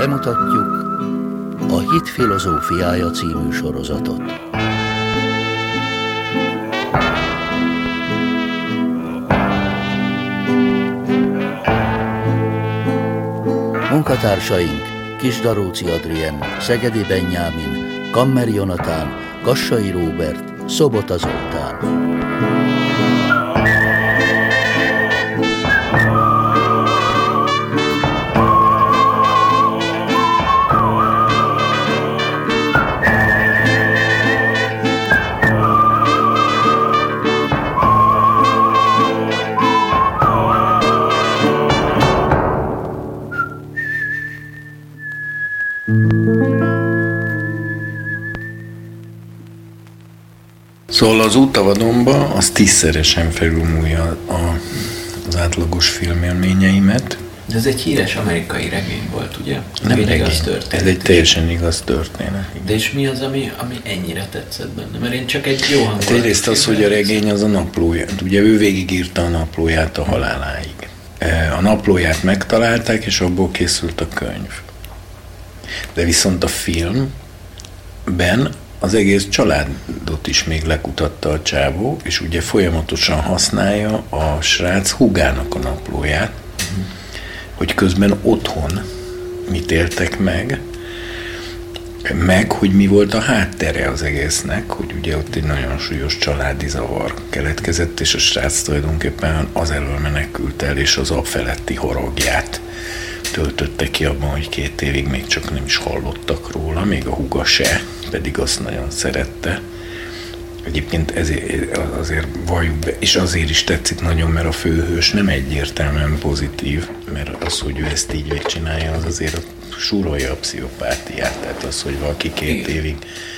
bemutatjuk a Hit filozófiája című sorozatot. Munkatársaink Kisdaróci Adrien, Szegedi Benyámin, Kammer Jonatán, Kassai Róbert, Szobota Zoltán. Szóval az Útavadonba az 10-szeresen felülmúlja az átlagos filmélményeimet. De ez egy híres amerikai regény volt, ugye? Nem regény, ez egy teljesen igaz történet. De és mi az, ami ennyire tetszett benne? Mert én csak egy jó hangulat. Egyrészt az, hogy a regény az a naplóját. Ugye ő végigírta a naplóját a haláláig. A naplóját megtalálták, és abból készült a könyv. De viszont a filmben az egész családot is még lekutatta a csávó, és ugye folyamatosan használja a srác húgának a naplóját, hogy közben otthon mit éltek meg, hogy mi volt a háttere az egésznek, hogy ugye ott egy nagyon súlyos családi zavar keletkezett, és a srác tulajdonképpen az elől menekült el, és az feletti horogját töltötte ki abban, hogy 2 évig még csak nem is hallottak róla, még a húga se, pedig azt nagyon szerette. Egyébként azért valljuk be, és azért is tetszik nagyon, mert a főhős nem egyértelműen pozitív, mert az, hogy ő ezt így végigcsinálja, az azért súrolja a pszichopátiát. Tehát az, hogy valaki 2 évig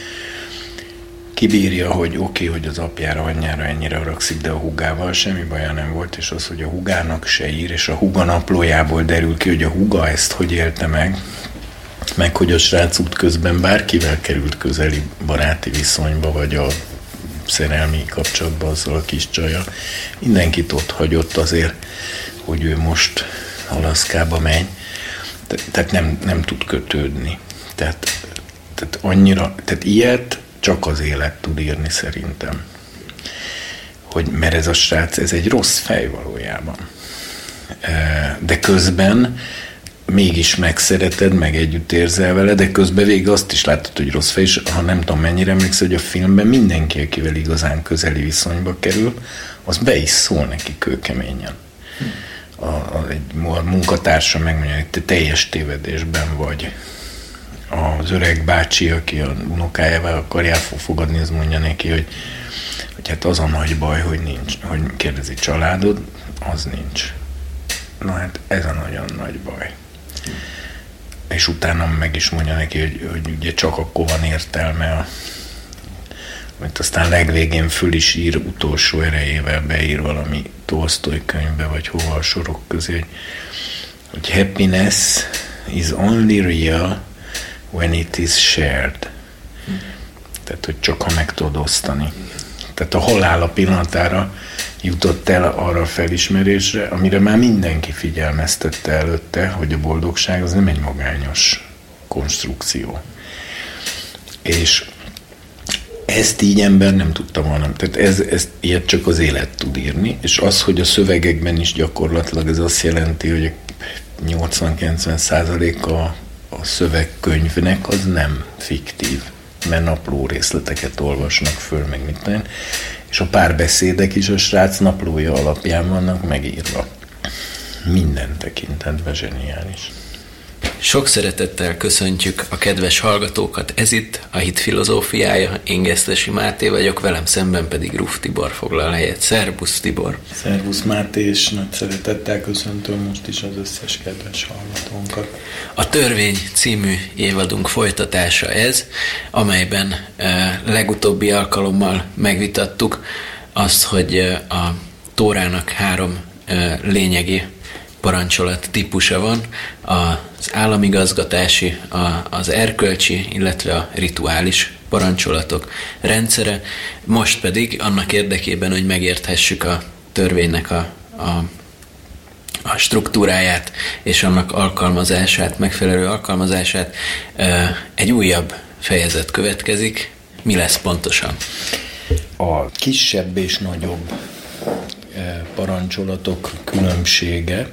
kibírja, hogy oké, hogy az apjára, anyjára ennyire haragszik, de a húgával semmi baja nem volt, és az, hogy a húgának se ír, és a húga naplójából derül ki, hogy a húga ezt hogy élte meg hogy a srác útközben bárkivel került közeli baráti viszonyba, vagy a szerelmi kapcsolatban azzal a kis csaja. Mindenkit ott hagyott azért, hogy ő most Alaszkába megy. Tehát nem tud kötődni. Tehát ilyet csak az élet tud írni szerintem. Mert ez a srác, ez egy rossz fej valójában. De közben mégis megszereted, meg együtt érzel vele, de közben végig azt is látod, hogy rossz fej, és ha nem tudom mennyire emlékszel, hogy a filmben mindenki, akivel igazán közeli viszonyba kerül, az be is szól neki kőkeményen. Egy munkatársa megmondja, hogy te teljes tévedésben vagy. Az öreg bácsi, aki a unokájával akarja fogadni, az mondja neki, hogy hát az a nagy baj, hogy nincs, hogy kérdezi családod, az nincs. Na hát ez a nagyon nagy baj. És utána meg is mondja neki, hogy ugye csak akkor van értelme, amit aztán legvégén föl is ír, utolsó erejével beír valami Tolsztoj könyvbe, vagy hova a sorok közé, hogy happiness is only real when it is shared. Tehát, hogy csak ha meg tudod osztani. Tehát a halála pillanatára jutott el arra a felismerésre, amire már mindenki figyelmeztette előtte, hogy a boldogság az nem egy magányos konstrukció. És ezt így ember nem tudta volna. Tehát ez ilyet csak az élet tud írni, és az, hogy a szövegekben is gyakorlatilag ez azt jelenti, hogy 80-90% a szövegkönyvnek az nem fiktív, mert napló részleteket olvasnak föl, meg mit tenni, és a párbeszédek is a srác naplója alapján vannak megírva. Minden tekintetben zseniális. Sok szeretettel köszöntjük a kedves hallgatókat. Ez itt a Hit filozófiája. Én Gesztesi Máté vagyok, velem szemben pedig Ruf Tibor foglal helyet. Szerbusz Tibor! Szervusz Máté, és nagy szeretettel köszöntöm most is az összes kedves hallgatónkat. A Törvény című évadunk folytatása ez, amelyben legutóbbi alkalommal megvitattuk azt, hogy a Tórának 3 lényegi parancsolat típusa van, az államigazgatási, az erkölcsi, illetve a rituális parancsolatok rendszere. Most pedig annak érdekében, hogy megérthessük a törvénynek a a struktúráját és annak alkalmazását, megfelelő alkalmazását. Egy újabb fejezet következik. Mi lesz pontosan? A kisebb és nagyobb parancsolatok különbsége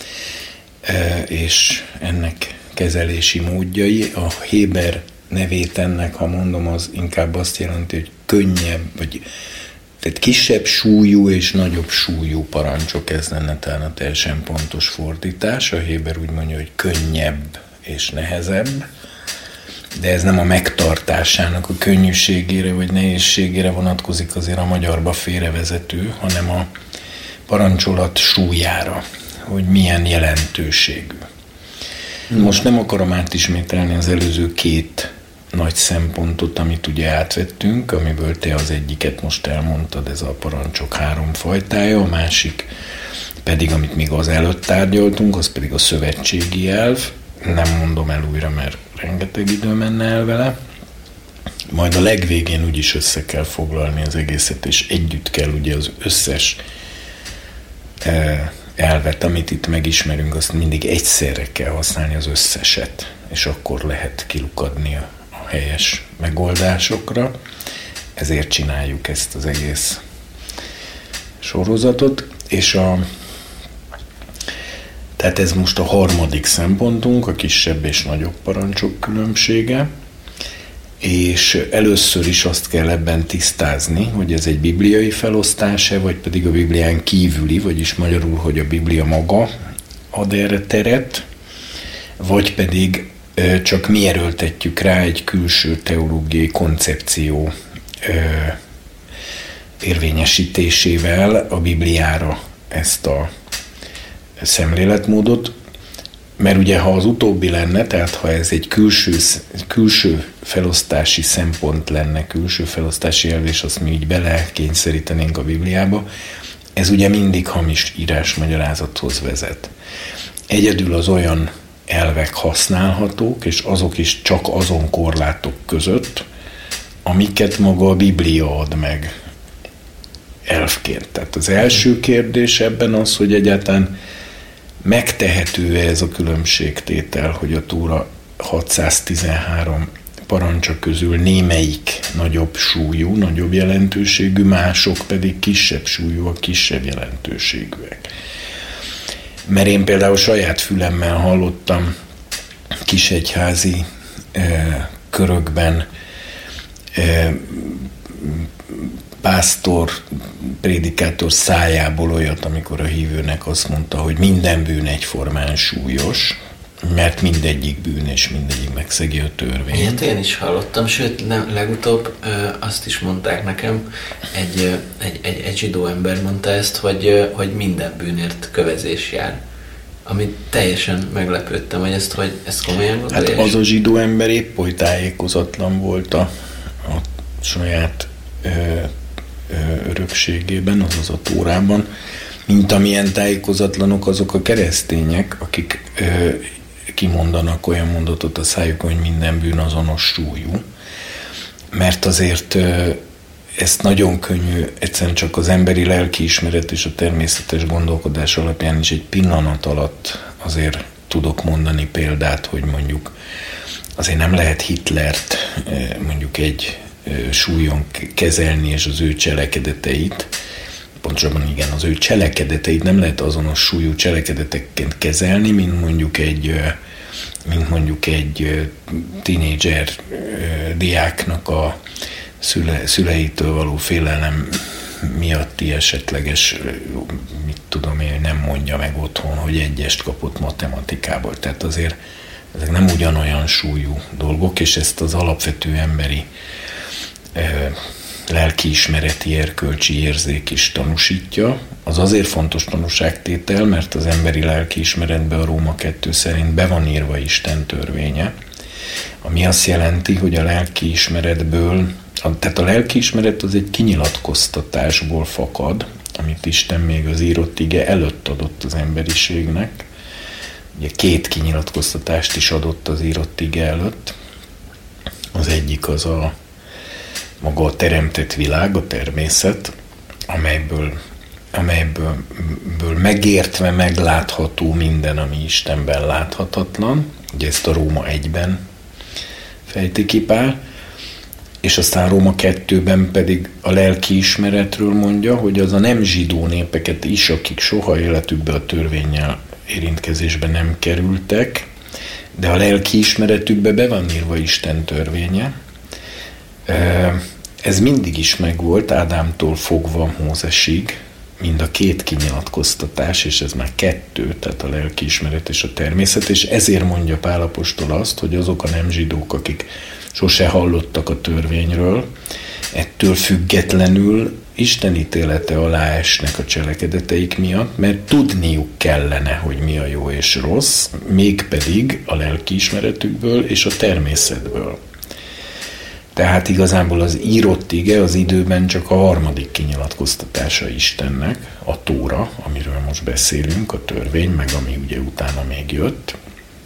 és ennek kezelési módjai. A Héber nevét ennek, ha mondom, az inkább azt jelenti, hogy könnyebb, vagy tehát kisebb súlyú és nagyobb súlyú parancsok, ez lenne talán a teljesen pontos fordítás. A Héber úgy mondja, hogy könnyebb és nehezebb, de ez nem a megtartásának a könnyűségére vagy nehézségére vonatkozik, azért a magyarba félrevezető, hanem a parancsolat súlyára, hogy milyen jelentőségű. Most nem akarom átismételni az előző két nagy szempontot, amit ugye átvettünk, amiből te az egyiket most elmondtad, ez a parancsok 3 fajtája, a másik pedig, amit még az előtt tárgyaltunk, az pedig a szövetségi elv. Nem mondom el újra, mert rengeteg idő menne el vele. Majd a legvégén úgyis össze kell foglalni az egészet, és együtt kell ugye az összes elvet, amit itt megismerünk, azt mindig egyszerre kell használni, az összeset, és akkor lehet kilukadni a helyes megoldásokra. Ezért csináljuk ezt az egész sorozatot, és tehát ez most a harmadik szempontunk, a kisebb és nagyobb parancsok különbsége, és először is azt kell ebben tisztázni, hogy ez egy bibliai felosztás-e, vagy pedig a Biblián kívüli, vagyis magyarul, hogy a Biblia maga ad erre teret, vagy pedig csak mi erőltetjük rá egy külső teológiai koncepció érvényesítésével a Bibliára ezt a szemléletmódot, mert ugye ha az utóbbi lenne, tehát ha ez egy külső felosztási szempont lenne, külső felosztási elv, és azt mi így belekényszerítenénk a Bibliába, ez ugye mindig hamis írásmagyarázathoz vezet. Egyedül az olyan elvek használhatók, és azok is csak azon korlátok között, amiket maga a Biblia ad meg elvként. Tehát az első kérdés ebben az, hogy egyáltalán megtehető-e ez a különbségtétel, hogy a Tóra 613 parancsa közül némelyik nagyobb súlyú, nagyobb jelentőségű, mások pedig kisebb súlyú, a kisebb jelentőségűek. Mert én például saját fülemmel hallottam kisegyházi körökben pásztor, prédikátor szájából olyat, amikor a hívőnek azt mondta, hogy minden bűn egyformán súlyos, mert mindegyik bűn és mindegyik megszegi a törvényt. Ilyet én is hallottam, sőt, legutóbb azt is mondták nekem, egy zsidó ember mondta ezt, hogy minden bűnért kövezés jár. Amit teljesen meglepődtem, hogy ezt komolyan gondolja. Hát az a zsidó ember épp oly tájékozatlan volt a saját örökségében, azaz a Tórában, mint amilyen tájékozatlanok azok a keresztények, akik kimondanak olyan mondatot a szájukon, hogy minden bűn azonos súlyú. Mert azért ezt nagyon könnyű, egyszerűen csak az emberi lelkiismeret és a természetes gondolkodás alapján is egy pillanat alatt azért tudok mondani példát, hogy mondjuk azért nem lehet Hitlert mondjuk egy súlyon kezelni, és az ő cselekedeteit, pontosabban igen, az ő cselekedeteit nem lehet azonos súlyú cselekedetekként kezelni, mint mondjuk egy tínédzser diáknak a szüleitől való félelem miatti esetleges, mit tudom én, nem mondja meg otthon, hogy egyest kapott matematikából. Tehát azért ezek nem ugyanolyan súlyú dolgok, és ezt az alapvető emberi lelkiismereti, erkölcsi érzék is tanúsítja. Az azért fontos tanúságtétel, mert az emberi lelkiismeretben a Róma 2 szerint be van írva Isten törvénye, ami azt jelenti, hogy a lelkiismeretből, tehát a lelkiismeret az egy kinyilatkoztatásból fakad, amit Isten még az írott ige előtt adott az emberiségnek. Ugye 2 kinyilatkoztatást is adott az írott ige előtt. Az egyik az maga a teremtett világ, a természet, amelyből amelyből megértve meglátható minden, ami Istenben láthatatlan. Ugye ezt a Róma 1-ben fejti ki Pál, és aztán Róma 2-ben pedig a lelkiismeretről mondja, hogy az a nem zsidó népeket is, akik soha életükbe a törvénnyel érintkezésbe nem kerültek, de a lelkiismeretükbe be van írva Isten törvénye. Ez mindig is megvolt, Ádámtól fogva Mózesig, mind a két kinyilatkoztatás, és ez már 2, tehát a lelkiismeret és a természet, és ezért mondja Pál apostol azt, hogy azok a nem zsidók, akik sose hallottak a törvényről, ettől függetlenül Isten ítélete alá esnek a cselekedeteik miatt, mert tudniuk kellene, hogy mi a jó és rossz, mégpedig a lelkiismeretükből és a természetből. Tehát igazából az írott ige az időben csak a 3. kinyilatkoztatása Istennek, a Tóra, amiről most beszélünk, a törvény, meg ami ugye utána még jött.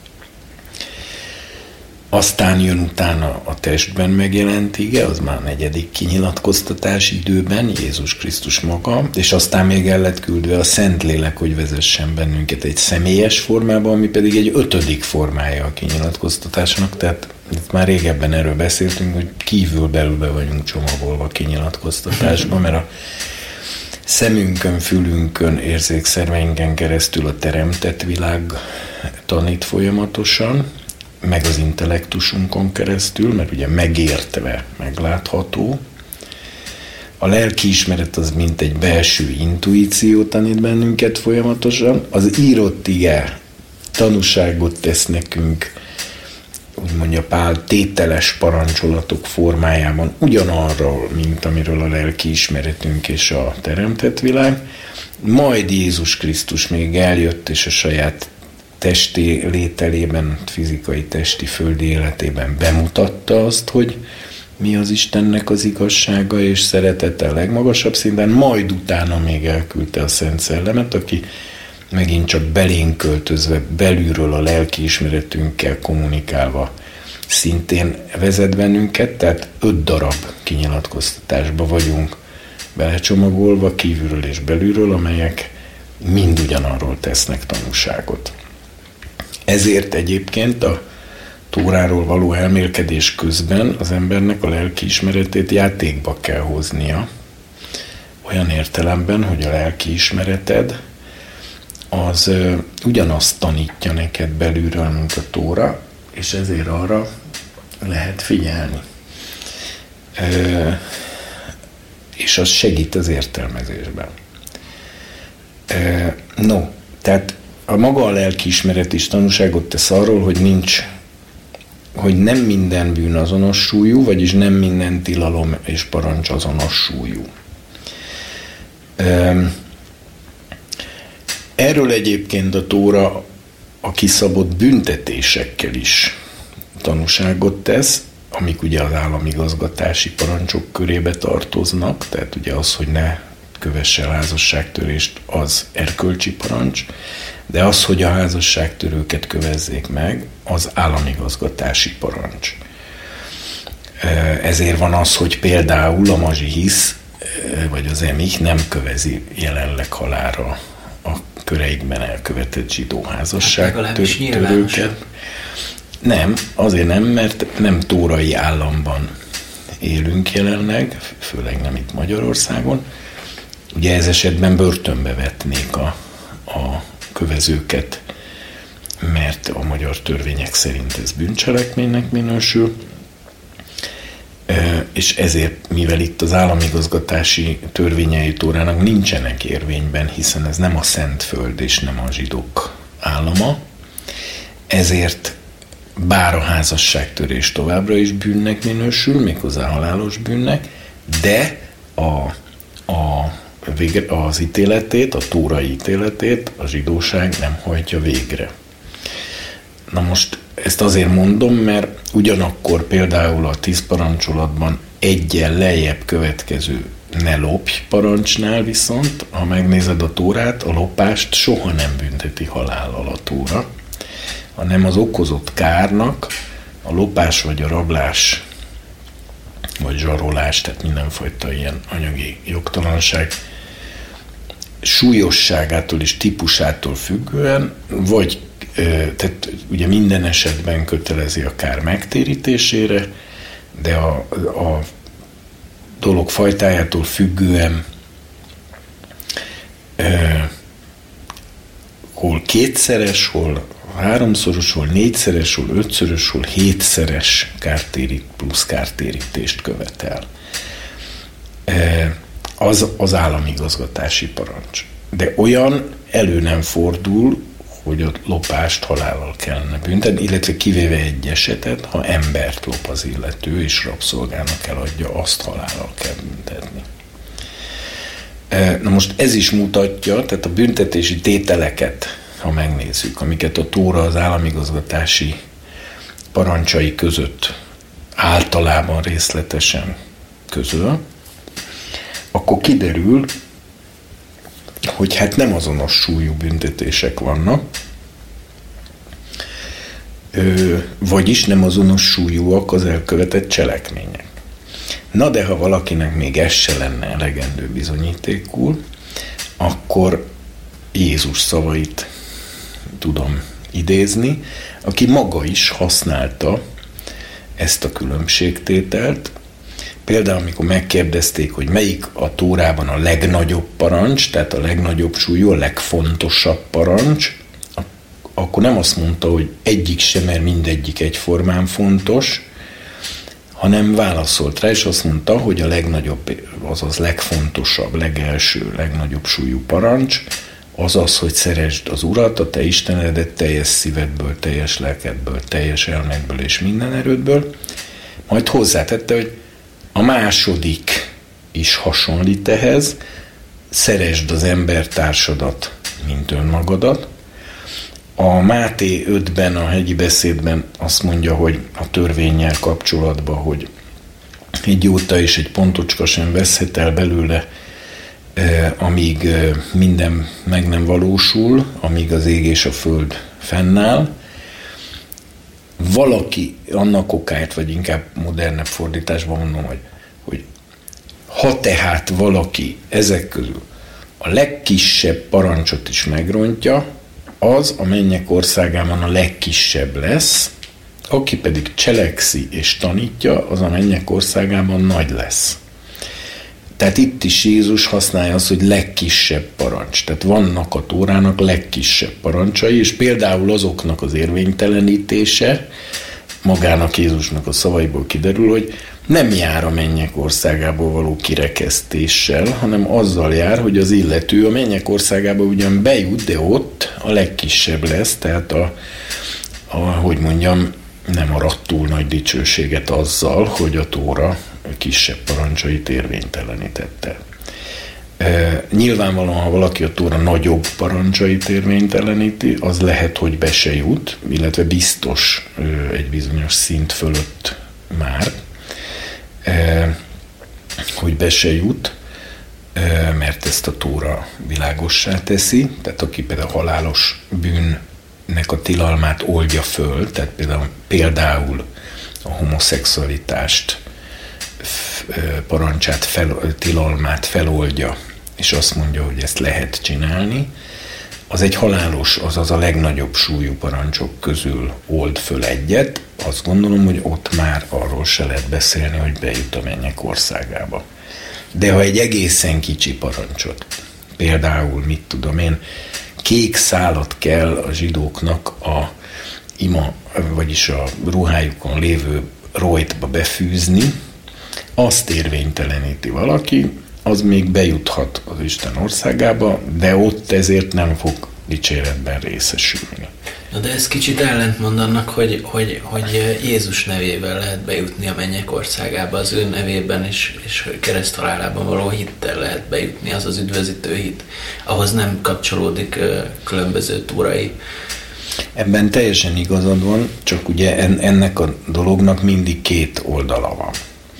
Aztán jön utána a testben megjelent ige, az már 4. kinyilatkoztatás időben, Jézus Krisztus maga, és aztán még el lett küldve a Szentlélek, hogy vezessen bennünket egy személyes formában, ami pedig egy 5. formája a kinyilatkoztatásnak, tehát itt már régebben erről beszéltünk, hogy kívül-belülbe vagyunk csomagolva a kinyilatkoztatásba, mert a szemünkön, fülünkön, érzékszerveinken keresztül a teremtett világ tanít folyamatosan, meg az intellektusunkon keresztül, mert ugye megértve meglátható. A lelkiismeret az mint egy belső intuíció tanít bennünket folyamatosan. Az írott ige tanúságot tesz nekünk, úgy mondja Pál, tételes parancsolatok formájában ugyanarról, mint amiről a lelkiismeretünk és a teremtett világ. Majd Jézus Krisztus még eljött, és a saját testi lételében, fizikai testi földi életében bemutatta azt, hogy mi az Istennek az igazsága és szeretete a legmagasabb szinten, majd utána még elküldte a Szent Szellemet, aki megint csak belénk költözve, belülről a lelkiismeretünkkel kommunikálva szintén vezet bennünket, tehát 5 darab kinyilatkoztatásba vagyunk belecsomagolva, kívülről és belülről, amelyek mind ugyanarról tesznek tanúságot. Ezért egyébként a Tóráról való elmélkedés közben az embernek a lelkiismeretét játékba kell hoznia. Olyan értelemben, hogy a lelkiismereted az ugyanazt tanítja neked belülről, mint a Tóra, és ezért arra lehet figyelni. És az segít az értelmezésben. Tehát a maga a lelkiismeret is tanúságot tesz arról, hogy nem minden bűn azonos súlyú, vagyis nem minden tilalom és parancs azonos súlyú. Erről egyébként a Tóra a kiszabott büntetésekkel is tanúságot tesz, amik ugye az államigazgatási parancsok körébe tartoznak, tehát ugye az, hogy ne kövesse el házasságtörést, az erkölcsi parancs, de az, hogy a házasságtörőket kövezzék meg, az államigazgatási parancs. Ezért van az, hogy például a mazsihisz, vagy az emich nem kövezi jelenleg halálra a köreikben elkövetett zsidó házasságtörőket. Nem, azért nem, mert nem tórai államban élünk jelenleg, főleg nem itt Magyarországon. Ugye ez esetben börtönbe vetnék a kövezőket, mert a magyar törvények szerint ez bűncselekménynek minősül, és ezért, mivel itt az államigazgatási törvényei Tórának nincsenek érvényben, hiszen ez nem a Szentföld és nem a zsidók állama, ezért bár a házasságtörés továbbra is bűnnek minősül, méghozzá halálos bűnnek, de az ítéletét, a tórai ítéletét a zsidóság nem hajtja végre. Na most ezt azért mondom, mert ugyanakkor például a 10 parancsolatban egyen lejjebb következő ne lopj parancsnál viszont, ha megnézed a Tórát, a lopást soha nem bünteti halállal a Tóra, hanem az okozott kárnak a lopás vagy a rablás vagy zsarolás, tehát mindenfajta ilyen anyagi jogtalanság súlyosságától és típusától függően, vagy tehát ugye minden esetben kötelezi a kár megtérítésére, de a dolog fajtájától függően hol kétszeres, hol háromszoros, hol négyszeres, hol ötszörös, hol hétszeres plusz kártérítést követel. Az államigazgatási parancs. De olyan elő nem fordul, hogy a lopást halállal kellene büntetni, illetve kivéve egy esetet, ha embert lop az illető, és rabszolgának eladja, azt halállal kell büntetni. Na most ez is mutatja, tehát a büntetési tételeket, ha megnézzük, amiket a Tóra az államigazgatási parancsai között általában részletesen közöl, akkor kiderül, hogy hát nem azonos súlyú büntetések vannak, vagyis nem azonos súlyúak az elkövetett cselekmények. Na de ha valakinek még ez se lenne elegendő bizonyítékul, akkor Jézus szavait tudom idézni, aki maga is használta ezt a különbségtételt. Például, amikor megkérdezték, hogy melyik a Tórában a legnagyobb parancs, tehát a legnagyobb súlyú, a legfontosabb parancs, akkor nem azt mondta, hogy egyik sem, mert mindegyik egyformán fontos, hanem válaszolt rá, és azt mondta, hogy a legnagyobb, azaz legfontosabb, legelső, legnagyobb súlyú parancs, az az, hogy szeresd az Urat, a te Istenedet teljes szívedből, teljes lelkedből, teljes elmédből és minden erődből. Majd hozzátette, hogy a második is hasonlít ehhez, szeresd az embertársadat, mint önmagadat. A Máté 5-ben, a hegyi beszédben azt mondja, hogy a törvénnyel kapcsolatban, hogy egy jóta és egy pontocska sem veszhet el belőle, amíg minden meg nem valósul, amíg az ég és a föld fennáll. Valaki annak okáért, vagy inkább modernebb fordításban mondom, hogy ha tehát valaki ezek közül a legkisebb parancsot is megrontja, az a mennyek országában a legkisebb lesz, aki pedig cselekszi és tanítja, az a mennyek országában nagy lesz. Tehát itt is Jézus használja azt, hogy legkisebb parancs. Tehát vannak a Tórának legkisebb parancsai, és például azoknak az érvénytelenítése, magának Jézusnak a szavaiból kiderül, hogy nem jár a mennyek országából való kirekesztéssel, hanem azzal jár, hogy az illető a mennyek országába ugyan bejut, de ott a legkisebb lesz, tehát hogy mondjam, nem arat túl nagy dicsőséget azzal, hogy a Tóra kisebb parancsait érvénytelenítette. Nyilvánvalóan, ha valaki a Tóra nagyobb parancsait érvényteleníti, az lehet, hogy be se jut, illetve biztos egy bizonyos szint fölött már, hogy be se jut, mert ezt a Tóra világossá teszi. Tehát aki például halálos bűnnek a tilalmát oldja föl, tehát például a homoszexualitást parancsát, tilalmát feloldja, és azt mondja, hogy ezt lehet csinálni, az egy halálos, azaz a legnagyobb súlyú parancsok közül old föl egyet. Azt gondolom, hogy ott már arról se lehet beszélni, hogy bejut a mennyek országába. De ha egy egészen kicsi parancsot, például, mit tudom én, kék szálat kell a zsidóknak a vagyis a ruhájukon lévő rojtba befűzni, azt érvényteleníti valaki, az még bejuthat az Isten országába, de ott ezért nem fog dicséretben részesülni. Na de ez kicsit ellentmond annak, hogy Jézus nevével lehet bejutni a mennyek országába, az ő nevében és kereszthalálában való hittel lehet bejutni, az az üdvözítő hit. Ahhoz nem kapcsolódik különböző túrai. Ebben teljesen igazad van, csak ugye ennek a dolognak mindig két oldala van.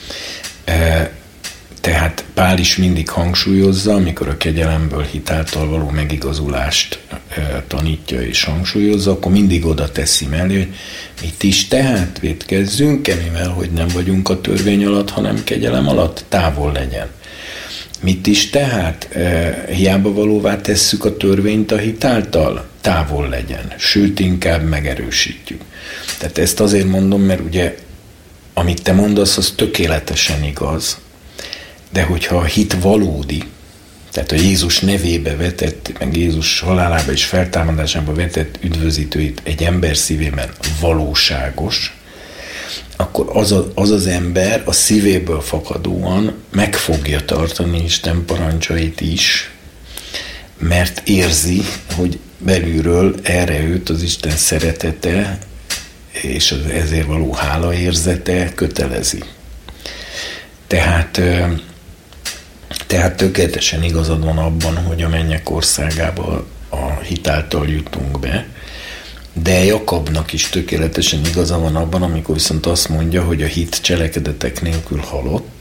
Tehát Pál is mindig hangsúlyozza, amikor a kegyelemből hitáltal való megigazulást tanítja és hangsúlyozza, akkor mindig oda teszi mellé, hogy mit is tehát vétkezzünk, mivel hogy nem vagyunk a törvény alatt, hanem kegyelem alatt, távol legyen. Mit is tehát? Hiába valóvá tesszük a törvényt a hit által? Távol legyen, sőt inkább megerősítjük. Tehát ezt azért mondom, mert ugye amit te mondasz, az tökéletesen igaz, de hogyha a hit valódi, tehát a Jézus nevébe vetett, meg Jézus halálába és feltámadásába vetett üdvözítőit egy ember szívében valóságos, akkor az ember a szívéből fakadóan meg fogja tartani Isten parancsait is, mert érzi, hogy belülről erre őt az Isten szeretete és az ezért való hálaérzete kötelezi. Tehát tökéletesen igazad van abban, hogy a mennyek országába a hit által jutunk be, de Jakabnak is tökéletesen igaza van abban, amikor viszont azt mondja, hogy a hit cselekedetek nélkül halott.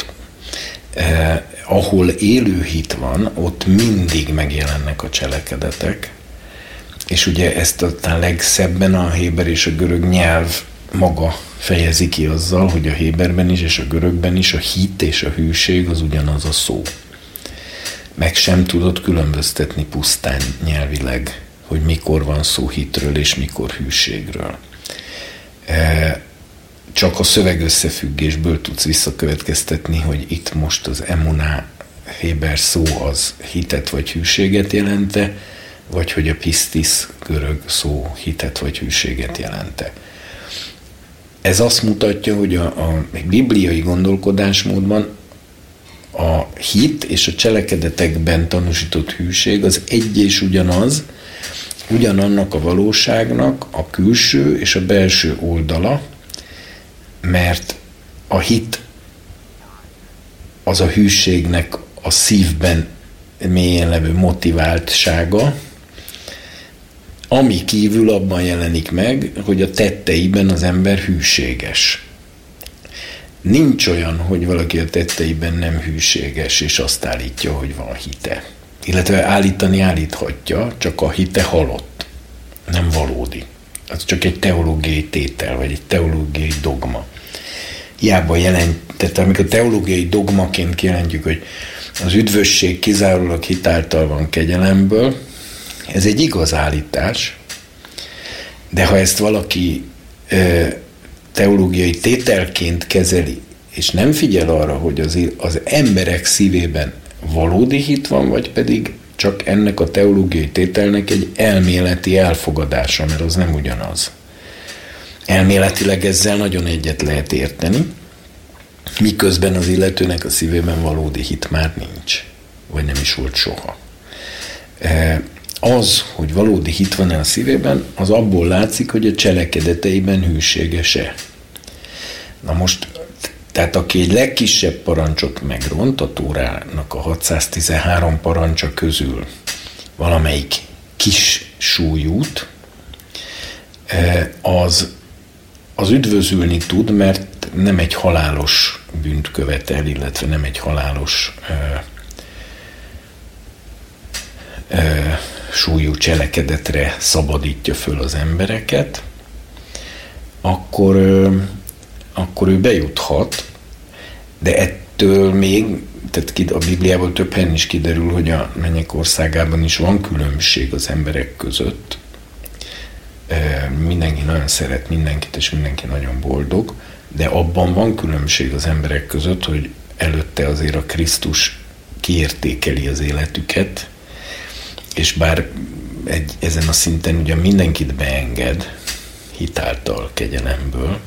Ahol élő hit van, ott mindig megjelennek a cselekedetek, és ugye ezt aztán legszebben a héber és a görög nyelv maga fejezi ki azzal, hogy a héberben is és a görögben is a hit és a hűség az ugyanaz a szó. Meg sem tudod különböztetni pusztán nyelvileg, hogy mikor van szó hitről és mikor hűségről. Csak a szövegösszefüggésből tudsz visszakövetkeztetni, hogy itt most az emuná héber szó az hitet vagy hűséget jelente, vagy hogy a pistis görög szó hitet vagy hűséget jelente. Ez azt mutatja, hogy a bibliai gondolkodásmódban a hit és a cselekedetekben tanúsított hűség az egy és ugyanaz, ugyanannak a valóságnak a külső és a belső oldala, mert a hit az a hűségnek a szívben mélyen levő motiváltsága, ami kívül abban jelenik meg, hogy a tetteiben az ember hűséges. Nincs olyan, hogy valaki a tetteiben nem hűséges, és azt állítja, hogy van hite. Illetve állíthatja, csak a hite halott, nem valódi. Az csak egy teológiai tétel, vagy egy teológiai dogma. Hiába tehát amikor teológiai dogmaként kijelentjük, hogy az üdvösség kizárólag hit által van kegyelemből, ez egy igaz állítás, de ha ezt valaki teológiai tételként kezeli, és nem figyel arra, hogy az emberek szívében valódi hit van, vagy pedig csak ennek a teológiai tételnek egy elméleti elfogadása, mert az nem ugyanaz. Elméletileg ezzel nagyon egyet lehet érteni, miközben az illetőnek a szívében valódi hit már nincs, vagy nem is volt soha. Az, hogy valódi hit van-e a szívében, az abból látszik, hogy a cselekedeteiben hűséges-e. Na most, tehát aki egy legkisebb parancsot megront, a Tórának a 613 parancsa közül valamelyik kis súlyút, az üdvözülni tud, mert nem egy halálos bűnt követel, illetve nem egy halálos súlyú cselekedetre szabadítja föl az embereket, akkor ő bejuthat, de ettől még, tehát a Bibliából több helyen is kiderül, hogy a mennyek országában is van különbség az emberek között. Mindenki nagyon szeret mindenkit, és mindenki nagyon boldog, de abban van különbség az emberek között, hogy előtte azért a Krisztus kiértékeli az életüket, és bár ezen a szinten ugye mindenkit beenged hitáltal, kegyelemből,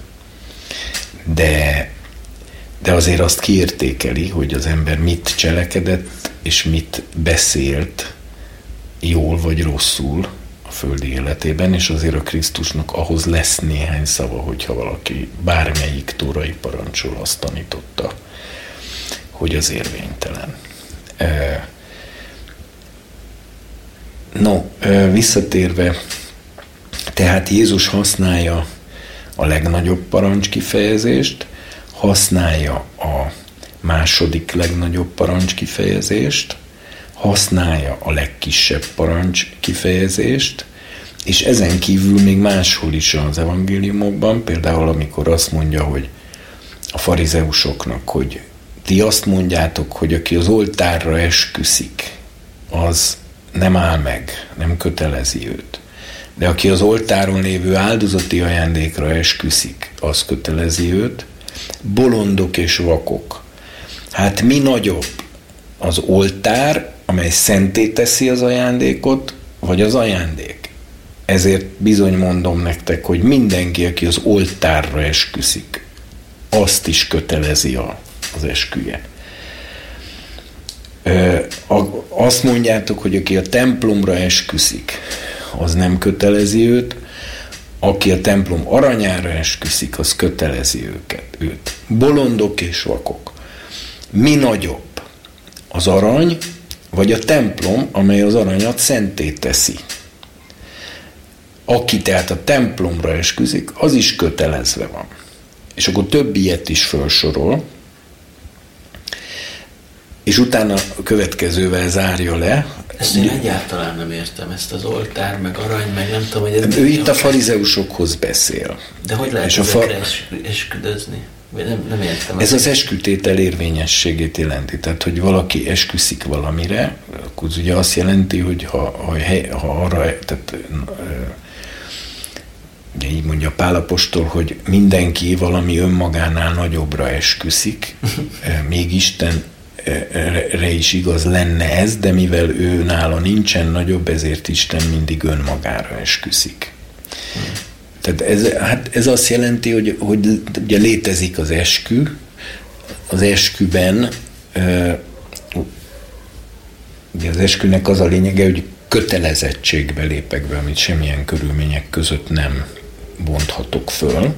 de azért azt kiértékeli, hogy az ember mit cselekedett, és mit beszélt jól vagy rosszul a földi életében, és azért a Krisztusnak ahhoz lesz néhány szava, hogyha valaki bármelyik tórai parancsol azt tanította, hogy az érvénytelen. Visszatérve, tehát Jézus használja a legnagyobb parancs kifejezést, használja a második legnagyobb parancs kifejezést, használja a legkisebb parancs kifejezést, és ezen kívül még máshol is az evangéliumokban, például amikor azt mondja, hogy a farizeusoknak, hogy ti azt mondjátok, hogy aki az oltárra esküszik, az nem áll meg, nem kötelezi őt. De aki az oltáron lévő áldozati ajándékra esküszik, az kötelezi őt. Bolondok és vakok. Hát mi nagyobb? Az oltár, amely szenté teszi az ajándékot, vagy az ajándék? Ezért bizony mondom nektek, hogy mindenki, aki az oltárra esküszik, azt is kötelezi az esküje. Azt mondjátok, hogy aki a templomra esküszik, az nem kötelezi őt, aki a templom aranyára esküszik, az kötelezi őt. Bolondok és vakok. Mi nagyobb? Az arany, vagy a templom, amely az aranyat szenté teszi? Aki tehát a templomra esküszik, az is kötelezve van. És akkor több ilyet is felsorol, és utána a következővel zárja le. Ezt én egyáltalán nem értem, ezt az oltár, meg arany, meg nem tudom, hogy ez... Ő itt a farizeusokhoz beszél. De hogy lehet ezekre esküdözni? Nem értem. Ez az eskütétel érvényességét jelenti. Tehát, hogy valaki esküszik valamire, akkor ugye azt jelenti, hogy ha arra... Tehát, ugye így mondja Pál apostol, hogy mindenki valami önmagánál nagyobbra esküszik, még Istenre is igaz lenne ez, de mivel ő nála nincsen nagyobb, ezért Isten mindig önmagára esküszik. Tehát ez azt jelenti, hogy ugye létezik az eskü, az esküben, ugye az eskünek az a lényege, hogy kötelezettségbe lépek be, amit semmilyen körülmények között nem bonthatok föl,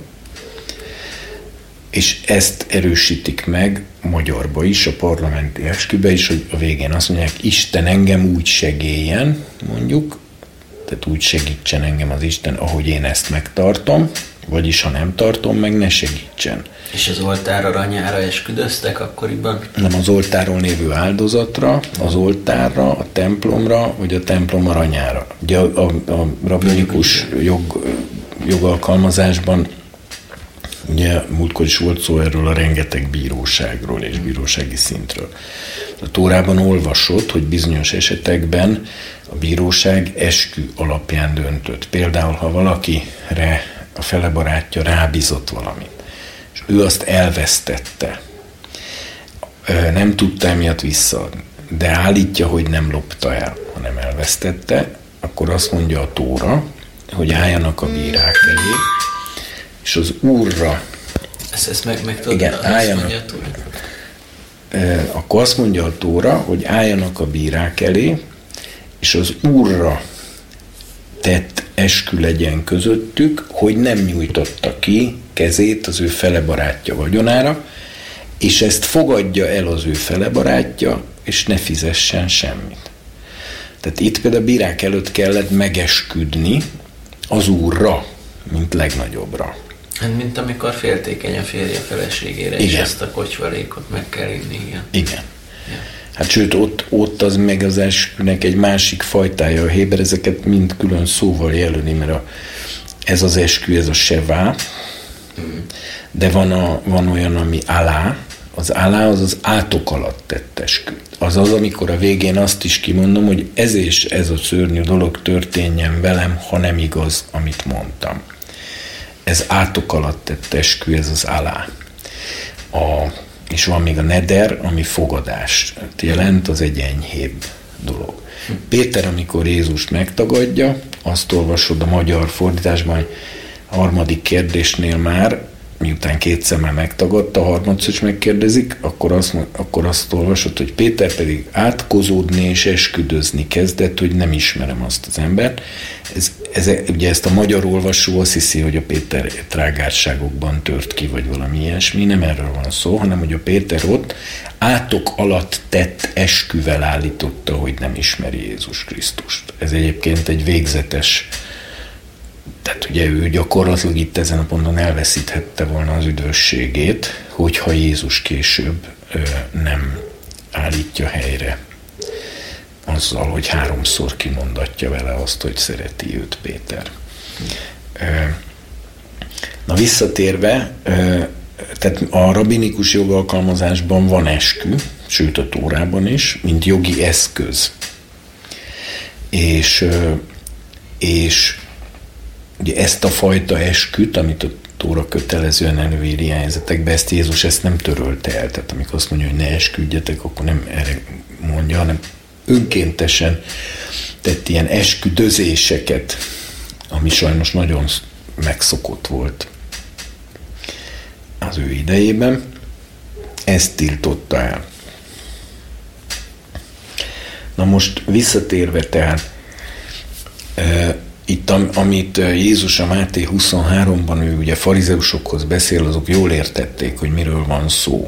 és ezt erősítik meg magyarba is, a parlamenti eskübe is, hogy a végén azt mondják, Isten engem úgy segéljen, mondjuk, tehát úgy segítsen engem az Isten, ahogy én ezt megtartom, vagyis ha nem tartom, meg ne segítsen. És az oltár aranyára esküdöztek akkoriban? Nem, az oltáron lévő áldozatra, az oltárra, a templomra, vagy a templom aranyára. Ugye a rabbinikus jogalkalmazásban, ugye múltkor is volt szó erről a rengeteg bíróságról és bírósági szintről. A Tórában olvasott, hogy bizonyos esetekben a bíróság eskü alapján döntött. Például, ha valakire a felebarátja rábízott valamit, és ő azt elvesztette, nem tudta emiatt visszaadni, de állítja, hogy nem lopta el, hanem elvesztette, akkor azt mondja a Tóra, hogy álljanak a bírák elé, és az Úrra... Ezt meg tudod, igen, álljanak. Akkor azt mondja a Tóra, hogy álljanak a bírák elé, és az Úrra tett eskü legyen közöttük, hogy nem nyújtotta ki kezét az ő felebarátja vagyonára, és ezt fogadja el az ő felebarátja, és ne fizessen semmit. Tehát itt például a bírák előtt kellett megesküdni az Úrra, mint legnagyobbra. Mint amikor féltékeny a férje feleségére, igen. És ezt a kocsvalékot meg kell inni, igen. Igen. Ja. Hát sőt, ott az meg az eskünek egy másik fajtája. A Héber ezeket mind külön szóval jelöli, mert ez az eskü, ez a sevá, de van olyan, ami alá. Az alá az átok alatt tett eskü. Az, amikor a végén azt is kimondom, hogy ez és ez a szörnyű dolog történjen velem, ha nem igaz, amit mondtam. Ez átok alatt tett eskü, ez az alá. És van még a neder, ami fogadást jelent, az egy enyhébb dolog. Péter, amikor Jézust megtagadja, azt olvasod a magyar fordításban, hogy a harmadik kérdésnél már, miután két szemmel megtagadta, a harmadszor is megkérdezik, akkor azt olvasod, hogy Péter pedig átkozódni és esküdözni kezdett, hogy nem ismerem azt az embert. Ugye ezt a magyar olvasó azt hiszi, hogy a Péter trágárságokban tört ki, vagy valami ilyesmi. Nem erről van szó, hanem hogy a Péter ott átok alatt tett esküvel állította, hogy nem ismeri Jézus Krisztust. Ez egyébként egy végzetes. Tehát ugye ő gyakorlatilag itt ezen a ponton elveszíthette volna az üdvösségét, hogyha Jézus később nem állítja helyre azzal, hogy 3-szor kimondatja vele azt, hogy szereti őt Péter. Na visszatérve, tehát a rabinikus jogalkalmazásban van eskü, sőt a Tórában is, mint jogi eszköz. És ugye ezt a fajta esküt, amit a Tóra kötelezően előír ilyen helyzetekben, Jézus ezt nem törölte el. Tehát amikor azt mondja, hogy ne esküdjetek, akkor nem erre mondja, hanem önkéntesen tett ilyen esküdözéseket, ami sajnos nagyon megszokott volt az ő idejében. Ezt tiltotta el. Na most visszatérve tehát, itt, amit Jézus a Máté 23-ban ő ugye farizeusokhoz beszél, azok jól értették, hogy miről van szó.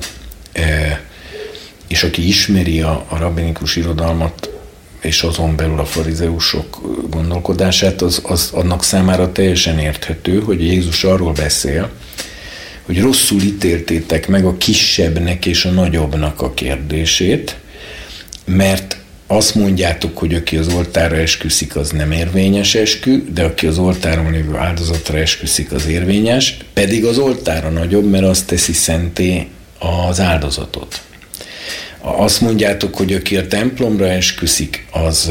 És aki ismeri a rabbinikus irodalmat, és azon belül a farizeusok gondolkodását, az annak számára teljesen érthető, hogy Jézus arról beszél, hogy rosszul ítéltétek meg a kisebbnek és a nagyobbnak a kérdését, mert azt mondjátok, hogy aki az oltárra esküszik, az nem érvényes eskü, de aki az oltáron lévő áldozatra esküszik, az érvényes, pedig az oltára nagyobb, mert azt teszi szenté az áldozatot. Azt mondjátok, hogy aki a templomra esküszik, az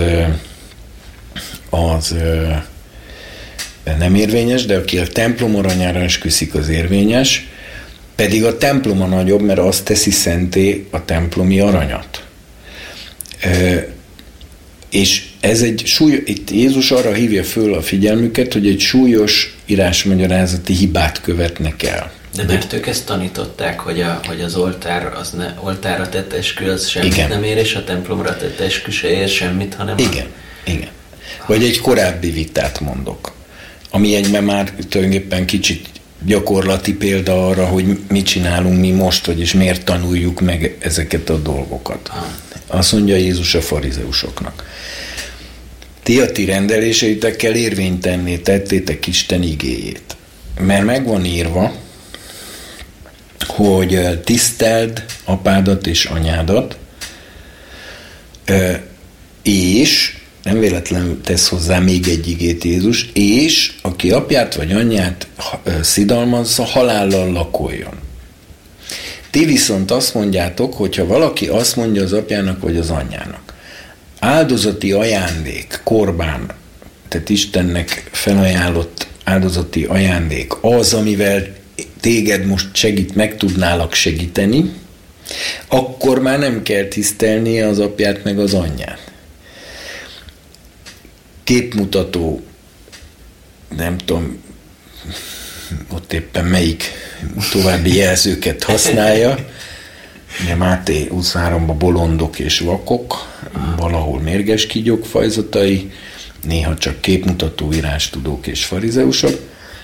nem érvényes, de aki a templom aranyára esküszik, az érvényes, pedig a templom a nagyobb, mert azt teszi szenté a templomi aranyat. És ez itt Jézus arra hívja föl a figyelmüket, hogy egy súlyos írásmagyarázati hibát követnek el. De mert ők ezt tanították, hogy az oltárra tett eskü az semmit nem ér, és a templomra tett eskü se ér semmit, hanem... Igen. Vagy egy korábbi vitát mondok, ami egyben már tulajdonképpen kicsit gyakorlati példa arra, hogy mit csinálunk mi most, és miért tanuljuk meg ezeket a dolgokat. Azt mondja Jézus a farizeusoknak. Ti a ti rendeléseitekkel érvénytelenné tettétek Isten igéjét. Mert meg van írva, hogy tiszteld apádat és anyádat, és nem véletlenül tesz hozzá még egy igét Jézus, és aki apját vagy anyját szidalmazza, halállal lakoljon. Ti viszont azt mondjátok, hogyha valaki azt mondja az apjának vagy az anyjának, áldozati ajándék, korbán, tehát Istennek felajánlott áldozati ajándék, az, amivel téged most meg tudnálak segíteni, akkor már nem kell tisztelnie az apját meg az anyját. Képmutató, nem tudom, ott éppen melyik további jelzőket használja. Ugye Máté 23-ban bolondok és vakok, valahol mérges kígyók fajzatai, néha csak képmutató írástudók és farizeusok.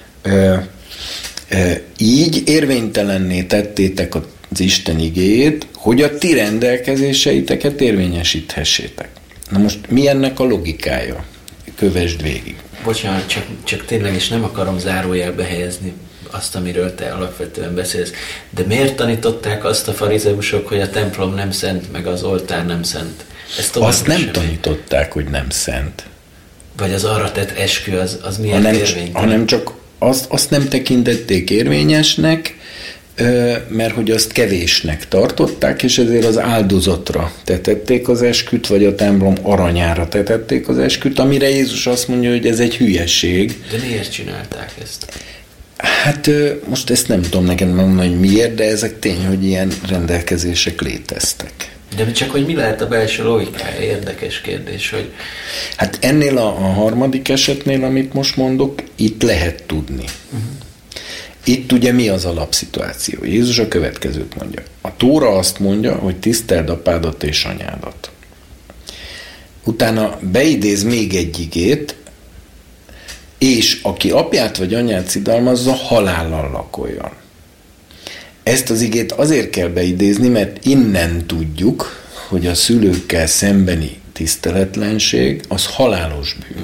Így érvénytelenné tettétek az Isten igéjét, hogy a ti rendelkezéseiteket érvényesíthessétek. Na most mi ennek a logikája? Kövesd végig. Bocsánat, csak tényleg is nem akarom zárójelbe helyezni azt, amiről te alapvetően beszélsz. De miért tanították azt a farizeusok, hogy a templom nem szent, meg az oltár nem szent? Azt nem tanították, hogy nem szent. Vagy az arra tett eskü, az miért érvénytelen? Hanem csak azt nem tekintették érvényesnek, mert hogy azt kevésnek tartották, és ezért az áldozatra tetették az esküt, vagy a templom aranyára tetették az esküt, amire Jézus azt mondja, hogy ez egy hülyeség. De miért csinálták ezt? Hát most ezt nem tudom neked mondani, hogy miért, de ezek tény, hogy ilyen rendelkezések léteztek. De csak, hogy mi lehet a belső logikája? Érdekes kérdés, hogy... Hát ennél a harmadik esetnél, amit most mondok, itt lehet tudni. Itt ugye mi az alapszituáció? Jézus a következőt mondja. A Tóra azt mondja, hogy tiszteld apádat és anyádat. Utána beidéz még egy igét, és aki apját vagy anyát szidalmazza, halállal lakoljon. Ezt az igét azért kell beidézni, mert innen tudjuk, hogy a szülőkkel szembeni tiszteletlenség az halálos bűn.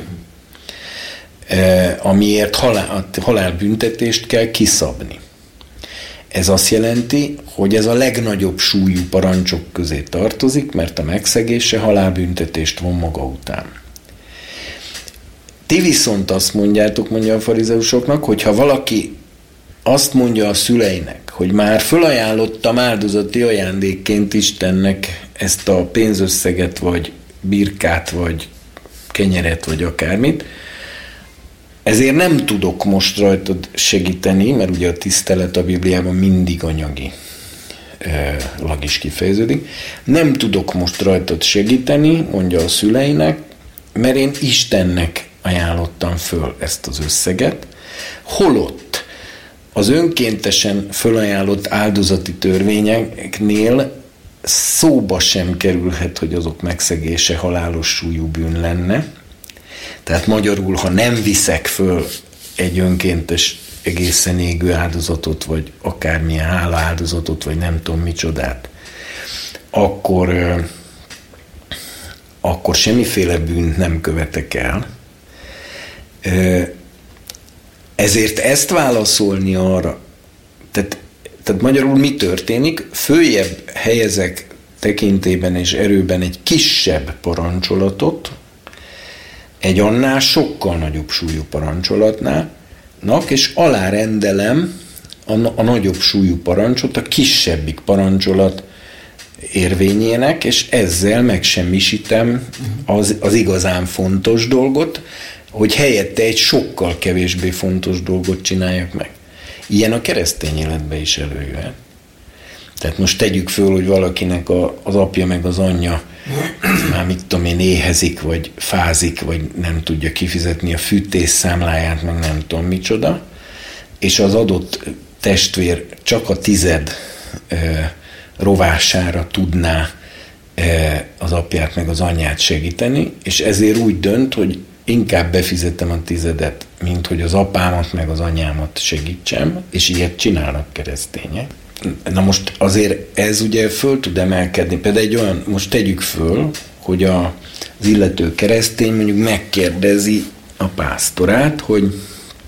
Amiért halálbüntetést kell kiszabni. Ez azt jelenti, hogy ez a legnagyobb súlyú parancsok közé tartozik, mert a megszegése halálbüntetést von maga után. Ti viszont azt mondjátok, mondja a farizeusoknak, hogy ha valaki azt mondja a szüleinek, hogy már fölajánlottam áldozati ajándékként Istennek ezt a pénzösszeget, vagy birkát, vagy kenyeret, vagy akármit, ezért nem tudok most rajtad segíteni, mert ugye a tisztelet a Bibliában mindig anyagi lag is kifejeződik. Nem tudok most rajtad segíteni, mondja a szüleinek, mert én Istennek ajánlottam föl ezt az összeget, holott az önkéntesen fölajánlott áldozati törvényeknél szóba sem kerülhet, hogy azok megszegése halálos súlyú bűn lenne. Tehát magyarul, ha nem viszek föl egy önkéntes egészen égő áldozatot, vagy akármilyen hálaáldozatot, vagy nem tudom micsodát, akkor semmiféle bűnt nem követek el. Ezért ezt válaszolni arra, tehát magyarul mi történik? Följebb helyezek tekintében és erőben egy kisebb parancsolatot, egy annál sokkal nagyobb súlyú parancsolatnál, és alárendelem a nagyobb súlyú parancsot a kisebbik parancsolat érvényének, és ezzel megsemmisítem az igazán fontos dolgot, hogy helyette egy sokkal kevésbé fontos dolgot csináljak meg. Ilyen a keresztény életben is előjöhet. Tehát most tegyük föl, hogy valakinek az apja meg az anyja már mit tudom én, éhezik, vagy fázik, vagy nem tudja kifizetni a fűtésszámláját, meg nem tudom micsoda, és az adott testvér csak a 10 rovására tudná az apját meg az anyját segíteni, és ezért úgy dönt, hogy inkább befizetem a 10, mint hogy az apámat meg az anyámat segítsem, és ilyet csinálnak keresztények. Na most azért ez ugye föl tud emelkedni. Például egy olyan, most tegyük föl, hogy az illető keresztény mondjuk megkérdezi a pásztorát, hogy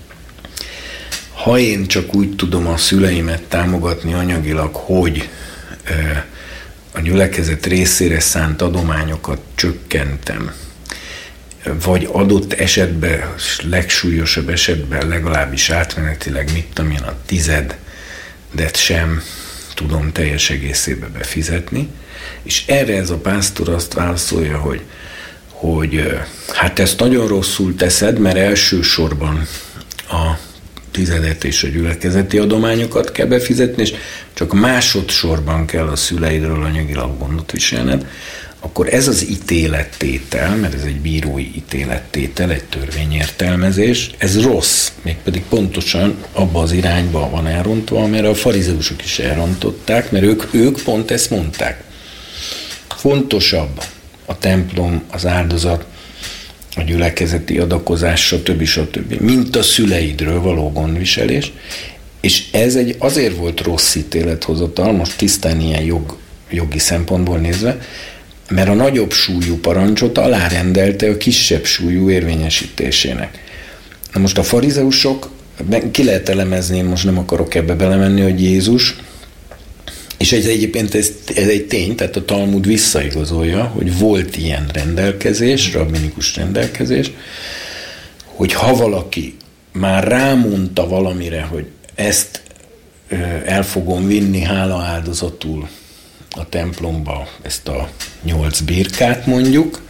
ha én csak úgy tudom a szüleimet támogatni anyagilag, hogy a gyülekezet részére szánt adományokat csökkentem, vagy adott esetben, legsúlyosabb esetben legalábbis átmenetileg, mit tudom én, a 10 sem tudom teljes egészébe befizetni, és erre ez a pásztor azt válaszolja, hogy hát ezt nagyon rosszul teszed, mert elsősorban a 10 és a gyülekezeti adományokat kell befizetni, és csak másodszorban kell a szüleidről anyagilag gondot viselned, akkor ez az ítélettétel, mert ez egy bírói ítélettétel, egy törvényértelmezés, ez rossz, mégpedig pontosan abba az irányba van elrontva, amire a farizeusok is elrontották, mert ők pont ezt mondták. Fontosabb a templom, az áldozat, a gyülekezeti adakozás, stb., mint a szüleidről való gondviselés, és ez azért volt rossz ítélethozatal, most tisztán ilyen jogi szempontból nézve, mert a nagyobb súlyú parancsot alárendelte a kisebb súlyú érvényesítésének. Na most a farizeusok, ki lehet elemezni, én most nem akarok ebbe belemenni, hogy Jézus, és egyébként ez egy tény, tehát a Talmud visszaigazolja, hogy volt ilyen rendelkezés, rabbinikus rendelkezés, hogy ha valaki már rámondta valamire, hogy ezt el fogom vinni hálaáldozatul a templomba, ezt a 8 birkát mondjuk,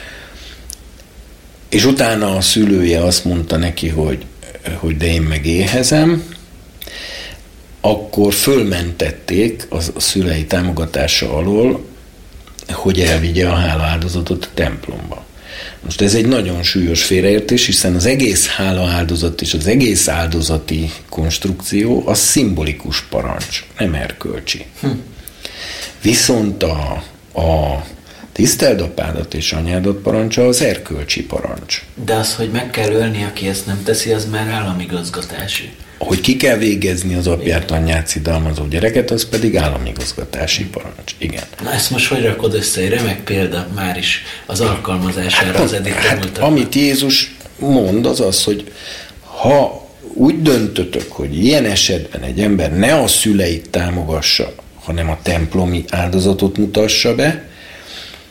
és utána a szülője azt mondta neki, hogy de én meg éhezem, akkor fölmentették a szülei támogatása alól, hogy elvigye a hálaáldozatot a templomba. Most ez egy nagyon súlyos félreértés, hiszen az egész hálaáldozat és az egész áldozati konstrukció az szimbolikus parancs, nem erkölcsi. Viszont a tiszteld apádat és anyádat parancsa az erkölcsi parancs. De az, hogy meg kell ölni, aki ezt nem teszi, az már államigazgatási. Hogy ki kell végezni az apját, anyját szidalmazó gyereket, az pedig államigazgatási parancs. Igen. Na ezt most hogy rakod össze? Egy remek példa már is az alkalmazására az eddig tanultak. Amit Jézus mond, az az, hogy ha úgy döntötök, hogy ilyen esetben egy ember ne a szüleit támogassa, hanem a templomi áldozatot mutassa be,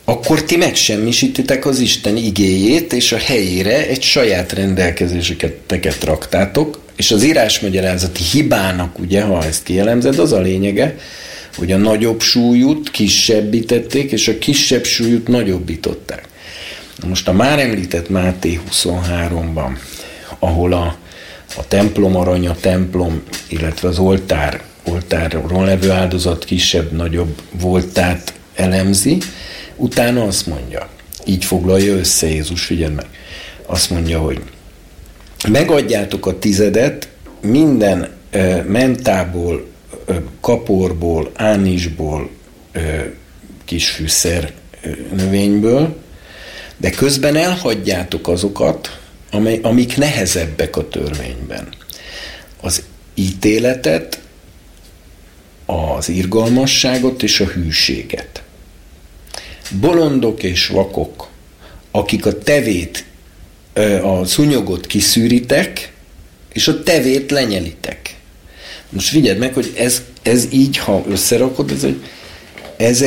akkor ti megsemmisítitek az Isten igéjét, és a helyére egy saját rendelkezéseket raktátok, és az írásmagyarázati hibának, ugye, ha ezt kijellemzed, az a lényege, hogy a nagyobb súlyút kisebbítették, és a kisebb súlyút nagyobbították. Most a már említett Máté 23-ban, ahol a templom arany, a templom, illetve az oltáron levő áldozat kisebb-nagyobb voltát elemzi, utána azt mondja, így foglalja össze Jézus, figyeld meg, azt mondja, hogy megadjátok a tizedet minden mentából, kaporból, ánisból, kis fűszer növényből, de közben elhagyjátok azokat, amik nehezebbek a törvényben. Az ítéletet, az irgalmasságot és a hűséget. Bolondok és vakok, akik a tevét, a szúnyogot kiszűritek, és a tevét lenyelitek. Most figyeld meg, hogy ez így, ha összerakod, ez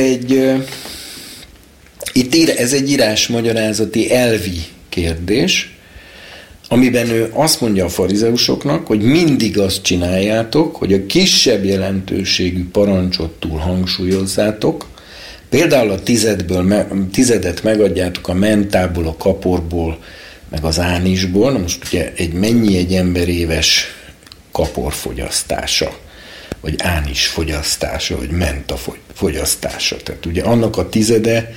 egy írásmagyarázati elvi kérdés, amiben ő azt mondja a farizeusoknak, hogy mindig azt csináljátok, hogy a kisebb jelentőségű parancsot túl hangsúlyozzátok, például a tizedet megadjátok a mentából, a kaporból, meg az ánisból. Na most ugye mennyi egy ember éves kaporfogyasztása, vagy ánis fogyasztása, vagy menta fogyasztása. Tehát ugye annak a tizede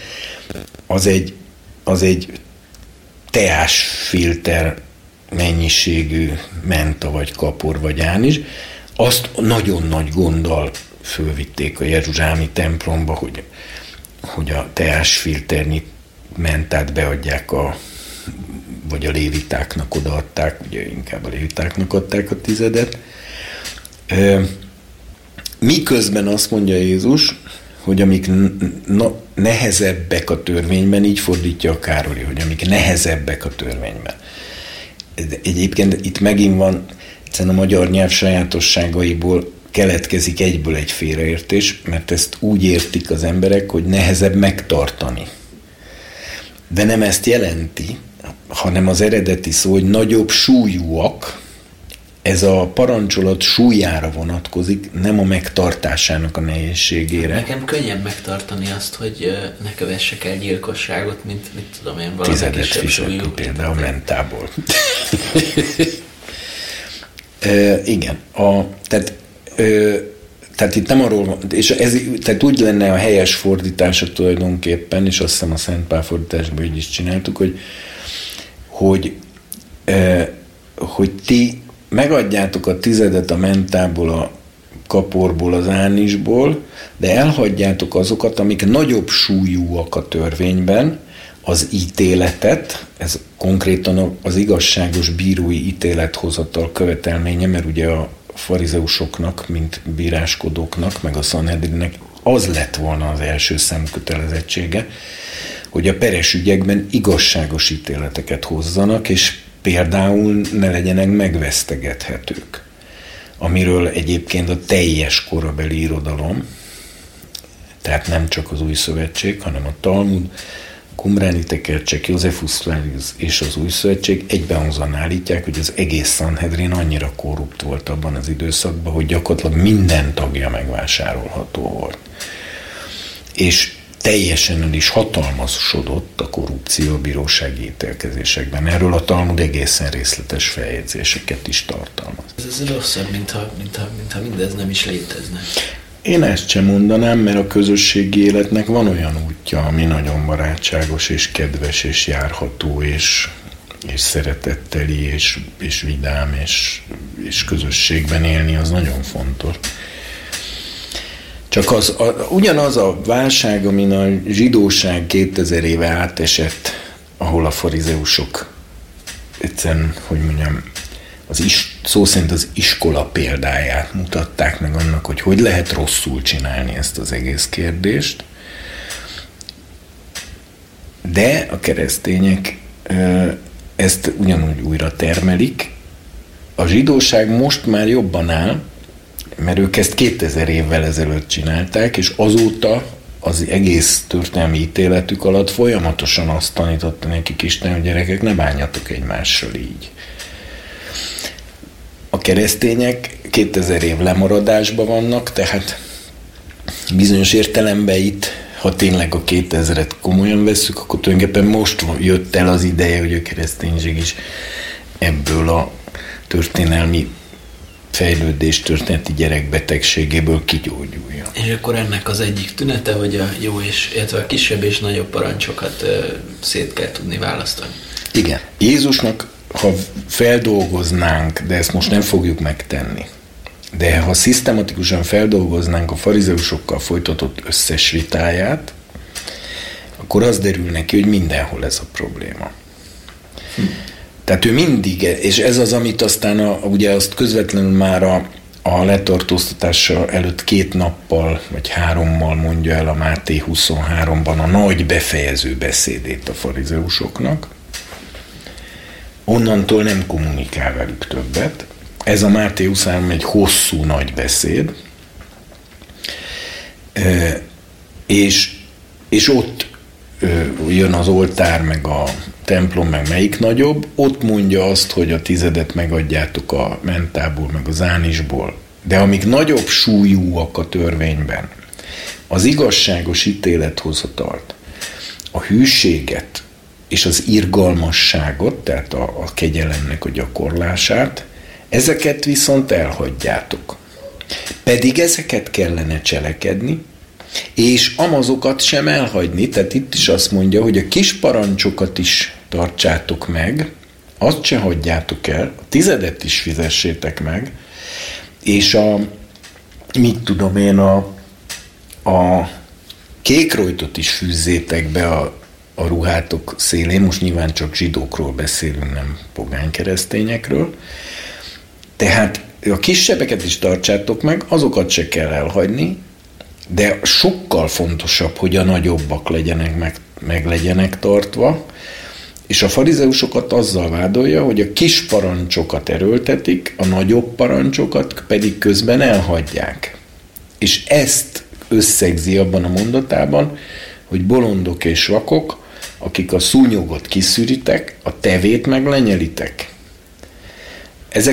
az egy teásfilter mennyiségű menta, vagy kapor, vagy ánis. Azt nagyon nagy gonddal fölvitték a jeruzsálemi templomba, hogy a teásfilternyi mentát beadják vagy a lévitáknak odaadták, ugye inkább a lévitáknak adták a tizedet. Miközben azt mondja Jézus, hogy amik nehezebbek a törvényben, így fordítja a Károli, hogy amik nehezebbek a törvényben. Egyébként itt megint van, egyszerűen a magyar nyelv sajátosságaiból keletkezik egyből egy félreértés, mert ezt úgy értik az emberek, hogy nehezebb megtartani. De nem ezt jelenti, hanem az eredeti szó, hogy nagyobb súlyúak, ez a parancsolat súlyára vonatkozik, nem a megtartásának a nehézségére. Nekem könnyebb megtartani azt, hogy ne kövessek el gyilkosságot, mint tudom én, valami kisebb súlyú. Például a mentából. Igen. Tehát itt nem arról van, és tehát úgy lenne a helyes fordítása tulajdonképpen, és azt hiszem a Szent Pál fordításban így is csináltuk, hogy ti megadjátok a tizedet a mentából, a kaporból, az ánisból, de elhagyjátok azokat, amik nagyobb súlyúak a törvényben, az ítéletet, ez konkrétan az igazságos bírói ítélethozatal követelménye, mert ugye a farizeusoknak, mint bíráskodóknak, meg a Szanhedrinnek az lett volna az első számú kötelezettsége, hogy a peres ügyekben igazságos ítéleteket hozzanak, és például ne legyenek megvesztegethetők. Amiről egyébként a teljes korabeli irodalom, tehát nem csak az Új Szövetség, hanem a Talmud, Qumráni tekercsek, Josephus Flavius és az Új Szövetség egybehangzóan állítják, hogy az egész Szanhedrin annyira korrupt volt abban az időszakban, hogy gyakorlatilag minden tagja megvásárolható volt. És teljesen el is hatalmasodott a korrupció a bírósági ítélkezésekben. Erről a Talmud egészen részletes feljegyzéseket is tartalmaz. Ez rosszabb, mintha mindez nem is létezne. Én ezt sem mondanám, mert a közösségi életnek van olyan útja, ami nagyon barátságos, és kedves, és járható, és szeretetteli, és vidám, és közösségben élni, az nagyon fontos. Csak ugyanaz a válság, amin a zsidóság 2000 éve átesett, ahol a farizeusok egyszerűen, hogy mondjam, szó szerint az iskola példáját mutatták meg annak, hogy lehet rosszul csinálni ezt az egész kérdést. De a keresztények ezt ugyanúgy újra termelik. A zsidóság most már jobban áll, mert ők ezt 2000 évvel ezelőtt csinálták, és azóta az egész történelmi ítéletük alatt folyamatosan azt tanította nekik Isten, hogy gyerekek, ne bánjatok egymással így. A keresztények 2000 év lemaradásban vannak, tehát bizonyos értelemben itt, ha tényleg a 2000-et komolyan vesszük, akkor tulajdonképpen most jött el az ideje, hogy a kereszténység is ebből a történelmi fejlődés, történeti gyerekbetegségéből kigyógyuljon. És akkor ennek az egyik tünete, hogy a jó illetve a kisebb és nagyobb parancsokat szét kell tudni választani. Igen. Jézusnak, ha feldolgoznánk, de ezt most nem fogjuk megtenni, de ha szisztematikusan feldolgoznánk a farizeusokkal folytatott összes vitáját, akkor az derül neki, hogy mindenhol ez a probléma. Tehát ő mindig, és ez az, amit aztán ugye azt közvetlenül már a letartóztatása előtt 2 nappal, vagy 3-mal mondja el a Máté 23-ban a nagy befejező beszédét a farizeusoknak. Onnantól nem kommunikál velük többet. Ez a Máté 23 egy hosszú nagy beszéd, és ott jön az oltár, meg a templom, meg melyik nagyobb, ott mondja azt, hogy a 10 megadjátok a mentából, meg az ánisból. De amik nagyobb súlyúak a törvényben, az igazságos ítélethozatalt, a hűséget és az irgalmasságot, tehát a kegyelemnek a gyakorlását, ezeket viszont elhagyjátok. Pedig ezeket kellene cselekedni, és amazokat sem elhagyni, tehát itt is azt mondja, hogy a kis parancsokat is tartsátok meg, azt se hagyjátok el, a 10 is fizessétek meg, és a kékrojtot is fűzzétek be a ruhátok szélén, most nyilván csak zsidókról beszélünk, nem pogány keresztényekről, tehát a kisebbeket is tartsátok meg, azokat se kell elhagyni, de sokkal fontosabb, hogy a nagyobbak meg legyenek tartva, és a farizeusokat azzal vádolja, hogy a kis parancsokat erőltetik, a nagyobb parancsokat pedig közben elhagyják. És ezt összegzi abban a mondatában, hogy bolondok és vakok, akik a szúnyogot kiszűritek, a tevét meg lenyelitek. Ez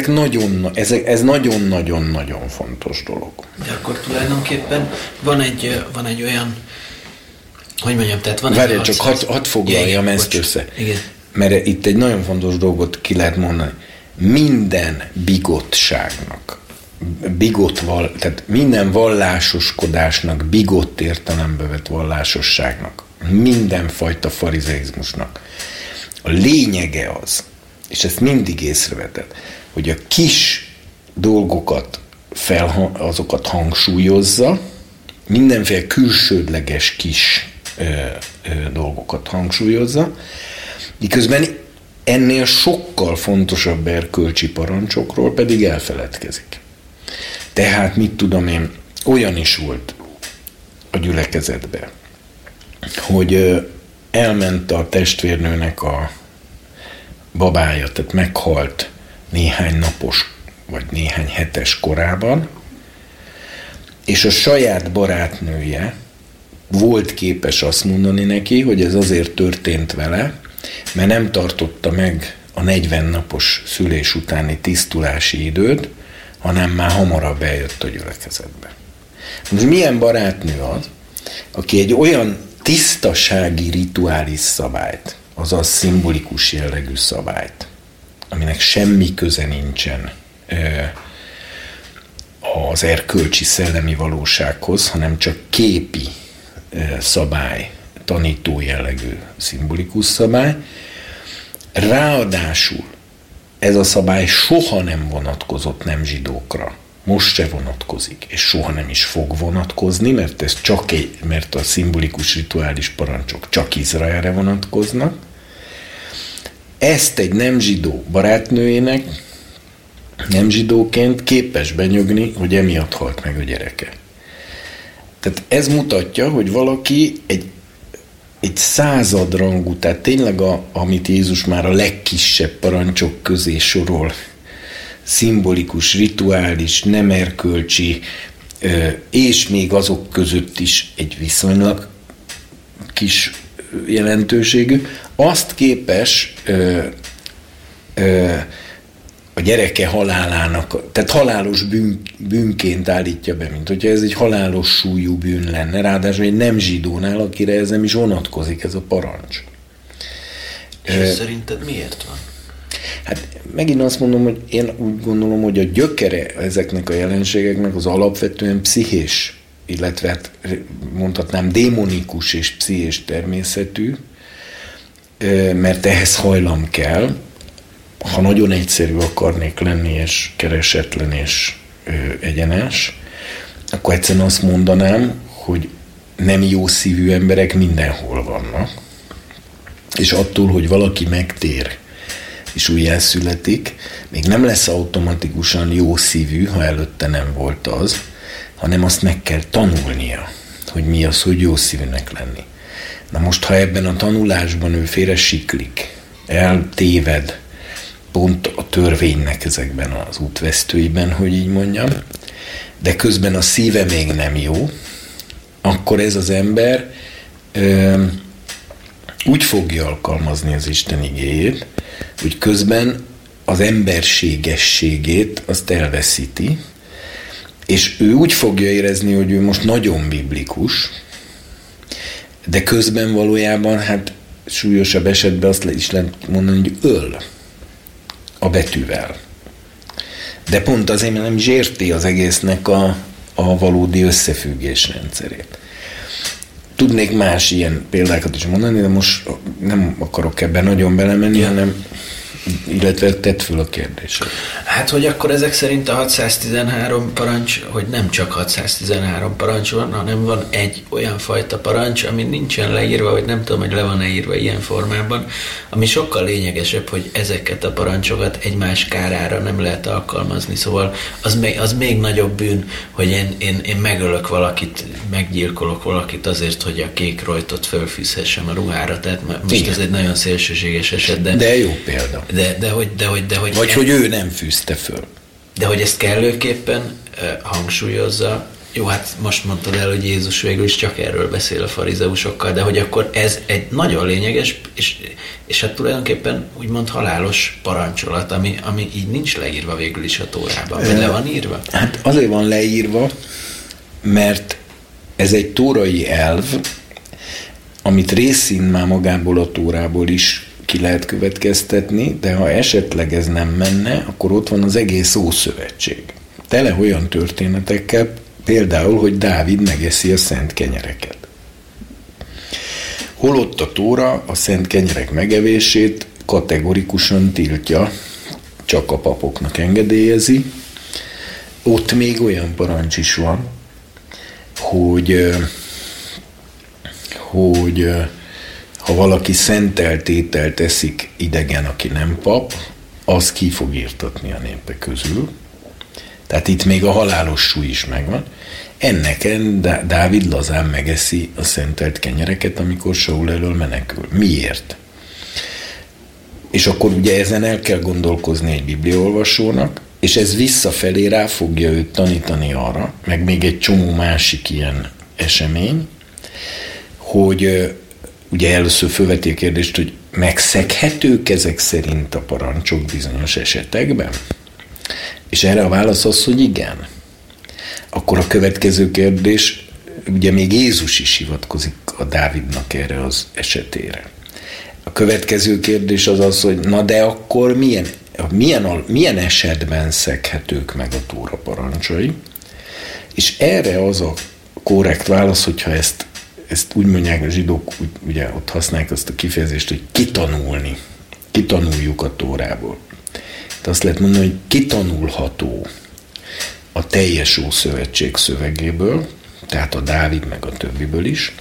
nagyon-nagyon-nagyon fontos dolog. De akkor tulajdonképpen van egy olyan, hogy mondjam, tehát van Várjál, csak hadd foglaljam ezt össze. Igen. Mert itt egy nagyon fontos dolgot ki lehet mondani. Minden bigottságnak, tehát minden vallásoskodásnak, bigott értelembe vett vallásosságnak, mindenfajta farizeizmusnak a lényege az, és ezt mindig észreveted, hogy a kis dolgokat azokat hangsúlyozza, mindenféle külsődleges kis dolgokat hangsúlyozza, miközben ennél sokkal fontosabb erkölcsi parancsokról pedig elfeledkezik. Tehát mit tudom én, olyan is volt a gyülekezetben, hogy elment a testvérnőnek a babája, tehát meghalt néhány napos vagy néhány hetes korában, és a saját barátnője volt képes azt mondani neki, hogy ez azért történt vele, mert nem tartotta meg a 40 napos szülés utáni tisztulási időt, hanem már hamarabb eljött a gyülekezetbe. Most milyen barátnő az, aki egy olyan tisztasági rituális szabályt, azaz szimbolikus jellegű szabályt, aminek semmi köze nincsen az erkölcsi szellemi valósághoz, hanem csak képi szabály, tanító jellegű szimbolikus szabály. Ráadásul ez a szabály soha nem vonatkozott nem zsidókra. Most se vonatkozik, és soha nem is fog vonatkozni, mert a szimbolikus rituális parancsok csak Izraelre vonatkoznak. Ezt egy nem zsidó barátnőjének nem zsidóként képes benyögni, hogy emiatt halt meg a gyereke. Tehát ez mutatja, hogy valaki egy századrangú, tehát tényleg amit Jézus már a legkisebb parancsok közé sorol, szimbolikus, rituális, nem erkölcsi, és még azok között is egy viszonylag kis jelentőségű, azt képes a gyereke halálának, tehát halálos bűnként állítja be, mint hogyha ez egy halálos súlyú bűn lenne, ráadásul egy nem zsidónál, akire ez nem is vonatkozik, ez a parancs. És szerinted miért van? Hát megint azt mondom, hogy én úgy gondolom, hogy a gyökere ezeknek a jelenségeknek az alapvetően pszichés, illetve hát mondhatnám démonikus és pszichés természetű, mert ehhez hajlam kell. Ha nagyon egyszerű akarnék lenni, és keresetlen, és egyenes, akkor egyszerűen azt mondanám, hogy nem jó szívű emberek mindenhol vannak, és attól, hogy valaki megtér, és újjászületik, még nem lesz automatikusan jó szívű, ha előtte nem volt az, hanem azt meg kell tanulnia, hogy mi az, hogy jó szívűnek lenni. Na most, ha ebben a tanulásban ő félre siklik, eltéved, pont a törvénynek ezekben az útvesztőiben, hogy így mondjam, de közben a szíve még nem jó, akkor ez az ember úgy fogja alkalmazni az Isten igéjét, hogy közben az emberségességét azt elveszíti, és ő úgy fogja érezni, hogy ő most nagyon biblikus, de közben valójában, hát súlyosabb esetben azt is lehet mondani, hogy öl a betűvel. De pont azért, mert nem is érti az egésznek a valódi összefüggés rendszerét. Tudnék más ilyen példákat is mondani, de most nem akarok ebben nagyon belemenni, hanem illetve tedd föl a kérdést. Hát, hogy akkor ezek szerint a 613 parancs, hogy nem csak 613 parancs van, hanem van egy olyan fajta parancs, ami nincsen leírva, vagy nem tudom, hogy le van-e írva ilyen formában, ami sokkal lényegesebb, hogy ezeket a parancsokat egymás kárára nem lehet alkalmazni. Szóval az még nagyobb bűn, hogy én megölök valakit, meggyilkolok valakit azért, hogy a kék rojtot fölfűzhessem a ruhára. Tehát most igen, ez egy nagyon szélsőséges eset, de jó példa. Vagy hogy ő nem fűzte föl. De hogy ezt kellőképpen hangsúlyozza. Jó, hát most mondtad el, hogy Jézus végül is csak erről beszél a farizeusokkal, de hogy akkor ez egy nagyon lényeges, és hát tulajdonképpen úgymond halálos parancsolat, ami így nincs leírva végül is a Tórában. Vagy le van írva? Hát azért van leírva, mert ez egy tórai elv, amit részint már magából a Tórából is ki lehet következtetni, de ha esetleg ez nem menne, akkor ott van az egész Ószövetség. Tele olyan történetekkel, például, hogy Dávid megeszi a szent kenyereket. Holott a Tóra a szent kenyerek megevését kategorikusan tiltja, csak a papoknak engedélyezi. Ott még olyan parancs is van, hogy ha valaki szentelt ételt eszik idegen, aki nem pap, az ki fog írtatni a népe közül. Tehát itt még a halálos súly is megvan. Enneken Dávid lazán megeszi a szentelt kenyereket, amikor Saul elől menekül. Miért? És akkor ugye ezen el kell gondolkozni egy bibliaolvasónak, és ez visszafelé rá fogja őt tanítani arra, meg még egy csomó másik ilyen esemény, hogy ugye először fölveti a kérdést, hogy megszeghetők ezek szerint a parancsok bizonyos esetekben? És erre a válasz az, hogy igen. Akkor a következő kérdés, ugye még Jézus is hivatkozik a Dávidnak erre az esetére. A következő kérdés az az, hogy na de akkor milyen esetben szeghetők meg a Tóra parancsai? És erre az a korrekt válasz, hogyha ezt úgy mondják a zsidók, ugye ott használják azt a kifejezést, hogy kitanulni. Kitanuljuk a Tórából. Tehát azt lehet mondani, hogy kitanulható a teljes Ószövetség szövegéből, tehát a Dávid meg a többiből is,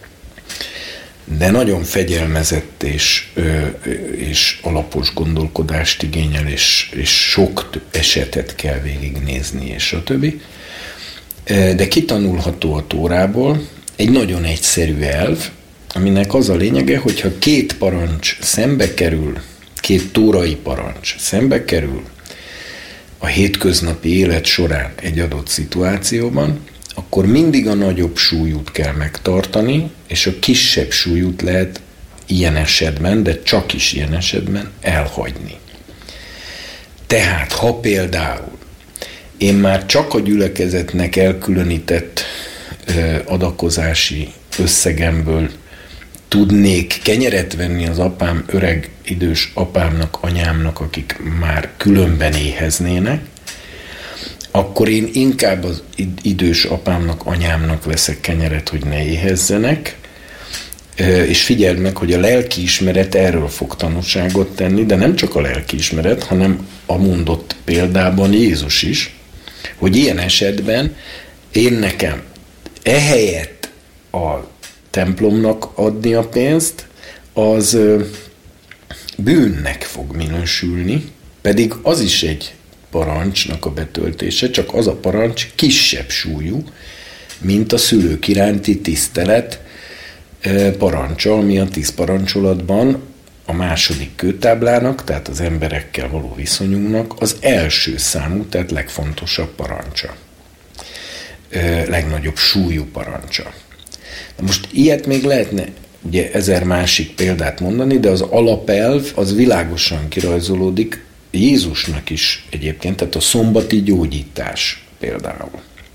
de nagyon fegyelmezett és alapos gondolkodást igényel, és sok esetet kell végignézni, és a többi. De kitanulható a Tórából egy nagyon egyszerű elv, aminek az a lényege, hogyha két parancs szembe kerül, két tórai parancs szembe kerül, a hétköznapi élet során egy adott szituációban, akkor mindig a nagyobb súlyút kell megtartani, és a kisebb súlyút lehet ilyen esetben, de csak is ilyen esetben elhagyni. Tehát, ha például én már csak a gyülekezetnek elkülönített adakozási összegemből tudnék kenyeret venni az apám, öreg, idős apámnak, anyámnak, akik már különben éheznének, akkor én inkább az idős apámnak, anyámnak veszek kenyeret, hogy ne éhezzenek, és figyeld meg, hogy a lelkiismeret erről fog tanúságot tenni, de nem csak a lelkiismeret, hanem a mondott példában Jézus is, hogy ilyen esetben én nekem ehelyett a templomnak adni a pénzt, az bűnnek fog minősülni, pedig az is egy parancsnak a betöltése, csak az a parancs kisebb súlyú, mint a szülők iránti tisztelet parancsa, ami a 10 parancsolatban a második kőtáblának, tehát az emberekkel való viszonyunknak az első számú, tehát legfontosabb parancsa. Legnagyobb súlyú parancsa. Na most ilyet még lehetne ugye 1000 másik példát mondani, de az alapelv az világosan kirajzolódik Jézusnak is egyébként, tehát a szombati gyógyítás például.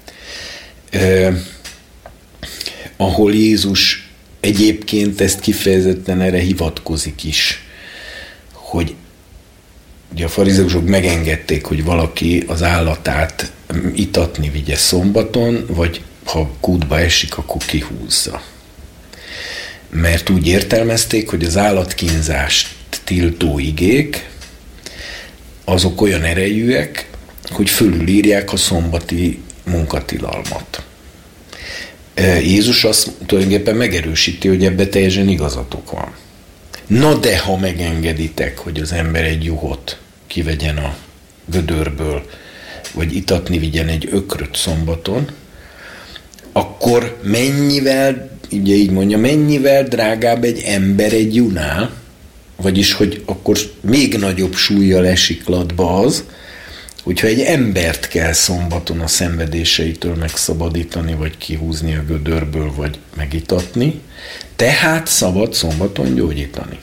Ahol Jézus egyébként ezt kifejezetten erre hivatkozik is, hogy ugye a farizeusok megengedték, hogy valaki az állatát itatni vigye szombaton, vagy ha kútba esik, akkor kihúzza. Mert úgy értelmezték, hogy az állatkínzást tiltó igék, azok olyan erejűek, hogy fölülírják a szombati munkatilalmat. Jézus azt tulajdonképpen megerősíti, hogy ebbe teljesen igazatok van. Na de, ha megengeditek, hogy az ember egy juhot kivegyen a gödörből, vagy itatni vigyen egy ökröt szombaton, akkor mennyivel, ugye így mondja, mennyivel drágább egy ember egy junál, vagyis, hogy akkor még nagyobb súllyal esik latba az, hogyha egy embert kell szombaton a szenvedéseitől megszabadítani, vagy kihúzni a gödörből, vagy megitatni, tehát szabad szombaton gyógyítani.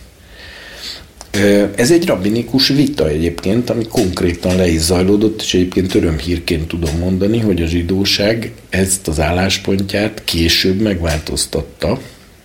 Ez egy rabbinikus vita egyébként, ami konkrétan le is zajlódott, és egyébként örömhírként tudom mondani, hogy a zsidóság ezt az álláspontját később megváltoztatta.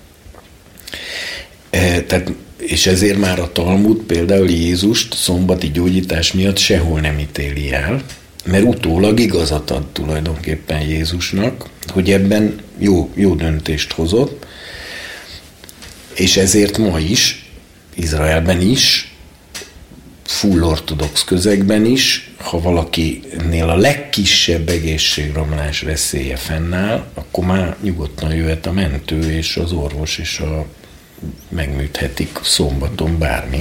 És ezért már a Talmud például Jézust szombati gyógyítás miatt sehol nem ítéli el, mert utólag igazat ad tulajdonképpen Jézusnak, hogy ebben jó döntést hozott, és ezért ma is, Izraelben is, full ortodox közegben is, ha valakinél a legkisebb egészségromlás veszélye fennáll, akkor már nyugodtan jöhet a mentő és az orvos, és megműthetik szombaton bármi.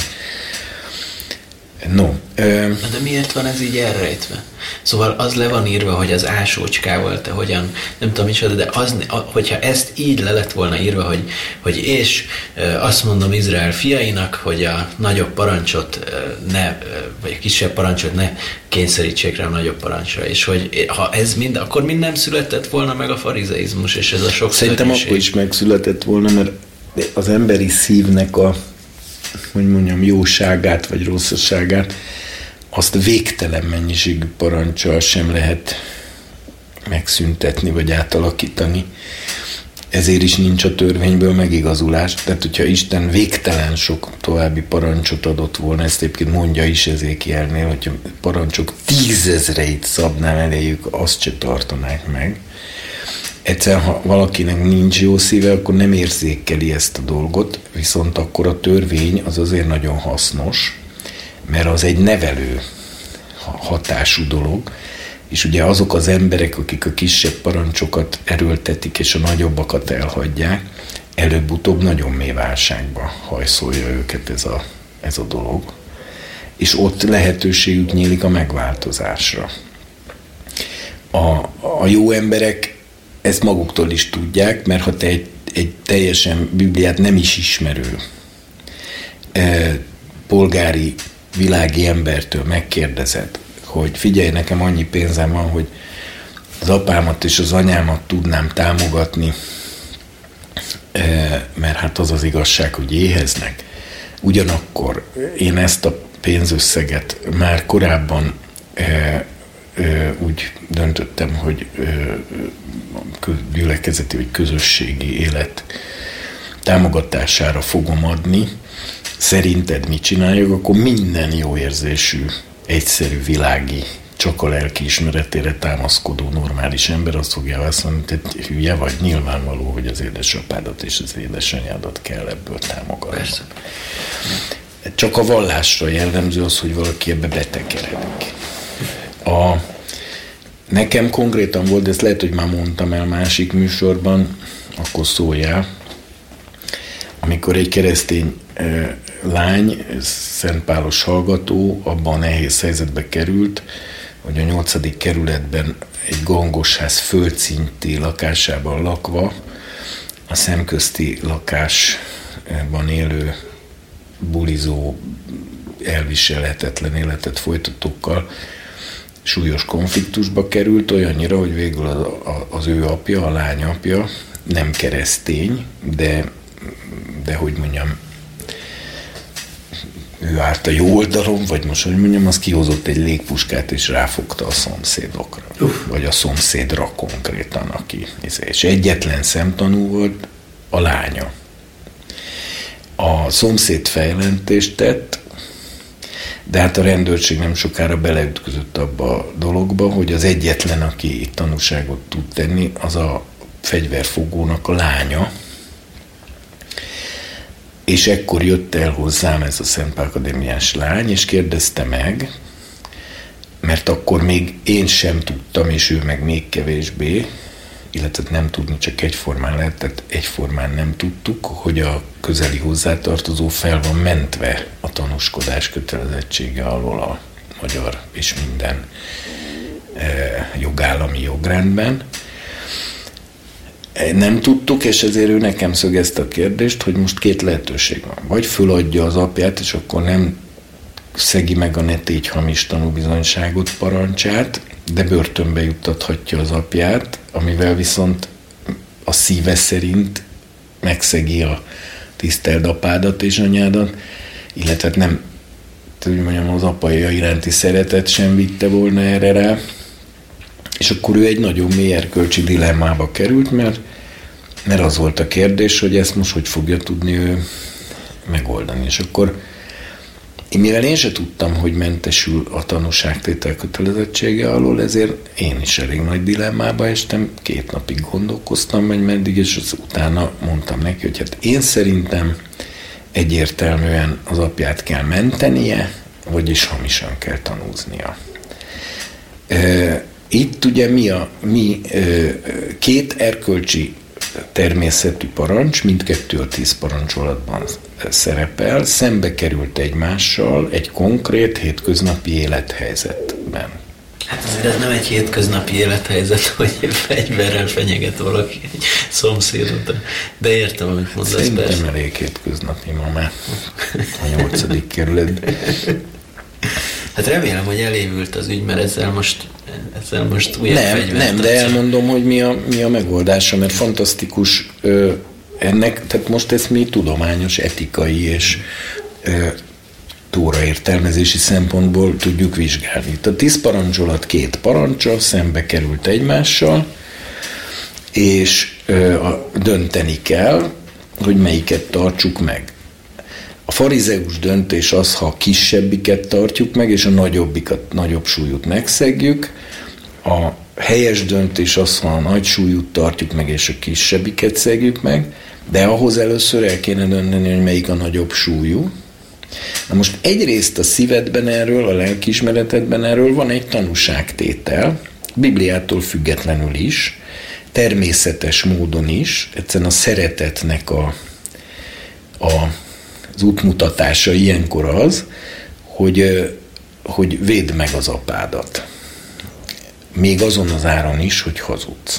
No. De miért van ez így elrejtve? Szóval az le van írva, hogy az ásócskával te hogyan, nem tudom micsoda, de hogyha ezt így le lett volna írva, hogy és azt mondom Izrael fiainak, hogy a nagyobb parancsot ne, vagy a kisebb parancsot ne kényszerítsék rá a nagyobb parancsra, és hogy ha ez mind, akkor mind nem született volna meg a farizeizmus, és ez a sok Szerintem akkor is megszületett volna, mert az emberi szívnek a, hogy mondjam, jóságát vagy rosszasságát, azt végtelen mennyiségű parancsal sem lehet megszüntetni vagy átalakítani. Ezért is nincs a törvényből megigazulás. Tehát, hogyha Isten végtelen sok további parancsot adott volna, ezt egyébként mondja is Ezékielnél, hogyha parancsok 10 000-eit szabnál eléjük, azt se tartanák meg. Egyszer, ha valakinek nincs jó szíve, akkor nem érzékeli ezt a dolgot, viszont akkor a törvény az azért nagyon hasznos, mert az egy nevelő hatású dolog, és ugye azok az emberek, akik a kisebb parancsokat erőltetik, és a nagyobbakat elhagyják, előbb-utóbb nagyon mély válságba hajszolja őket ez a dolog, és ott lehetőségük nyílik a megváltozásra. A jó emberek ezt maguktól is tudják, mert ha te egy teljesen Bibliát nem is ismerő polgári, világi embertől megkérdezed, hogy figyelj, nekem annyi pénzem van, hogy az apámat és az anyámat tudnám támogatni, mert hát az az igazság, hogy éheznek. Ugyanakkor én ezt a pénzösszeget már korábban úgy döntöttem, hogy gyülekezeti vagy közösségi élet támogatására fogom adni. Szerinted mit csináljuk? Akkor minden jó érzésű, egyszerű, világi, csak a lelkiismeretére támaszkodó normális ember azt fogja azt mondani, hogy hülye vagy, nyilvánvaló, hogy az édesapádat és az édesanyádat kell ebből támogatni. Persze. Csak a vallásra jellemző az, hogy valaki ebbe betekeredik. Nekem konkrétan volt, de ezt lehet, hogy már mondtam el másik műsorban, akkor szóljál, amikor egy keresztény lány, szentpálos hallgató abban a nehéz helyzetbe került, hogy a 8. kerületben egy gangosház földszinti lakásában lakva a szemközti lakásban élő bulizó, elviselhetetlen életet folytatókkal súlyos konfliktusba került, olyannyira, hogy végül az ő apja, a lány apja nem keresztény, de hogy mondjam, ő állt a jó oldalon, vagy most, hogy mondjam, az kihozott egy légpuskát, és ráfogta a szomszédokra. Vagy a szomszédra konkrétan, aki. És egyetlen szemtanú volt a lánya. A szomszéd fejlentést tett, de hát a rendőrség nem sokára beleütközött abba a dologba, hogy az egyetlen, aki itt tanúságot tud tenni, az a fegyverfogónak a lánya. És ekkor jött el hozzám ez a Szent Pál Akadémiás lány, és kérdezte meg, mert akkor még én sem tudtam, és ő meg még kevésbé, illetve nem tudni csak egyformán lehet, tehát egyformán nem tudtuk, hogy a közeli hozzátartozó fel van mentve a tanúskodás kötelezettsége alól a magyar és minden jogállami jogrendben. Nem tudtuk, és ezért ő nekem szögezte a kérdést, hogy most két lehetőség van. Vagy föladja az apját, és akkor nem szegi meg a ne tégy hamis tanúbizonyságot parancsát, de börtönbe juttathatja az apját, amivel viszont a szíve szerint megszegi a tiszteld apádat és anyádat, illetve nem, hogy mondjam, az apaja iránti szeretet sem vitte volna erre rá, és akkor ő egy nagyon mély erkölcsi dilemmába került, mert az volt a kérdés, hogy ezt most hogy fogja tudni ő megoldani. És akkor mivel én se tudtam, hogy mentesül a tanúságtétel kötelezettsége alól, ezért én is elég nagy dilemmába estem, 2 napig gondolkoztam, hogy meddig, és utána mondtam neki, hogy hát én szerintem egyértelműen az apját kell mentenie, vagyis hamisan kell tanúznia. Itt ugye mi 2 erkölcsi természetű parancs, mindkettő a 10 parancsolatban szerepel, szembe került egymással egy konkrét hétköznapi élethelyzetben. Hát azért ez nem egy hétköznapi élethelyzet, hogy fegyverrel fenyeget valaki egy szomszédot, de értem, amit mondasz. Szerintem elég hétköznapi ma már a 8. kerületben. Hát remélem, hogy elévült az ügy, mert ezzel most újabb fegyvert. Nem, de elmondom, hogy mi a megoldása, mert fantasztikus ennek, tehát most ezt mi tudományos, etikai és tóra értelmezési szempontból tudjuk vizsgálni. Itt a 10 parancsolat 2 parancsa szembe került egymással, és dönteni kell, hogy melyiket tartsuk meg. A farizeus döntés az, ha a kisebbiket tartjuk meg, és a nagyobb súlyút megszegjük. A helyes döntés az, ha a nagy súlyút tartjuk meg, és a kisebbiket szegjük meg, de ahhoz először el kéne dönteni, hogy melyik a nagyobb súlyú. Na most egyrészt a szívedben erről, a lelkiismeretedben erről van egy tanúságtétel, Bibliától függetlenül is, természetes módon is, egyszerűen a szeretetnek az útmutatása ilyenkor az, hogy védd meg az apádat. Még azon az áron is, hogy hazudsz.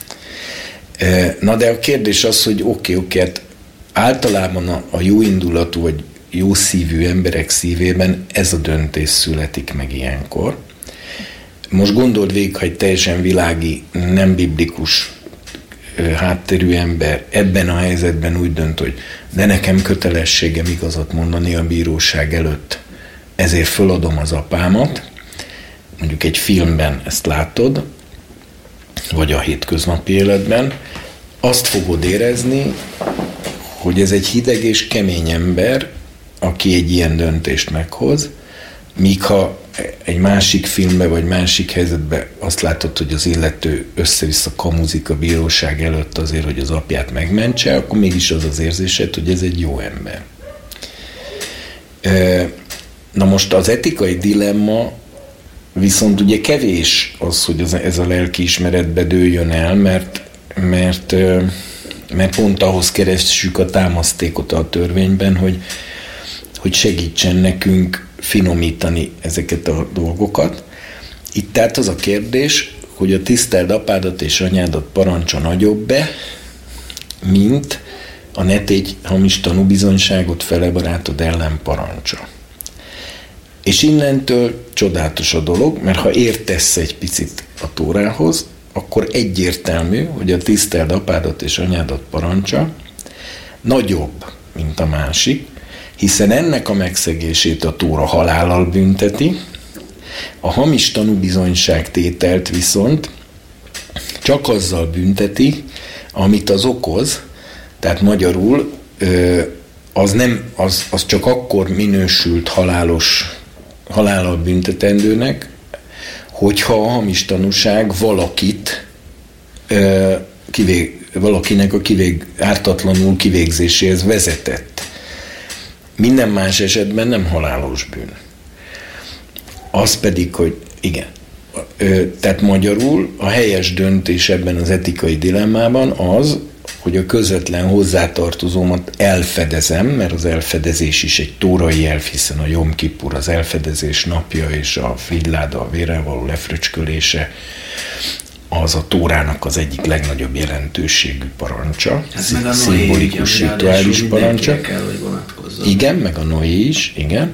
Na de a kérdés az, hogy oké, hát általában a jó indulatú vagy jó szívű emberek szívében ez a döntés születik meg ilyenkor. Most gondold végig, ha egy teljesen világi, nem biblikus hátterű ember ebben a helyzetben úgy dönt, hogy de nekem kötelességem igazat mondani a bíróság előtt, ezért föladom az apámat, mondjuk egy filmben ezt látod, vagy a hétköznapi életben, azt fogod érezni, hogy ez egy hideg és kemény ember, aki egy ilyen döntést meghoz, míg ha egy másik filmben, vagy másik helyzetben azt látod, hogy az illető össze-vissza kamuzik a bíróság előtt azért, hogy az apját megmentse, akkor mégis az az érzésed, hogy ez egy jó ember. Na most az etikai dilemma viszont ugye kevés az, hogy ez a lelkiismeretbe dőljön el, mert pont ahhoz keressük a támasztékot a törvényben, hogy segítsen nekünk finomítani ezeket a dolgokat. Itt tehát az a kérdés, hogy a tiszteld apádat és anyádat parancsa nagyobb-e, mint a ne tégy hamis tanúbizonyságot fele barátod ellen parancsa. És innentől csodálatos a dolog, mert ha értesz egy picit a Tórához, akkor egyértelmű, hogy a tiszteld apádat és anyádat parancsa nagyobb, mint a másik, hiszen ennek a megszegését a Tóra halállal bünteti, a hamis tanúbizonyság tételt viszont csak azzal bünteti, amit az okoz, tehát magyarul az csak akkor minősült halállal büntetendőnek, hogyha a hamis tanúság valakinek a ártatlanul kivégzéséhez vezetett. Minden más esetben nem halálos bűn. Az pedig, hogy igen. Tehát magyarul a helyes döntés ebben az etikai dilemmában az, hogy a közvetlen hozzátartozómat elfedezem, mert az elfedezés is egy tórai elv, hiszen a Jom Kippur az elfedezés napja, és a frigyláda, a vérrel való lefröcskölése, az a Tórának az egyik legnagyobb jelentőségű parancsa, szimbolikus, rituális parancsa. Kell, hogy vonatkozzon. Igen, meg a Noé is, igen.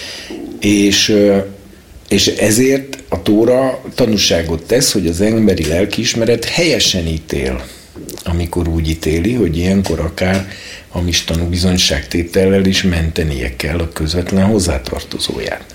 És ezért a Tóra tanúságot tesz, hogy az emberi lelkiismeret helyesen ítél, amikor úgy ítéli, hogy ilyenkor akár hamis tanúbizonyságtétellel is mentenie kell a közvetlen hozzátartozóját.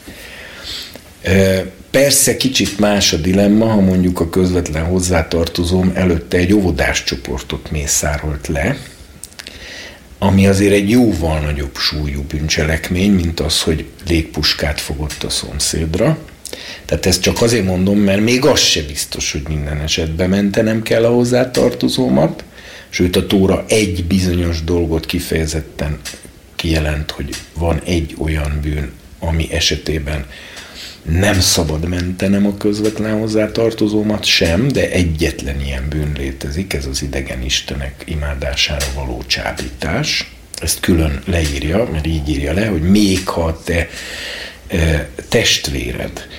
Persze kicsit más a dilemma, ha mondjuk a közvetlen hozzátartozóm előtte egy óvodáscsoportot mészárolt le, ami azért egy jóval nagyobb súlyú bűncselekmény, mint az, hogy légpuskát fogott a szomszédra. Tehát ezt csak azért mondom, mert még az se biztos, hogy minden esetben mentenem kell a hozzátartozómat, sőt a Tóra egy bizonyos dolgot kifejezetten kijelent, hogy van egy olyan bűn, ami esetében nem szabad mentenem a közvetlen hozzátartozómat sem, de egyetlen ilyen bűn létezik, ez az idegen istenek imádására való csábítás. Ezt külön leírja, mert így írja le, hogy még ha a te testvéred,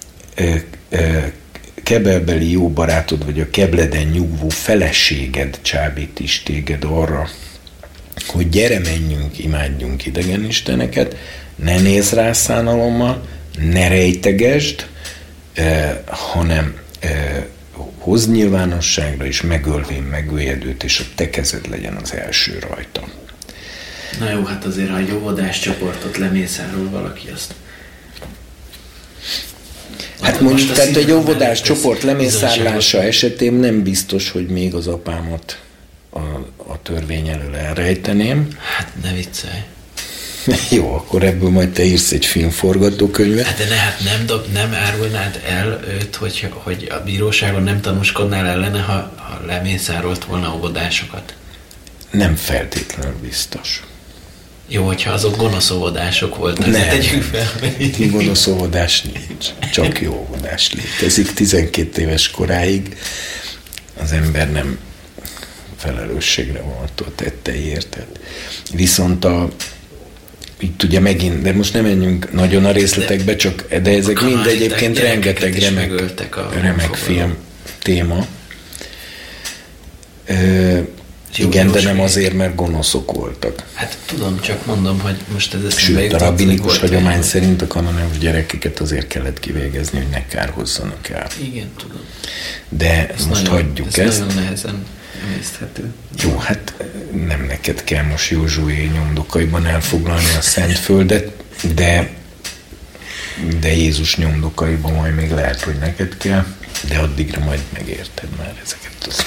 kebelbeli jó barátod, vagy a kebleden nyugvó feleséged csábít is téged arra, hogy gyere, menjünk, imádjunk idegen isteneket, ne nézz rá szánalommal, ne rejtegesd, hanem hozd nyilvánosságra, és megölvén megöljed őt, és a te kezed legyen az első rajta. Na jó, hát azért, ha egy óvodás csoportot lemészárol valaki, azt... Hát mondjuk, tehát egy óvodás csoport lemészárlása esetén nem biztos, hogy még az apámat a törvény elől elrejteném. Hát ne viccelj. Jó, akkor ebből majd te írsz egy filmforgatókönyvet. Hát de nem árulnád el őt, hogy a bíróságon nem tanúskodnál ellene, ha lemészárolt volna óvodásokat? Nem feltétlenül biztos. Jó, hogyha azok gonosz óvodások voltak. Nem, tegyük fel. gonosz óvodás nincs. Csak jó óvodás létezik. 12 éves koráig az ember nem felelősségre van attól tetteiért. Viszont itt ugye megint, de most nem menjünk nagyon a részletekbe, de ezek mind egyébként rengeteg remek film téma. Igen, de nem azért, mert gonoszok voltak. Hát tudom, csak mondom, hogy most ez eszembe Sőt, jutott, a rabbinikus hagyomány hogy... szerint a kanonikus gyerekeket azért kellett kivégezni, hogy ne kárhozzanak el. Igen, tudom. De ez most nagyon, hagyjuk ezt. Ez nagyon nehezen emészthető. Jó, hát nem neked kell most Józsué nyomdokaiban elfoglalni a Szentföldet, de Jézus nyomdokaiban majd még lehet, hogy neked kell, de addigra majd megérted már ezeket.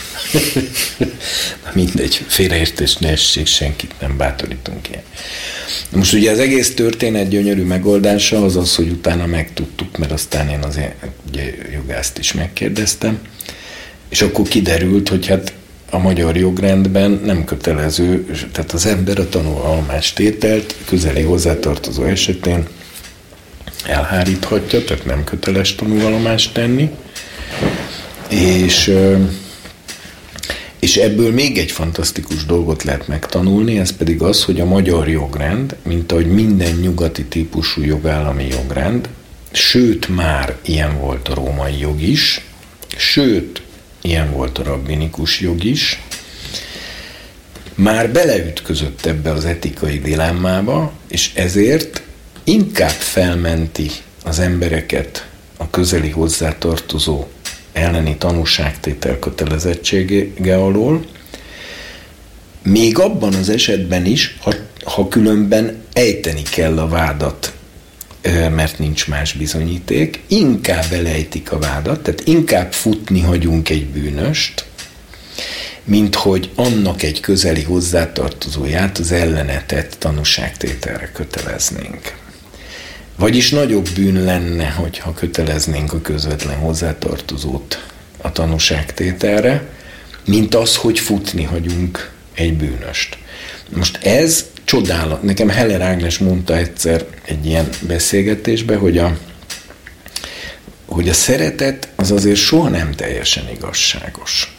Na mindegy, félreértés ne essék, senkit nem bátorítunk ilyen. Most ugye az egész történet gyönyörű megoldása az az, hogy utána megtudtuk, mert aztán én azért ugye jogászt is megkérdeztem, és akkor kiderült, hogy hát a magyar jogrendben nem kötelező, tehát az ember a tanúvallomástételt közeli hozzátartozó esetén elháríthatja, tehát nem köteles tanúvallomást tenni, és ebből még egy fantasztikus dolgot lehet megtanulni, ez pedig az, hogy a magyar jogrend, mint ahogy minden nyugati típusú jogállami jogrend, sőt már ilyen volt a római jog is, sőt ilyen volt a rabbinikus jog is, már beleütközött ebbe az etikai dilemmába, és ezért inkább felmenti az embereket a közeli hozzátartozó elleni tanúságtétel kötelezettsége alól, még abban az esetben is, ha különben ejteni kell a vádat, mert nincs más bizonyíték, inkább elejtik a vádat, tehát inkább futni hagyunk egy bűnöst, mint hogy annak egy közeli hozzátartozóját az ellene tett tanúságtételre köteleznénk. Vagyis nagyobb bűn lenne, hogyha köteleznénk a közvetlen hozzátartozót a tanúságtételre, mint az, hogy futni hagyunk egy bűnöst. Most ez csodálat. Nekem Heller Ágnes mondta egyszer egy ilyen beszélgetésben, hogy a szeretet az azért soha nem teljesen igazságos.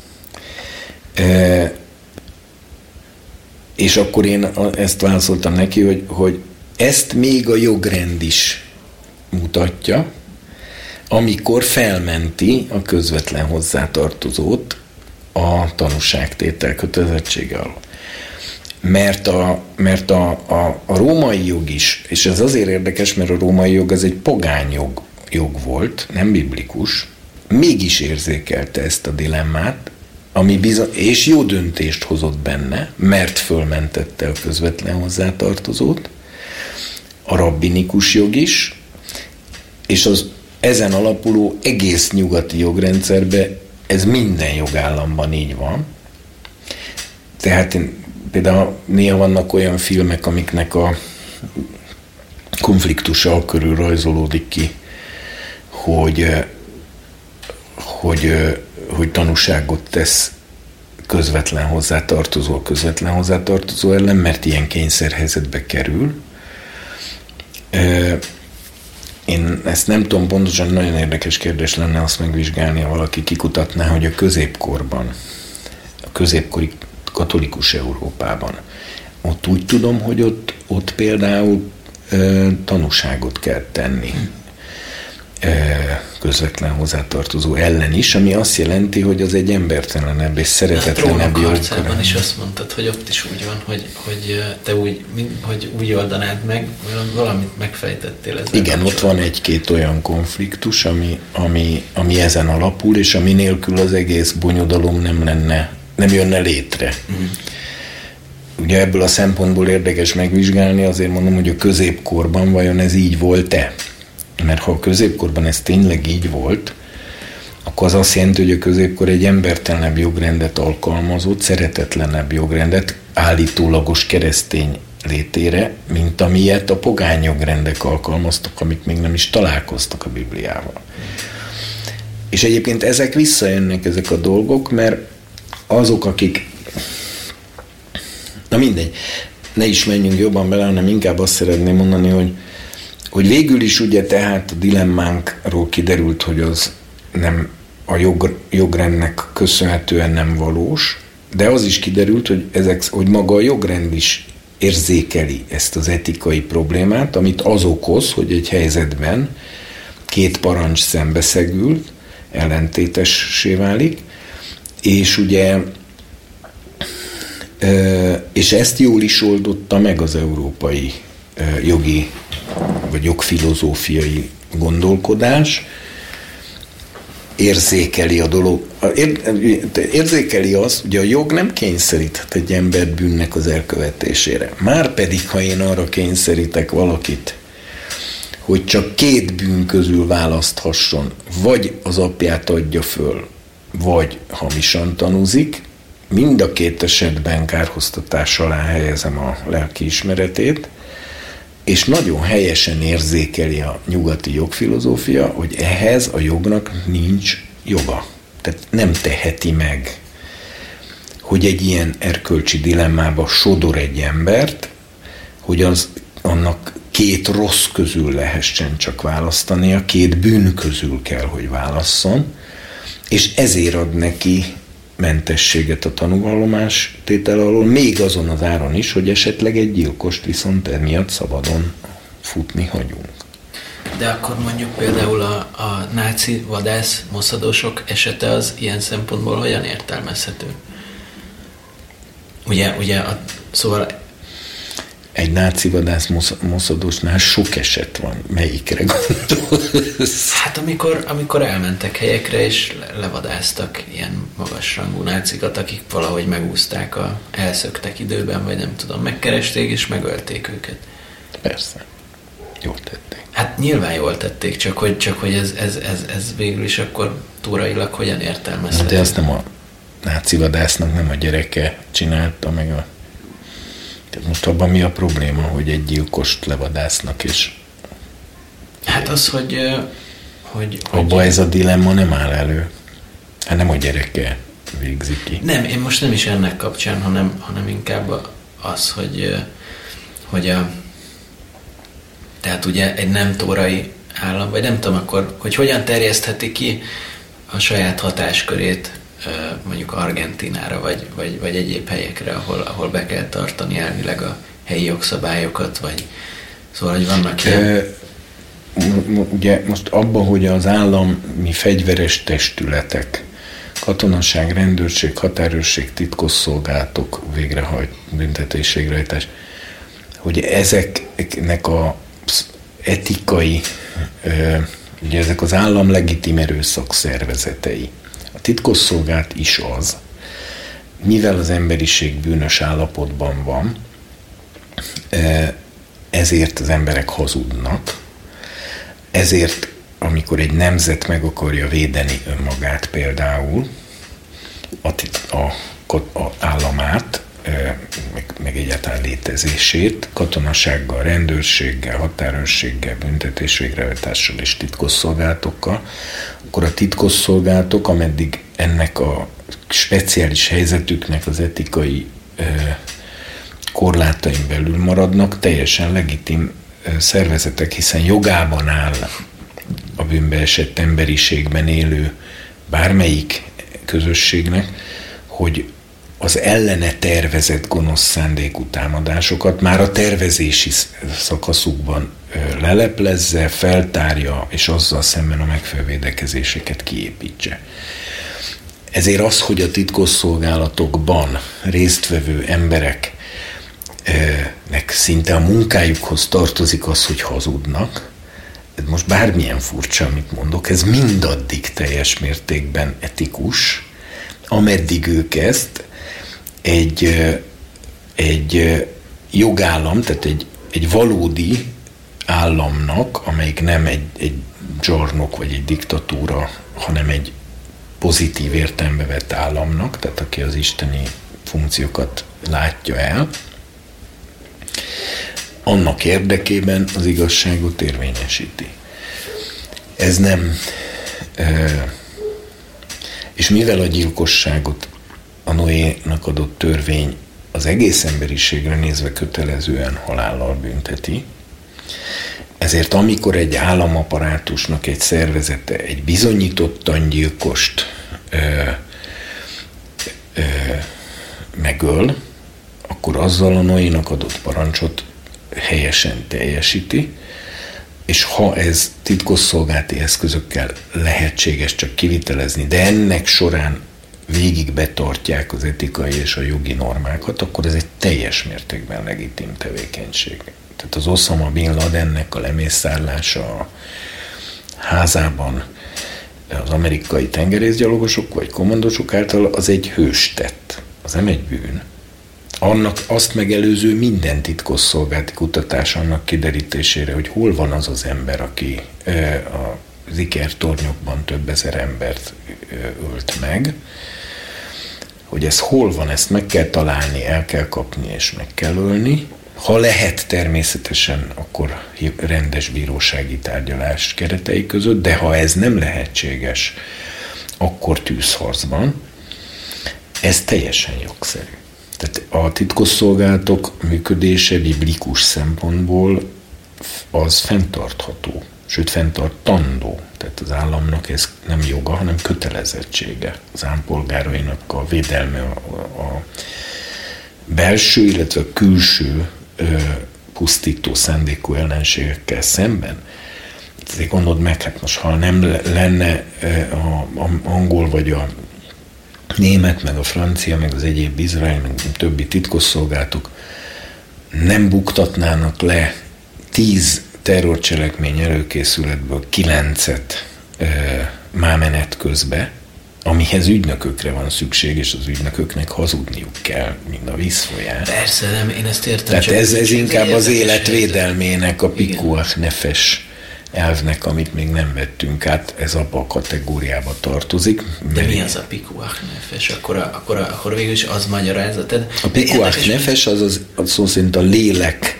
És akkor én ezt válaszoltam neki, hogy ezt még a jogrend is mutatja, amikor felmenti a közvetlen hozzátartozót a tanúságtétel kötelezettsége alól. Mert a római jog is, és ez azért érdekes, mert a római jog az egy pogány jog volt, nem biblikus, mégis érzékelte ezt a dilemmát, és jó döntést hozott benne, mert fölmentette a közvetlen hozzátartozót, a rabbinikus jog is, és az ezen alapuló egész nyugati jogrendszerben ez minden jogállamban így van. Tehát például néha vannak olyan filmek, amiknek a konfliktusa körül rajzolódik ki, hogy tanúságot tesz közvetlen hozzátartozó ellen, mert ilyen kényszerhelyzetbe kerül. Én ezt nem tudom pontosan, nagyon érdekes kérdés lenne azt megvizsgálni, ha valaki kikutatná, hogy a középkorban, a középkori katolikus Európában, ott úgy tudom, hogy ott például tanúságot kell tenni közvetlen hozzátartozó ellen is, ami azt jelenti, hogy az egy embertelenebb és szeretetlenebb jog. A is azt mondtad, hogy ott is úgy van, hogy te úgy oldanád meg, valamit megfejtettél ezzel. Igen, ott van egy-két olyan konfliktus, ami ezen alapul, és ami nélkül az egész bonyodalom nem jönne létre. Ugye ebből a szempontból érdekes megvizsgálni, azért mondom, hogy a középkorban vajon ez így volt-e? Mert ha a középkorban ez tényleg így volt, akkor az azt jelenti, hogy a középkor egy embertelenebb jogrendet alkalmazott, szeretetlenebb jogrendet állítólagos keresztény létére, mint amilyet a pogány jogrendek alkalmaztak, amik még nem is találkoztak a Bibliával. És egyébként ezek visszajönnek, ezek a dolgok, mert azok, akik... Na mindegy, ne is menjünk jobban bele, hanem inkább azt szeretném mondani, hogy végül is ugye tehát a dilemmánkról kiderült, hogy az nem a jogrendnek köszönhetően nem valós, de az is kiderült, hogy maga a jogrend is érzékeli ezt az etikai problémát, amit az okoz, hogy egy helyzetben két parancs szembeszegül, ellentétessé válik, és ugye És ezt jól is oldotta meg az európai jogi vagy jogfilozófiai gondolkodás. Érzékeli a dolog, érzékeli az, ugye a jog nem kényszeríthet egy embert bűnnek az elkövetésére. Márpedig, ha én arra kényszerítek valakit, hogy csak 2 bűn közül választhasson, vagy az apját adja föl, vagy hamisan tanúzik, mind a 2 esetben kárhoztatás alá helyezem a lelkiismeretét, és nagyon helyesen érzékeli a nyugati jogfilozófia, hogy ehhez a jognak nincs joga. Tehát nem teheti meg, hogy egy ilyen erkölcsi dilemmába sodor egy embert, hogy annak 2 rossz közül lehessen csak választania, 2 bűn közül kell, hogy válasszon, és ezért ad neki mentességet a tanúvallomás tétel alól, még azon az áron is, hogy esetleg egy gyilkost viszont emiatt szabadon futni hagyunk. De akkor mondjuk például a náci vadász moszadosok esete az ilyen szempontból hogyan értelmezhető? Szóval egy náci vadász moszadosnál sok eset van. Melyikre gondolsz? Hát amikor elmentek helyekre és levadáztak ilyen magasrangú nácikat, akik valahogy megúzták, elszöktek időben, vagy nem tudom, megkeresték és megölték őket. Persze. Jól tették. Hát nyilván jól tették, csak hogy ez végül is akkor túrailag hogyan értelmezhető? De azt nem a náci vadásznak nem a gyereke csinálta meg a... Most abban mi a probléma, hogy egy gyilkost levadásznak, és... Hát az, hogy abban ez a dilemma nem áll elő. Hát nem a gyereke végzi ki. Nem, én most nem is ennek kapcsán, hanem inkább az, hogy tehát ugye egy nem tórai állam, vagy nem tudom akkor, hogy hogyan terjesztheti ki a saját hatáskörét mondjuk Argentinára, vagy egyéb helyekre, ahol be kell tartani elvileg a helyi jogszabályokat, vagy szóval, hogy vannak ilyen... Ugye most abban, hogy az állami fegyveres testületek, katonaság, rendőrség, határőrség, titkosszolgálatok büntetés végrehajtás, hogy ezeknek az etikai, ugye ezek az állam legitim erőszak szervezetei. A titkosszolgálat is az, mivel az emberiség bűnös állapotban van, ezért az emberek hazudnak, ezért, amikor egy nemzet meg akarja védeni önmagát például, a államát, meg egyáltalán létezését, katonasággal, rendőrséggel, határőrséggel, büntetésvégrehajtással és titkosszolgálatokkal, akkor a titkosszolgálatok, ameddig ennek a speciális helyzetüknek az etikai korlátain belül maradnak, teljesen legitim szervezetek, hiszen jogában áll a bűnbe esett emberiségben élő bármelyik közösségnek, hogy az ellene tervezett gonosz szándékú támadásokat már a tervezési szakaszukban leleplezze, feltárja, és azzal szemben a megfelelő védekezéseket kiépítse. Ezért az, hogy a titkosszolgálatokban résztvevő embereknek szinte a munkájukhoz tartozik az, hogy hazudnak, most bármilyen furcsa, amit mondok, ez mindaddig teljes mértékben etikus, ameddig ők ezt egy jogállam, tehát egy valódi államnak, amelyik nem egy zsarnok vagy egy diktatúra, hanem egy pozitív értelembe vett államnak, tehát aki az isteni funkciókat látja el, annak érdekében az igazságot érvényesíti. Ez nem... És mivel a gyilkosságot a Noénak adott törvény az egész emberiségre nézve kötelezően halállal bünteti, ezért amikor egy államapparátusnak egy szervezete egy bizonyítottan gyilkost megöl, akkor azzal a Noénak adott parancsot helyesen teljesíti, és ha ez titkosszolgálati eszközökkel lehetséges csak kivitelezni, de ennek során végig betartják az etikai és a jogi normákat, akkor ez egy teljes mértékben legitim tevékenység. Tehát az Osama Bin Ladennek a lemészárlása a házában az amerikai tengerészgyalogosok vagy kommandósok által az egy hőstett, az nem egy bűn. Annak azt megelőző minden titkosszolgálati kutatás annak kiderítésére, hogy hol van az az ember, aki az ikertornyokban több ezer embert ölt meg, hogy ez hol van, ezt meg kell találni, el kell kapni és meg kell ölni. Ha lehet természetesen, akkor rendes bírósági tárgyalás keretei között, de ha ez nem lehetséges, akkor tűzharcban. Ez teljesen jogszerű. Tehát a titkosszolgálatok működése biblikus szempontból az fenntartható, sőt fenntartandó. Tehát az államnak ez nem joga, hanem kötelezettsége. Az állampolgárainak a védelme a belső, illetve a külső pusztító szándékú ellenségekkel szemben. Ezért gondold meg, hát most ha nem lenne az angol vagy a német, meg a francia, meg az egyéb izraeli, meg többi titkosszolgálatok nem buktatnának le 10 terrorcselekmény előkészületből 9-et mámenet közbe, amihez ügynökökre van szükség, és az ügynököknek hazudniuk kell, mint a víz folyán. Persze, nem, én ezt értem. Tehát ez inkább az életvédelmének, a pikuach nefes elvnek, amit még nem vettünk át, ez abba a kategóriába tartozik. De mi az a pikuach nefes? Akkor végül is az magyarázat. A pikuach nefes az szó szerint a lélek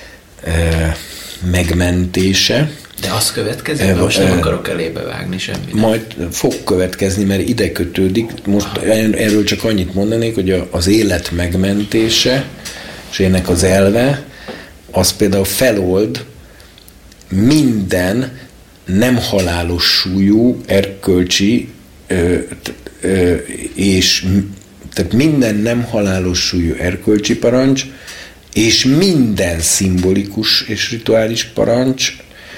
megmentése. De az következik? Most nem akarok elébe vágni semmit. Majd fog következni, mert ide kötődik. Most erről csak annyit mondanék, hogy az élet megmentése, és ennek az elve, az például felold minden nem halálos súlyú erkölcsi és tehát minden nem halálos súlyú erkölcsi parancs, és minden szimbolikus és rituális parancs,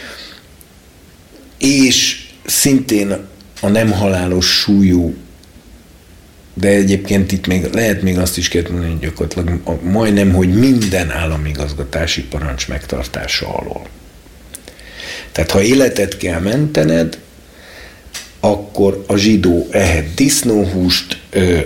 és szintén a nem halálos súlyú, de egyébként itt még lehet még azt is kell mondani, hogy gyakorlatilag majdnem, hogy minden államigazgatási parancs megtartása alól. Tehát ha életet kell mentened, akkor a zsidó ehet disznóhúst,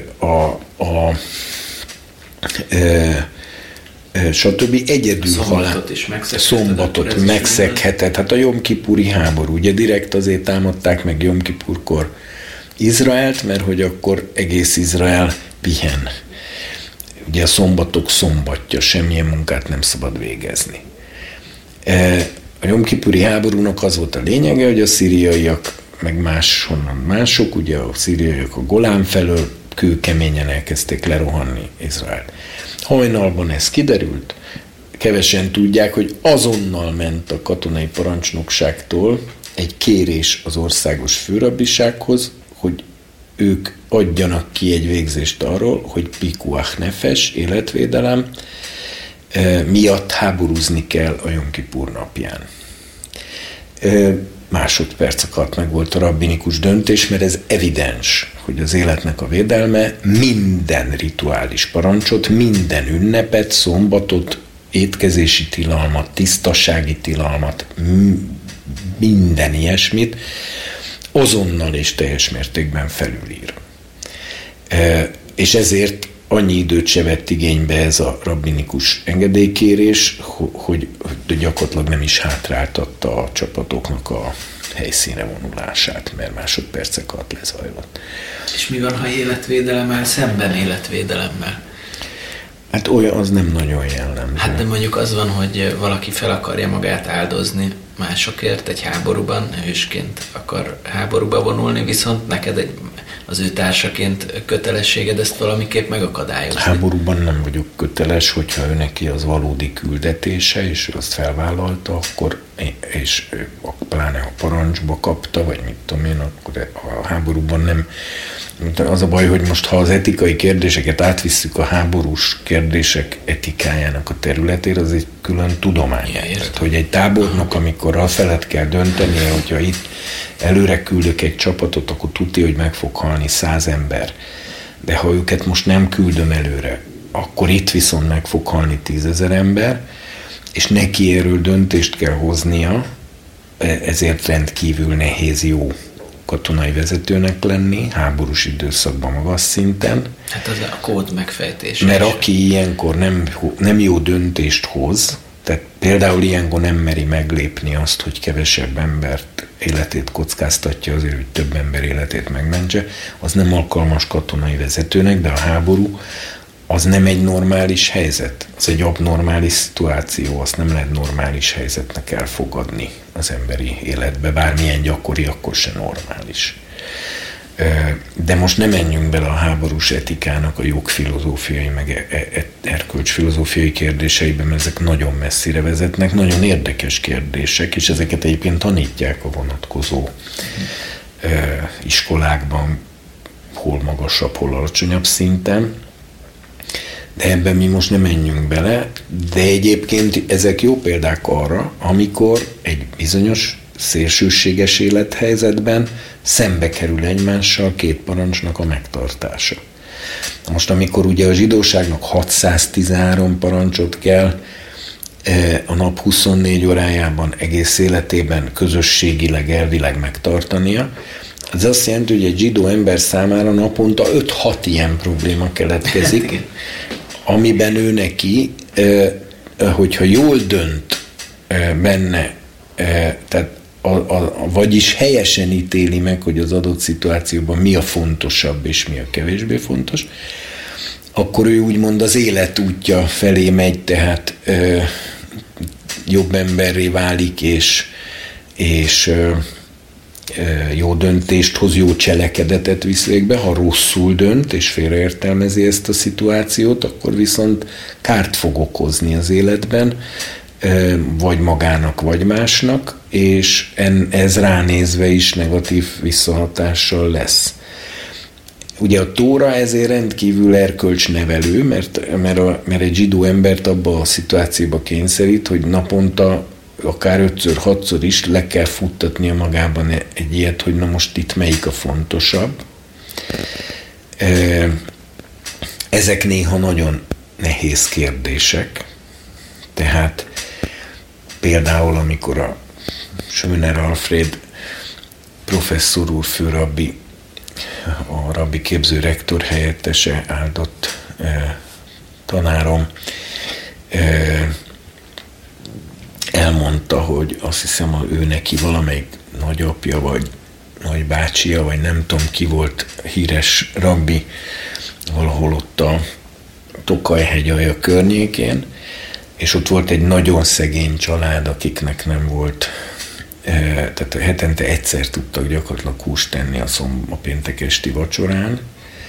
stb. Egyedül szombatot megszegheted. Hát a Jom Kipuri háború, ugye direkt azért támadták meg Jom Kipurkor Izraelt, mert hogy akkor egész Izrael pihen. Ugye a szombatok szombatja, semmilyen munkát nem szabad végezni. A Jom Kipuri háborúnak az volt a lényege, hogy a szíriaiak, meg máshonnan mások, ugye a szíriaiak a Golán felől kőkeményen elkezdték lerohanni Izraelt. Hajnalban ez kiderült, kevesen tudják, hogy azonnal ment a katonai parancsnokságtól egy kérés az országos főrabbisághoz, hogy ők adjanak ki egy végzést arról, hogy pikuach nefes, életvédelem miatt háborúzni kell a Jom Kipur napján. Másodpercek alatt meg volt a rabbinikus döntés, mert ez evidens, hogy az életnek a védelme minden rituális parancsot, minden ünnepet, szombatot, étkezési tilalmat, tisztasági tilalmat, minden ilyesmit azonnal és teljes mértékben felülír. És ezért annyi időt se vett igénybe ez a rabbinikus engedélykérés, hogy gyakorlatilag nem is hátráltatta a csapatoknak a helyszínre vonulását, mert másodpercek alatt lezajlott. És mi van, ha életvédelemmel szemben életvédelemmel? Hát olyan, az nem nagyon jellemző. Hát de mondjuk az van, hogy valaki fel akarja magát áldozni másokért egy háborúban, hősként akar háborúba vonulni, viszont neked az ő társaként kötelességed ezt valamiképp megakadályozni. Háborúban nem vagyok köteles, hogyha ő neki az valódi küldetése, és ő azt felvállalta, akkor, és pláne a parancsba kapta, vagy mit tudom én, akkor a háborúban nem. Az a baj, hogy most ha az etikai kérdéseket átvisszük a háborús kérdések etikájának a területére, az egy külön tudomány. Tehát, hogy egy tábornok, amikor afelett kell döntenie, hogyha itt előre küldök egy csapatot, akkor tudja, hogy meg fog halni 100 ember. de ha őket most nem küldöm előre, akkor itt viszont meg fog halni 10 000 ember, és neki erről döntést kell hoznia, ezért rendkívül nehéz jó katonai vezetőnek lenni, háborús időszakban magas szinten. Hát az a kód megfejtése. Mert aki ilyenkor nem jó döntést hoz, tehát például ilyenkor nem meri meglépni azt, hogy kevesebb embert életét kockáztatja azért, hogy több ember életét megmentse, az nem alkalmas katonai vezetőnek, de a háború az nem egy normális helyzet. Az egy abnormális szituáció, azt nem lehet normális helyzetnek elfogadni az emberi életbe. Bármilyen gyakori, akkor se normális. De most nem menjünk bele a háborús etikának a jogfilozófiai, meg erkölcsfilozófiai kérdéseiben, mert ezek nagyon messzire vezetnek, nagyon érdekes kérdések, és ezeket egyébként tanítják a vonatkozó iskolákban, hol magasabb, hol alacsonyabb szinten. De ebben mi most nem menjünk bele, de egyébként ezek jó példák arra, amikor egy bizonyos szélsőséges élethelyzetben szembe kerül egymással két parancsnak a megtartása. Most amikor ugye a zsidóságnak 613 parancsot kell a nap 24 órájában egész életében közösségileg, elvileg megtartania, az azt jelenti, hogy egy zsidó ember számára naponta 5-6 ilyen probléma keletkezik, amiben ő neki, hogyha jól dönt benne, tehát vagyis helyesen ítéli meg, hogy az adott szituációban mi a fontosabb és mi a kevésbé fontos, akkor ő úgymond az élet útja felé megy, tehát jobb emberré válik, és jó döntést hoz, jó cselekedetet visz végbe. Ha rosszul dönt és félreértelmezi ezt a szituációt, akkor viszont kárt fog okozni az életben, vagy magának, vagy másnak, és ez ránézve is negatív visszahatással lesz. Ugye a Tóra ezért rendkívül erkölcsnevelő, mert egy zsidó embert abba a szituációba kényszerít, hogy naponta akár 5-6-szor is le kell futtatnia magában egy ilyet, hogy na most itt melyik a fontosabb. Ezek néha nagyon nehéz kérdések. Tehát például, amikor a Schöner Alfred professzor úr, főrabbi, a rabbi képző rektor helyettese, áldott tanárom, elmondta, hogy azt hiszem, ő neki valamelyik nagyapja, vagy nagybácsia, vagy nem tudom ki volt híres rabbi, valahol ott a Tokaj-hegyalja környékén, és ott volt egy nagyon szegény család, akiknek nem volt, tehát hetente egyszer tudtak gyakorlatilag húst tenni a péntek esti vacsorán,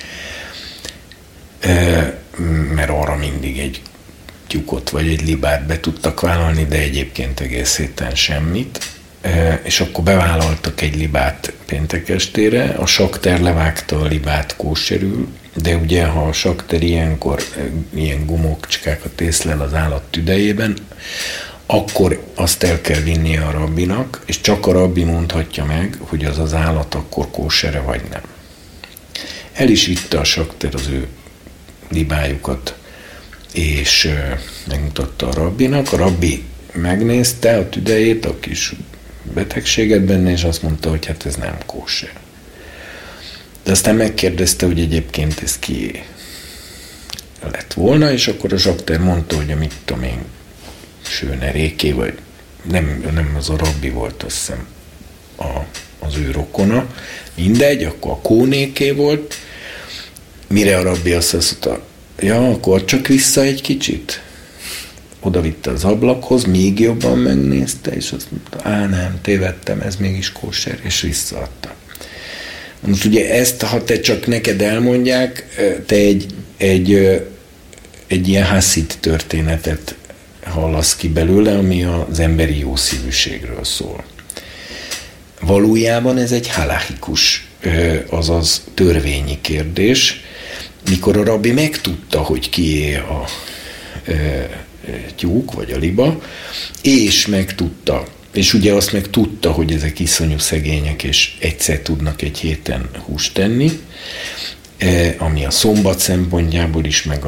mert arra mindig egy tyúkot vagy egy libát be tudtak vállalni, de egyébként egész héten semmit. És akkor bevállaltak egy libát péntek estére, a sakter levágta a libát kóserül, de ugye ha a sakter ilyenkor ilyen gumócskákat észlel az állat tüdejében, akkor azt el kell vinnie a rabbinak, és csak a rabbi mondhatja meg, hogy az állat akkor kósere vagy nem. El is vitte a sakter az ő libájukat, és megmutatta a rabbinak. A rabbi megnézte a tüdejét, a kis betegséget benne, és azt mondta, hogy hát ez nem kóser. De aztán megkérdezte, hogy egyébként ez kié lett volna, és akkor a sakter mondta, hogy mit tudom én, Schöneréké, vagy nem az a rabbi volt, azt hiszem az ő rokona, mindegy, akkor a Kónéké volt, mire a rabbi azt mondta, ja, akkor csak vissza egy kicsit. Oda vitte az ablakhoz, még jobban megnézte, és azt mondta, nem, tévedtem, ez mégis kóser, és visszaadta. Most ugye ezt, ha te csak neked elmondják, te egy ilyen haszid történetet hallasz ki belőle, ami az emberi jószívűségről szól. Valójában ez egy halachikus, azaz törvényi kérdés, mikor a rabbi megtudta, hogy kié a tyúk, vagy a liba, és megtudta, és ugye azt meg tudta, hogy ezek iszonyú szegények, és egyszer tudnak egy héten húst tenni, ami a szombat szempontjából is, meg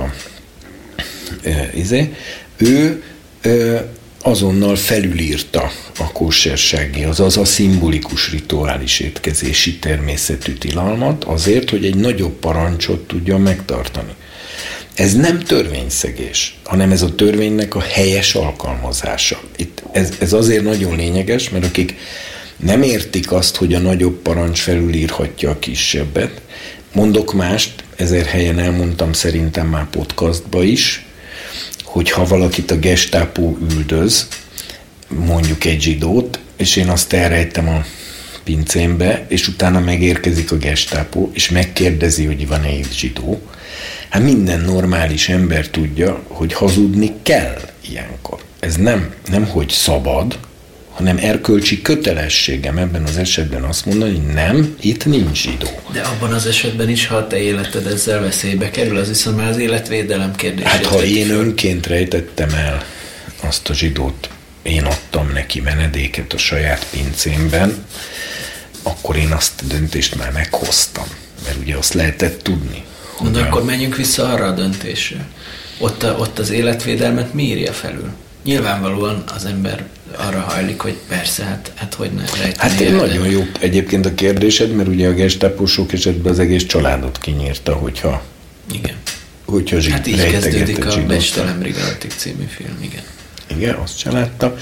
ő azonnal felülírta a kósersági, azaz a szimbolikus rituális étkezési természetű tilalmat azért, hogy egy nagyobb parancsot tudjon megtartani. Ez nem törvényszegés, hanem ez a törvénynek a helyes alkalmazása. Ez azért nagyon lényeges, mert akik nem értik azt, hogy a nagyobb parancs felülírhatja a kisebbet, mondok mást, 1000 helyen elmondtam szerintem már podcastba is, hogy ha valakit a gestápó üldöz, mondjuk egy zsidót, és én azt elrejtem a pincémbe, és utána megérkezik a gestápó, és megkérdezi, hogy van-e itt zsidó, hát minden normális ember tudja, hogy hazudni kell ilyenkor. Ez nem hogy szabad, hanem erkölcsi kötelességem ebben az esetben azt mondani, hogy nem, itt nincs zsidó. De abban az esetben is, ha a te életed ezzel veszélybe kerül, az viszont már az életvédelem kérdését. Hát ha én önként rejtettem el azt a zsidót, én adtam neki menedéket a saját pincémben, akkor én azt a döntést már meghoztam, mert ugye azt lehetett tudni. De akkor menjünk vissza arra a döntésre. Ott az életvédelmet mi írja felül? Nyilvánvalóan az ember arra hajlik, hogy persze, hát hogy ne rejteni. Hát nagyon jó egyébként a kérdésed, mert ugye a gestápó sok esetben az egész családot kinyírta, hogyha hát így kezdődik a Becstelen Brigaltik című film, igen. Igen, azt se láttam,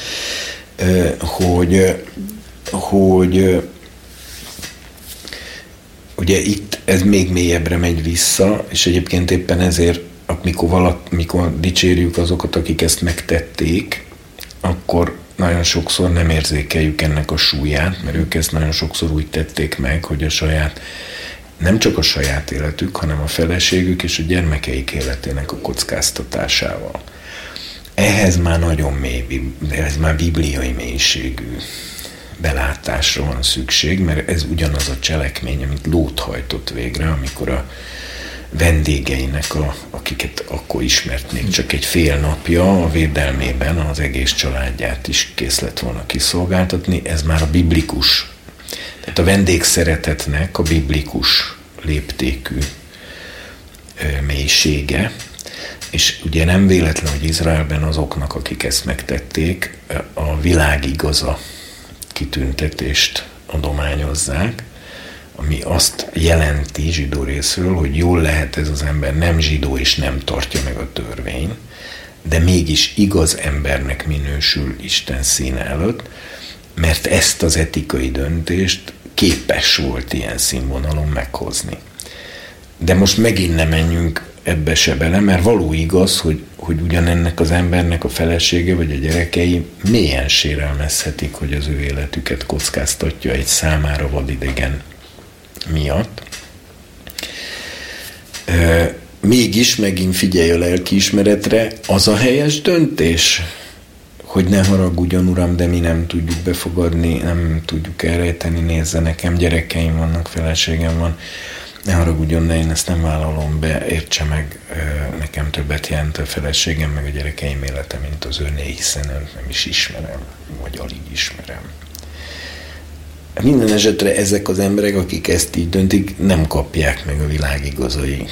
hogy ugye itt ez még mélyebbre megy vissza, és egyébként éppen ezért, mikor dicsérjük azokat, akik ezt megtették, akkor nagyon sokszor nem érzékeljük ennek a súlyát, mert ők ezt nagyon sokszor úgy tették meg, hogy nem csak a saját életük, hanem a feleségük és a gyermekeik életének a kockáztatásával. Ehhez már nagyon mély, ez már bibliai mélységű belátásra van szükség, mert ez ugyanaz a cselekmény, amit Lót hajtott végre, amikor a vendégeinek, akiket akkor ismert még csak egy fél napja, a védelmében az egész családját is kész lett volna kiszolgáltatni. Ez már a biblikus, tehát a vendégszeretetnek a biblikus léptékű mélysége, és ugye nem véletlen, hogy Izraelben azoknak, akik ezt megtették, a világ igaza kitüntetést adományozzák, ami azt jelenti zsidó részről, hogy jól lehet ez az ember nem zsidó és nem tartja meg a törvényt, de mégis igaz embernek minősül Isten színe előtt, mert ezt az etikai döntést képes volt ilyen színvonalon meghozni. De most megint nem menjünk ebbe se bele, mert való igaz, hogy ugyanennek az embernek a felesége vagy a gyerekei mélyen sérelmezhetik, hogy az ő életüket kockáztatja egy számára vadidegen miatt. Mégis megint figyelj a lelkiismeretre, az a helyes döntés, hogy ne haragudjon, Uram, de mi nem tudjuk befogadni, nem tudjuk elrejteni, nézze, nekem gyerekeim vannak, feleségem van, ne haragudjon, de én ezt nem vállalom be, értse meg, nekem többet jelent a feleségem, meg a gyerekeim élete, mint az öné, hiszen önt nem is ismerem, vagy alig ismerem. Minden esetre ezek az emberek, akik ezt így döntik, nem kapják meg a világ igazai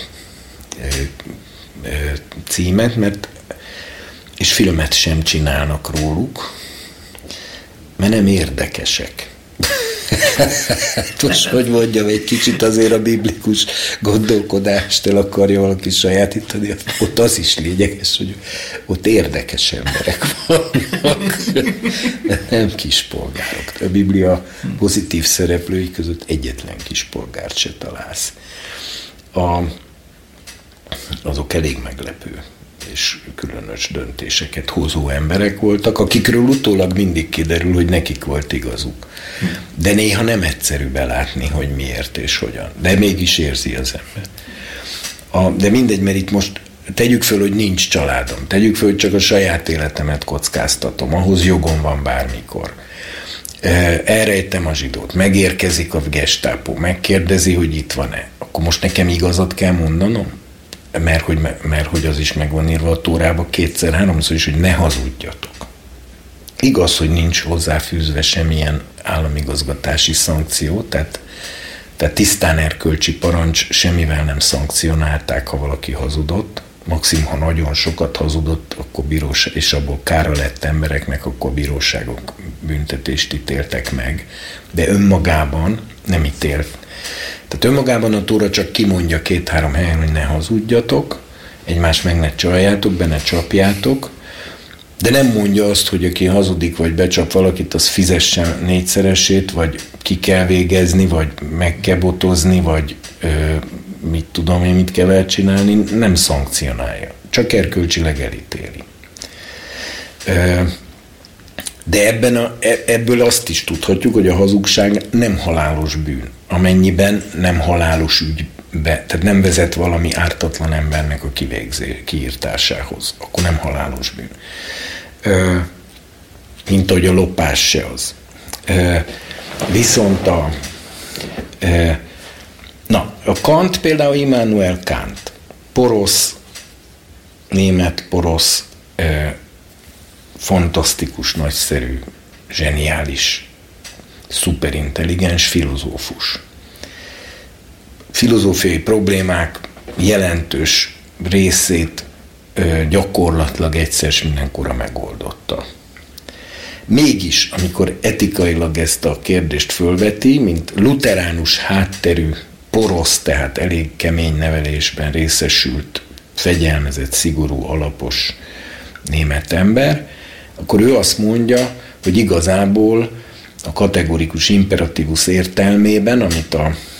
címet, és filmet sem csinálnak róluk, mert nem érdekesek. Most, hogy mondjam, egy kicsit azért a biblikus gondolkodást el akarja valaki sajátítani, ott az is lényeges, hogy ott érdekes emberek vannak, nem kispolgárok. A Biblia pozitív szereplői között egyetlen kispolgárt se találsz. Azok elég meglepő és különös döntéseket hozó emberek voltak, akikről utólag mindig kiderül, hogy nekik volt igazuk. De néha nem egyszerű belátni, hogy miért és hogyan. De mégis érzi az ember. De mindegy, mert itt most tegyük föl, hogy nincs családom. Tegyük föl, hogy csak a saját életemet kockáztatom. Ahhoz jogom van bármikor. Elrejtem a zsidót. Megérkezik a gestápó. Megkérdezi, hogy itt van-e. Akkor most nekem igazat kell mondanom? Mert hogy az is meg van írva a Tórába 2-3-szor is, hogy ne hazudjatok. Igaz, hogy nincs hozzáfűzve semmilyen államigazgatási szankció, tehát Tehát tisztán erkölcsi parancs, semmivel nem szankcionálták, ha valaki hazudott. Maximum, ha nagyon sokat hazudott, akkor bíróság, és abból kára lett embereknek, akkor bíróságok büntetést ítéltek meg. De önmagában nem ítélt. Tehát önmagában a Tóra csak kimondja 2-3 helyen, hogy ne hazudjatok, egymást meg ne csaljátok, be ne csapjátok, de nem mondja azt, hogy aki hazudik, vagy becsap valakit, az fizessen 4-szeresét, vagy ki kell végezni, vagy meg kell botozni, vagy mit tudom én, mit kell vele csinálni, nem szankcionálja. Csak erkölcsileg elítéli. De ebből azt is tudhatjuk, hogy a hazugság nem halálos bűn, amennyiben nem halálos ügybe, tehát nem vezet valami ártatlan embernek a kiírtásához, akkor nem halálos bűn. Mint ahogy a lopás se az. Viszont a Kant például Immanuel Kant, porosz, német porosz, fantasztikus, nagyszerű, zseniális, szuperintelligens filozófus. Filozófiai problémák jelentős részét gyakorlatilag egyszer s mindenkorra megoldotta. Mégis, amikor etikailag ezt a kérdést fölveti, mint luteránus hátterű, porosz, tehát elég kemény nevelésben részesült, fegyelmezett, szigorú, alapos német ember, akkor ő azt mondja, hogy igazából a kategorikus imperatívus értelmében, amit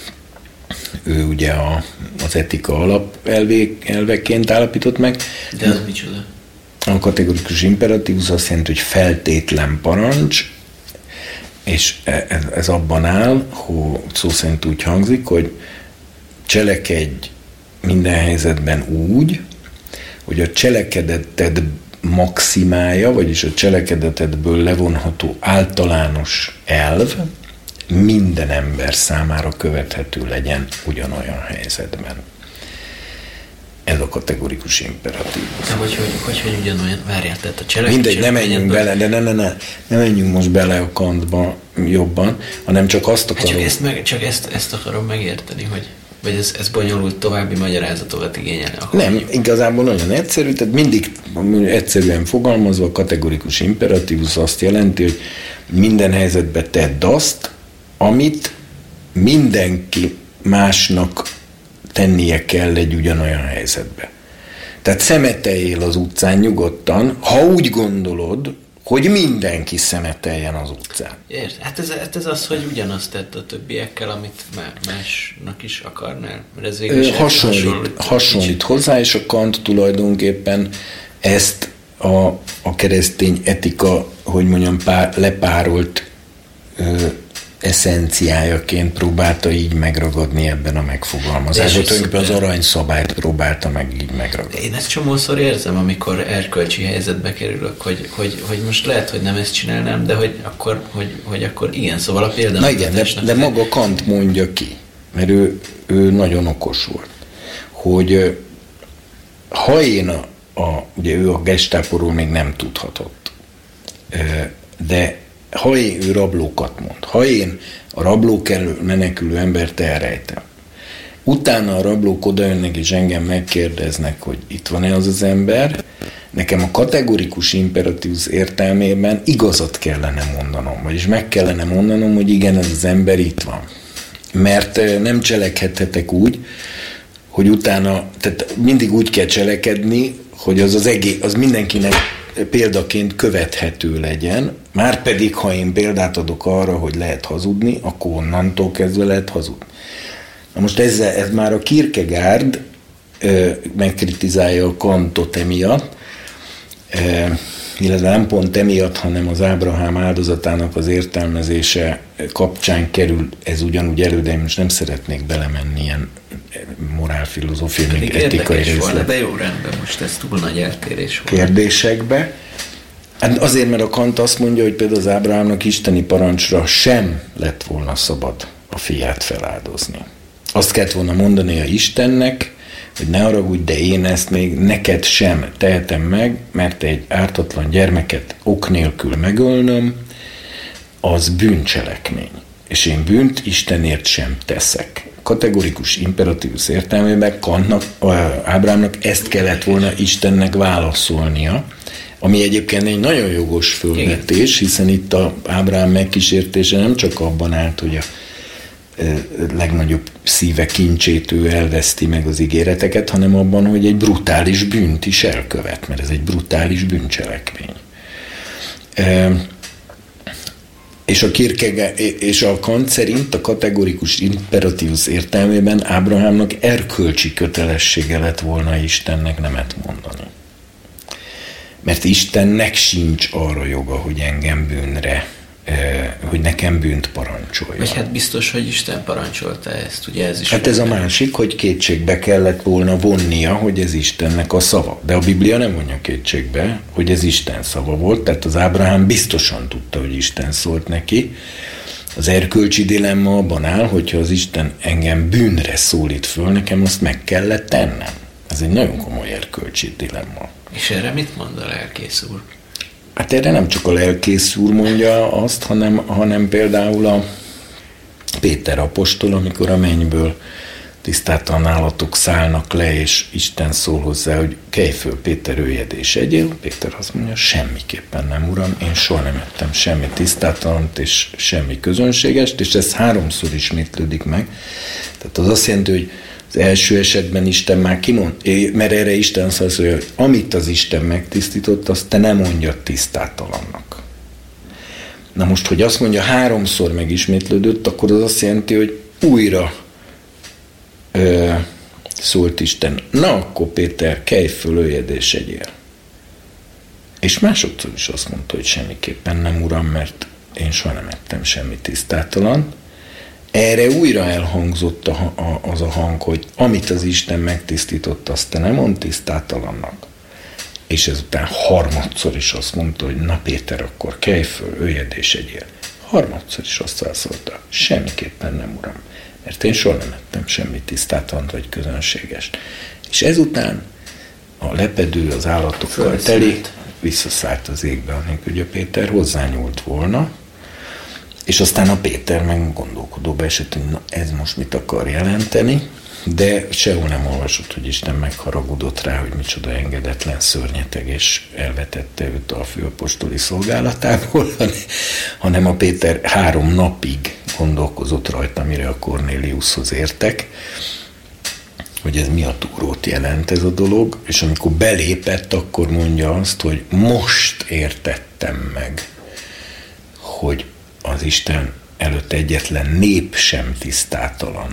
ő ugye az etika alapelveként állapított meg. De az micsoda? A kategorikus imperatívus azt jelenti, hogy feltétlen parancs, és ez abban áll, hogy szó szerint úgy hangzik, hogy cselekedj minden helyzetben úgy, hogy a cselekedeted maximája, vagyis a cselekedetedből levonható általános elv minden ember számára követhető legyen ugyanolyan helyzetben. Ez a kategorikus imperatívus. De hogy ugyanolyan, várjál, tehát a cselekedet... Mindegy, ne menjünk bele, de ne menjünk most bele a Kantba jobban, hanem csak azt akarom... Csak ezt akarom megérteni, vagy ez bonyolult további magyarázatokat igényel. Nem, igazából nagyon egyszerű, tehát mindig egyszerűen fogalmazva a kategorikus imperatívus azt jelenti, hogy minden helyzetben tedd azt, amit mindenki másnak tennie kell egy ugyanolyan helyzetbe. Tehát szemeteljél az utcán nyugodtan, ha úgy gondolod, hogy mindenki szemeteljen az utcán. Érted? Hát ez az, hogy ugyanazt tett a többiekkel, amit másnak is akarnál. Mert ez végül hasonlít hozzá, és a Kant tulajdonképpen ezt a keresztény etika, hogy mondjam, lepárolt eszenciájaként próbálta így megragadni ebben a megfogalmazásban. Tulajdonképpen az aranyszabályt próbálta meg így megragadni. Én ezt csomószor érzem, amikor erkölcsi helyzetbe kerülök, hogy most lehet, hogy nem ezt csinálnám, de hogy akkor igen, szóval a példa... Na igen, de maga Kant mondja ki, mert ő nagyon okos volt, hogy ha én ugye ő a gestápóról még nem tudhatott, de ha ő rablókat mond, ha én a rablók elől menekülő embert elrejtem, utána a rablók odajönnek és engem megkérdeznek, hogy itt van-e az ember, nekem a kategorikus imperatívus értelmében igazat kellene mondanom, vagyis meg kellene mondanom, hogy igen, ez az ember itt van. Mert nem cselekedhetek úgy, hogy utána, tehát mindig úgy kell cselekedni, hogy az mindenkinek példaként követhető legyen, márpedig, ha én példát adok arra, hogy lehet hazudni, akkor onnantól kezdve lehet hazudni. Na most ez már a Kierkegaard megkritizálja a Kantot emiatt, illetve nem pont emiatt, hanem az Ábrahám áldozatának az értelmezése kapcsán kerül ez ugyanúgy elő, de én most nem szeretnék belemenni ilyen morálfilozófiai, még etikai részlet. De jó, rendben, most ez túl nagy eltérés volt. Kérdésekbe. Hát azért, mert a Kant azt mondja, hogy például az Ábrahámnak isteni parancsra sem lett volna szabad a fiát feláldozni. Azt kellett volna mondani a Istennek, hogy ne haragudj, de én ezt még neked sem tehetem meg, mert egy ártatlan gyermeket ok nélkül megölnöm, az bűncselekmény. és én bűnt Istenért sem teszek. Kategorikus imperatívus értelmében Ábrahámnak ezt kellett volna Istennek válaszolnia, ami egyébként egy nagyon jogos fölvetés, hiszen itt Ábrahám megkísértése nem csak abban állt, hogy a legnagyobb szíve kincsét ő elveszti meg az ígéreteket, hanem abban, hogy egy brutális bűnt is elkövet, mert ez egy brutális bűncselekmény. És a Kant szerint a kategorikus imperatívus értelmében Ábrahámnak erkölcsi kötelessége lett volna Istennek nemet mondani. Mert Istennek sincs arra joga, hogy engem bűnre, hogy nekem bűnt parancsolja. Vagy hát biztos, hogy Isten parancsolta ezt, ugye ez is. Hát ez a másik, hogy kétségbe kellett volna vonnia, hogy ez Istennek a szava. De a Biblia nem vonja kétségbe, hogy ez Isten szava volt, tehát az Ábrahám biztosan tudta, hogy Isten szólt neki. Az erkölcsi dilemma abban áll, hogyha az Isten engem bűnre szólít föl, nekem azt meg kellett tennem. Ez egy nagyon komoly erkölcsi dilemma. És erre mit mond a lelkész úr? Hát erre nem csak a lelkész úr mondja azt, hanem például a Péter apostol, amikor a mennyből tisztátalan állatok szállnak le, és Isten szól hozzá, hogy kelj föl, Péter, őjed és egyél. Péter azt mondja, semmiképpen nem, uram, én soha nem ettem semmi tisztátalant és semmi közönségest, és ez 3-szor ismétlődik meg. Tehát az azt jelenti, hogy az első esetben Isten már kimond, mert erre Isten azt mondja, hogy amit az Isten megtisztított, azt te nem mondjad tisztátalannak. Na most, hogy azt mondja, 3-szor megismétlődött, akkor az azt jelenti, hogy újra szólt Isten. Na, akkor Péter, kelj föl, öljed és egyél. És másodszor is azt mondta, hogy semmiképpen nem, uram, mert én soha nem ettem semmi tisztátalan. Erre újra elhangzott az a hang, hogy amit az Isten megtisztított, azt te nem mond tisztátalannak. És ezután 3-szor is azt mondta, hogy na Péter, akkor kelj föl, öljed és egyél. 3-szor is azt válaszolta, semmiképpen nem, uram, mert én soha nem ettem semmi tisztátalant vagy közönségest. És ezután a lepedő az állatokkal teli, visszaszállt az égbe, anélkül, hogy a Péter hozzányúlt volna, és aztán a Péter meg gondolkodóba esett, hogy na, ez most mit akar jelenteni, de sehol nem olvasott, hogy Isten megharagudott rá, hogy micsoda engedetlen szörnyeteg, és elvetette őt a főapostoli szolgálatából, hanem a Péter 3 napig gondolkozott rajta, mire a Kornéliushoz értek, hogy ez mi a túrót jelent ez a dolog, és amikor belépett, akkor mondja azt, hogy most értettem meg, hogy az Isten előtt egyetlen nép sem tisztátalan,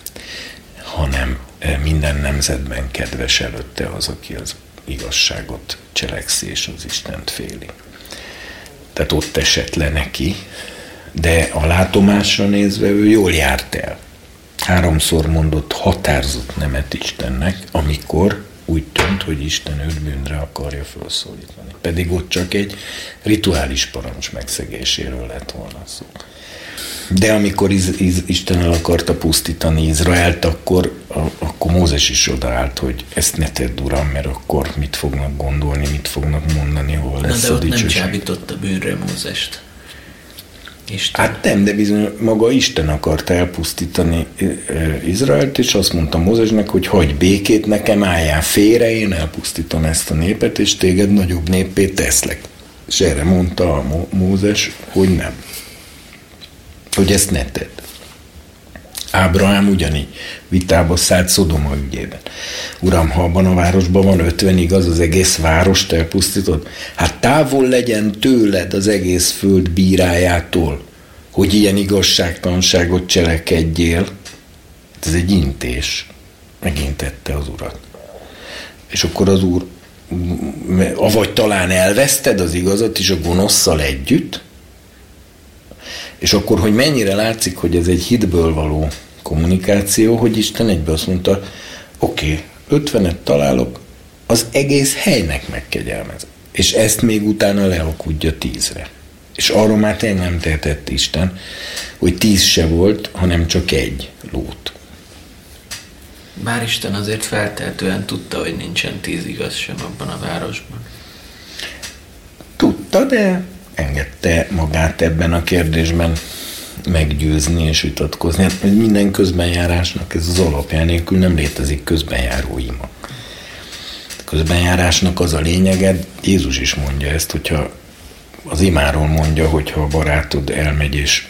hanem minden nemzetben kedves előtte az, aki az igazságot cselekszi és az Istent féli. Tehát ott esett le neki, de a látomásra nézve ő jól járt el. 3-szor mondott határozott nemet Istennek, amikor úgy tűnt, hogy Isten őt bűnre akarja felszólítani. Pedig ott csak egy rituális parancs megszegéséről lett volna szó. De amikor Isten el akarta pusztítani Izraelt, akkor Mózes is odaállt, hogy ezt ne tedd, uram, mert akkor mit fognak gondolni, mit fognak mondani, hol lesz a dicsőség. De ott nem csábította bűnre Mózest. Isten. Hát nem, de bizony maga Isten akarta elpusztítani Izraelt, és azt mondta Mózesnek, hogy hagyj békét nekem, álljál félre, én elpusztítom ezt a népet, és téged nagyobb néppé teszlek. És erre mondta Mózes, hogy nem. Hogy ezt ne tedd. Ábrahám ugyanígy vitába szállt Szodoma ügyében. Uram, ha abban a városban van 50, igaz, az egész várost elpusztítod? Hát távol legyen tőled az egész föld bírájától, hogy ilyen igazságtalanságot cselekedjél. Ez egy intés. Megintette az urat. És akkor az úr, avagy talán elveszted az igazat is a gonoszszal együtt, és akkor, hogy mennyire látszik, hogy ez egy hitből való kommunikáció, hogy Isten egyben azt mondta, oké, 50-et találok, az egész helynek megkegyelmez. És ezt még utána lealkudja 10-re. És arról már tényleg nem tehetett Isten, hogy 10 se volt, hanem csak 1 Lót. Bár Isten azért feltehetően tudta, hogy nincsen 10 igaz sem abban a városban. Tudta, de engedte magát ebben a kérdésben meggyőzni és vitatkozni. Hát minden közbenjárásnak ez az alapján nélkül nem létezik közbenjáró ima. Közbenjárásnak az a lényege, Jézus is mondja ezt, hogyha az imáról mondja, hogyha a barátod elmegy és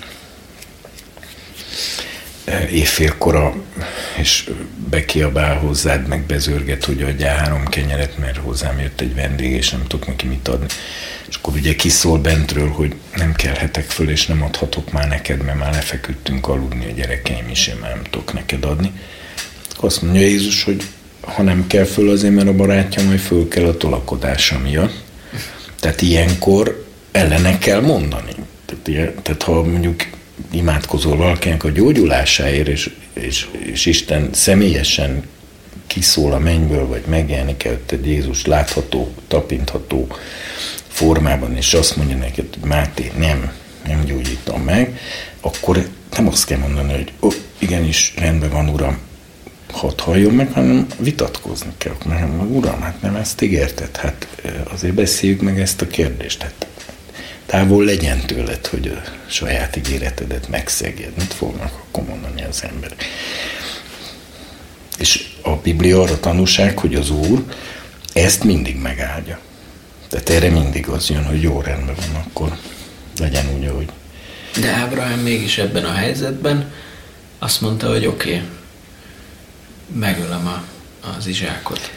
évfélkora és bekiabál hozzád, meg bezörget, hogy adjál 3 kenyeret, mert hozzám jött egy vendég, és nem tudok neki mit adni. És akkor ugye kiszól bentről, hogy nem kelhetek föl, és nem adhatok már neked, mert már lefeküdtünk aludni a gyerekeim is, én már nem tudok neked adni. Akkor azt mondja Jézus, hogy ha nem kell föl azért, mert a barátja majd föl kell a tolakodása miatt. Tehát ilyenkor ellene kell mondani. Tehát ha mondjuk imádkozol valakinek a gyógyulásáért, és Isten személyesen kiszól a mennyből, vagy megjelenik előtted Jézus látható, tapintható formában, és azt mondja neked, hogy Máté, nem gyógyítom meg, akkor nem azt kell mondani, hogy igenis, rendben van, Uram, hadd halljon meg, hanem vitatkozni kell. Mert Uram, hát nem ezt ígérted, hát azért beszéljük meg ezt a kérdést. Hát távol legyen tőled, hogy a saját ígéretedet megszegjed. Mit fognak akkor mondani az emberek? És a Biblia arra tanúság, hogy az Úr ezt mindig megáldja. Tehát erre mindig az jön, hogy jó, rendben van, akkor legyen úgy, ahogy. De Ábrahám mégis ebben a helyzetben azt mondta, hogy oké, megölöm az Izsákot.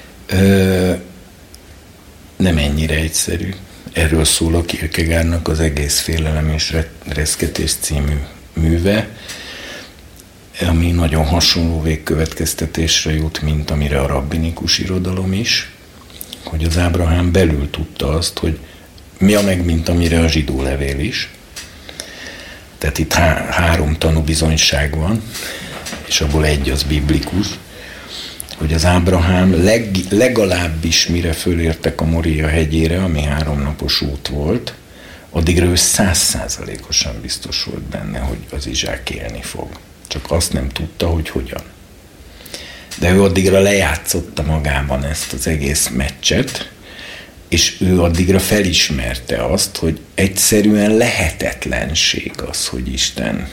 Nem ennyire egyszerű. Erről szól a Kierkegaardnak az Egész félelem és reszketés című műve, ami nagyon hasonló végkövetkeztetésre jut, mint amire a rabbinikus irodalom is, hogy az Ábrahám belül tudta azt, hogy mi a meg, mint amire a zsidó levél is. Tehát itt 3 tanúbizonyság van, és abból egy az biblikus, hogy az Ábrahám legalábbis mire fölértek a Moria hegyére, ami 3 napos út volt, addigra ő 100%-osan biztos volt benne, hogy az Izsák élni fog. Csak azt nem tudta, hogy hogyan. De ő addigra lejátszotta magában ezt az egész meccset, és ő addigra felismerte azt, hogy egyszerűen lehetetlenség az, hogy Isten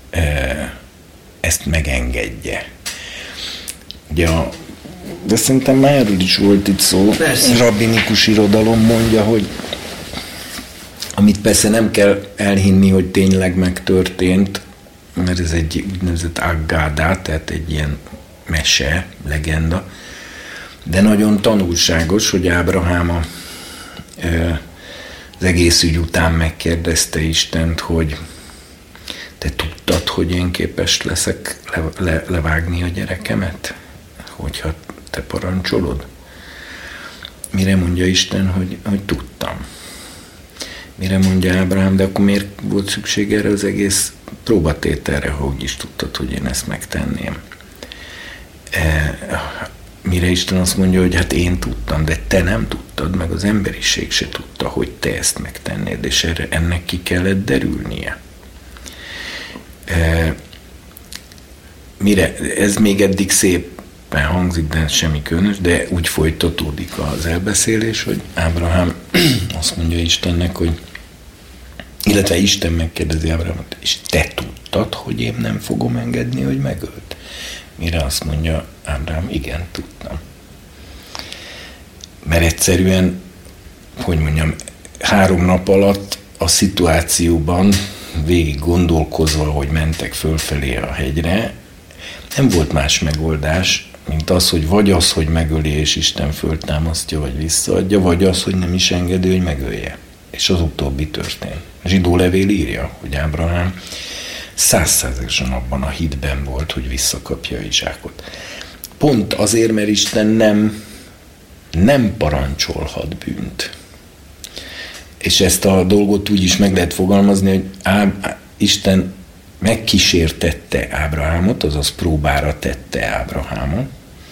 ezt megengedje. Ugye de szerintem már erről is volt itt szó. Persze. Rabbinikus irodalom mondja, hogy amit persze nem kell elhinni, hogy tényleg megtörtént, mert ez egy úgynevezett aggádá, tehát egy ilyen mese, legenda, de nagyon tanulságos, hogy Ábrahám az egész ügy után megkérdezte Istent, hogy te tudtad, hogy én képes leszek levágni a gyerekemet, hogyha te parancsolod? Mire mondja Isten, hogy tudtam. Mire mondja Ábrahám, de akkor miért volt szükség erre az egész próbatételre, ha úgy is tudtad, hogy én ezt megtenném? Mire Isten azt mondja, hogy hát én tudtam, de te nem tudtad, meg az emberiség se tudta, hogy te ezt megtennéd, és ennek ki kellett derülnie. Mire, ez még eddig szépen hangzik, de semmi különös, de úgy folytatódik az elbeszélés, hogy Ábrahám azt mondja Istennek, hogy illetve Isten megkérdezi Ábrahámot, és te tudtad, hogy én nem fogom engedni, hogy megölt? Mire azt mondja Ábrahám, igen, tudtam. Mert egyszerűen, hogy mondjam, 3 nap alatt a szituációban végig gondolkozva, hogy mentek fölfelé a hegyre, nem volt más megoldás, mint az, hogy vagy az, hogy megöli és Isten föltámasztja, vagy visszaadja, vagy az, hogy nem is engedi, hogy megölje. És az utóbbi történt. A zsidó levél írja, hogy Ábrahám 100%-osan abban a hitben volt, hogy visszakapja Izsákot. Pont azért, mert Isten nem parancsolhat bűnt. És ezt a dolgot úgy is meg lehet fogalmazni, hogy Isten megkísértette Ábrahámot, azaz próbára tette Ábrahámot.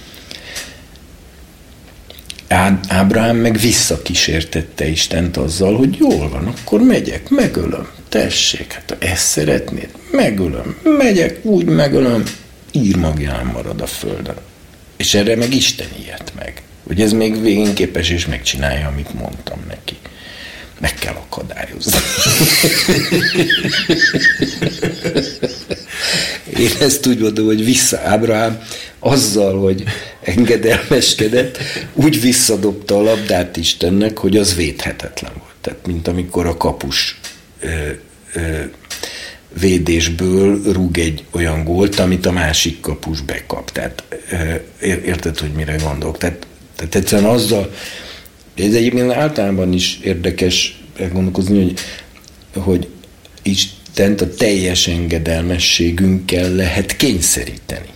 Ábrahám meg visszakísértette Istent azzal, hogy jól van, akkor megyek, megölöm, tessék, hát ezt szeretnéd, megölöm, megyek, úgy megölöm, írmagján marad a földön. És erre meg Isten ijedt meg, hogy ez még végén képes és megcsinálja, amit mondtam neki. meg kell akadályozni. Én ezt úgy mondom, hogy Ábrahám azzal, hogy engedelmeskedett, úgy visszadobta a labdát Istennek, hogy az védhetetlen volt. Tehát, mint amikor a kapus védésből rúg egy olyan gólt, amit a másik kapus bekap. Tehát érted, hogy mire gondolok? Tehát egyszerűen azzal, ez egyébként általában is érdekes elgondolkozni, hogy Istent a teljes engedelmességünkkel lehet kényszeríteni.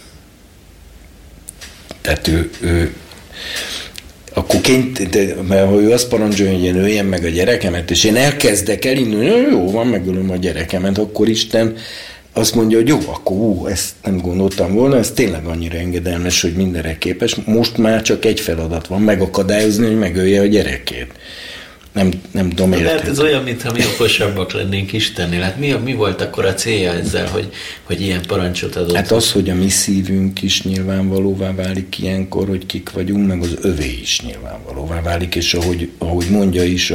Tehát ő akkor mert ha ő azt parancsolja, hogy én öljem meg a gyerekemet, és én elkezdek elindulni, jó, van, megölöm a gyerekemet, akkor Isten azt mondja, hogy jó, akkor ezt nem gondoltam volna, ez tényleg annyira engedelmes, hogy mindenre képes, most már csak egy feladat van, megakadályozni, hogy megölje a gyerekét. Nem tudom érteni. Lehet ez olyan, mintha mi okosabbak lennénk Istennél. Hát mi volt akkor a célja ezzel, hogy ilyen parancsot adott? Hát az, hogy a mi szívünk is nyilvánvalóvá válik ilyenkor, hogy kik vagyunk, meg az övé is nyilvánvalóvá válik, és ahogy mondja is,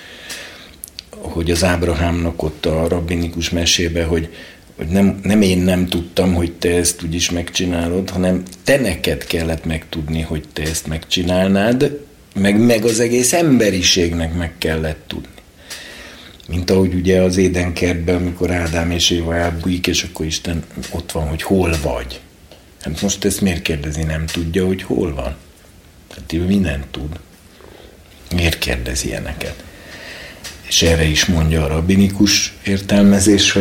hogy az Ábrahámnak ott a rabbinikus mesébe, hogy nem én nem tudtam, hogy te ezt úgyis megcsinálod, hanem te neked kellett megtudni, hogy te ezt megcsinálnád, meg az egész emberiségnek meg kellett tudni. Mint ahogy ugye az Édenkertben, amikor Ádám és Éva elbújik, és akkor Isten ott van, hogy hol vagy. Hát most ezt miért kérdezi? Nem tudja, hogy hol van? Hát ő mindent tud. Miért kérdezi ilyeneket? És erre is mondja a rabbinikus értelmezés,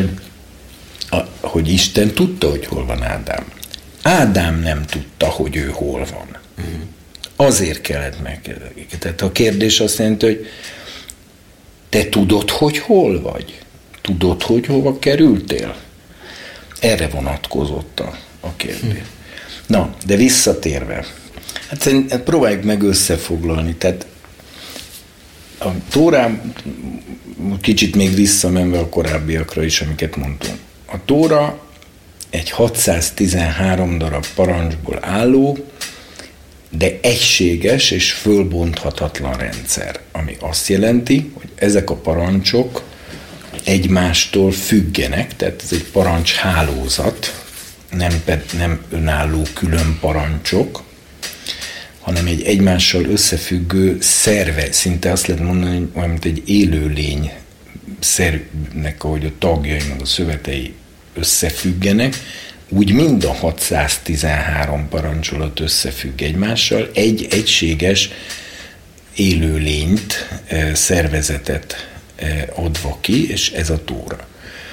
hogy Isten tudta, hogy hol van Ádám. Ádám nem tudta, hogy ő hol van. Azért kellett megkérdezni. Tehát a kérdés azt jelenti, hogy te tudod, hogy hol vagy? Tudod, hogy hova kerültél? Erre vonatkozott a kérdés. Na, de visszatérve. Hát próbáljuk meg összefoglalni. Tehát a Tórám, kicsit még visszamenve a korábbiakra is, amiket mondtunk. A Tóra egy 613 darab parancsból álló, de egységes és fölbonthatatlan rendszer, ami azt jelenti, hogy ezek a parancsok egymástól függenek, tehát ez egy parancshálózat, nem önálló külön parancsok, hanem egy egymással összefüggő szerve, szinte azt lehet mondani, hogy olyan, mint egy élőlény szervnek, ahogy a tagjai, meg a szövetei összefüggenek, úgy mind a 613 parancsolat összefügg egymással, egy egységes élőlényt, szervezetet adva ki, és ez a Tóra.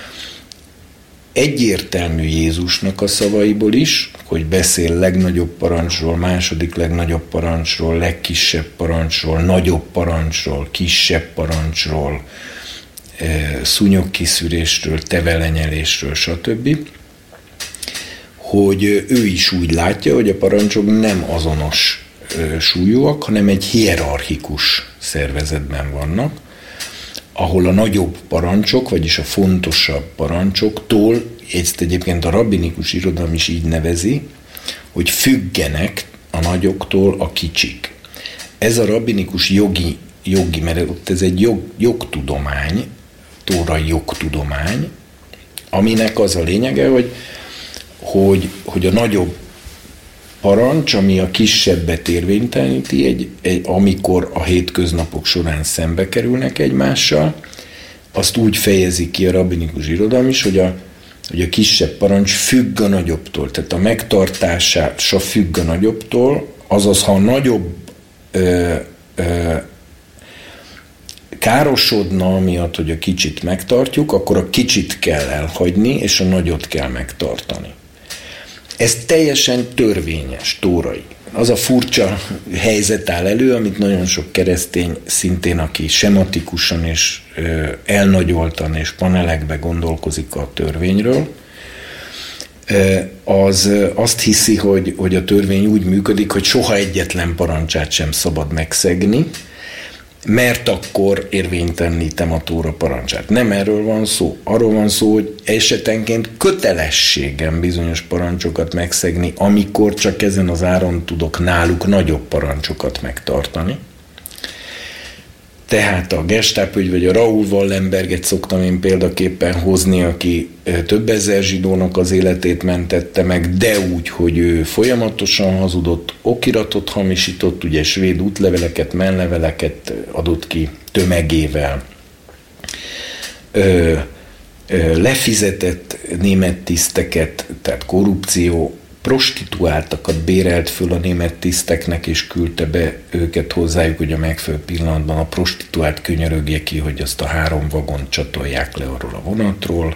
Egyértelmű Jézusnak a szavaiból is, hogy beszél legnagyobb parancsról, második legnagyobb parancsról, legkisebb parancsról, nagyobb parancsról, kisebb parancsról, szúnyogkiszűrésről, tevelenyelésről, stb., hogy ő is úgy látja, hogy a parancsok nem azonos súlyúak, hanem egy hierarchikus szervezetben vannak, ahol a nagyobb parancsok, vagyis a fontosabb parancsoktól, ezt egyébként a rabbinikus irodalom is így nevezi, hogy függenek a nagyoktól a kicsik. Ez a rabbinikus jogi mert ott ez egy jogtudomány, tórai jogtudomány, aminek az a lényege, hogy a nagyobb parancs, ami a kisebbet érvényteleníti, amikor a hétköznapok során szembe kerülnek egymással, azt úgy fejezi ki a rabbinikus irodalom is, hogy a kisebb parancs függ a nagyobbtól. Tehát a megtartása függ a nagyobbtól, azaz ha a nagyobb károsodna amiatt, hogy a kicsit megtartjuk, akkor a kicsit kell elhagyni, és a nagyot kell megtartani. Ez teljesen törvényes, tórai. Az a furcsa helyzet áll elő, amit nagyon sok keresztény, szintén aki sematikusan és elnagyoltan és panelekbe gondolkozik a törvényről, az azt hiszi, hogy a törvény úgy működik, hogy soha egyetlen parancsát sem szabad megszegni, mert akkor érvénytelenítem a Tóra parancsát. Nem erről van szó. Arról van szó, hogy esetenként kötelességem bizonyos parancsokat megszegni, amikor csak ezen az áron tudok náluk nagyobb parancsokat megtartani. Tehát a Gestapügy, vagy a Raoul Wallenberget szoktam én példaképpen hozni, aki több ezer zsidónak az életét mentette meg, de úgy, hogy ő folyamatosan hazudott, okiratot hamisított, ugye svéd útleveleket, menleveleket adott ki tömegével, lefizetett német tiszteket, tehát korrupció, prostituáltakat bérelt föl a német tiszteknek, és küldte be őket hozzájuk, hogy a megfelelő pillanatban a prostituált könyörögje ki, hogy azt a 3 vagont csatolják le arról a vonatról.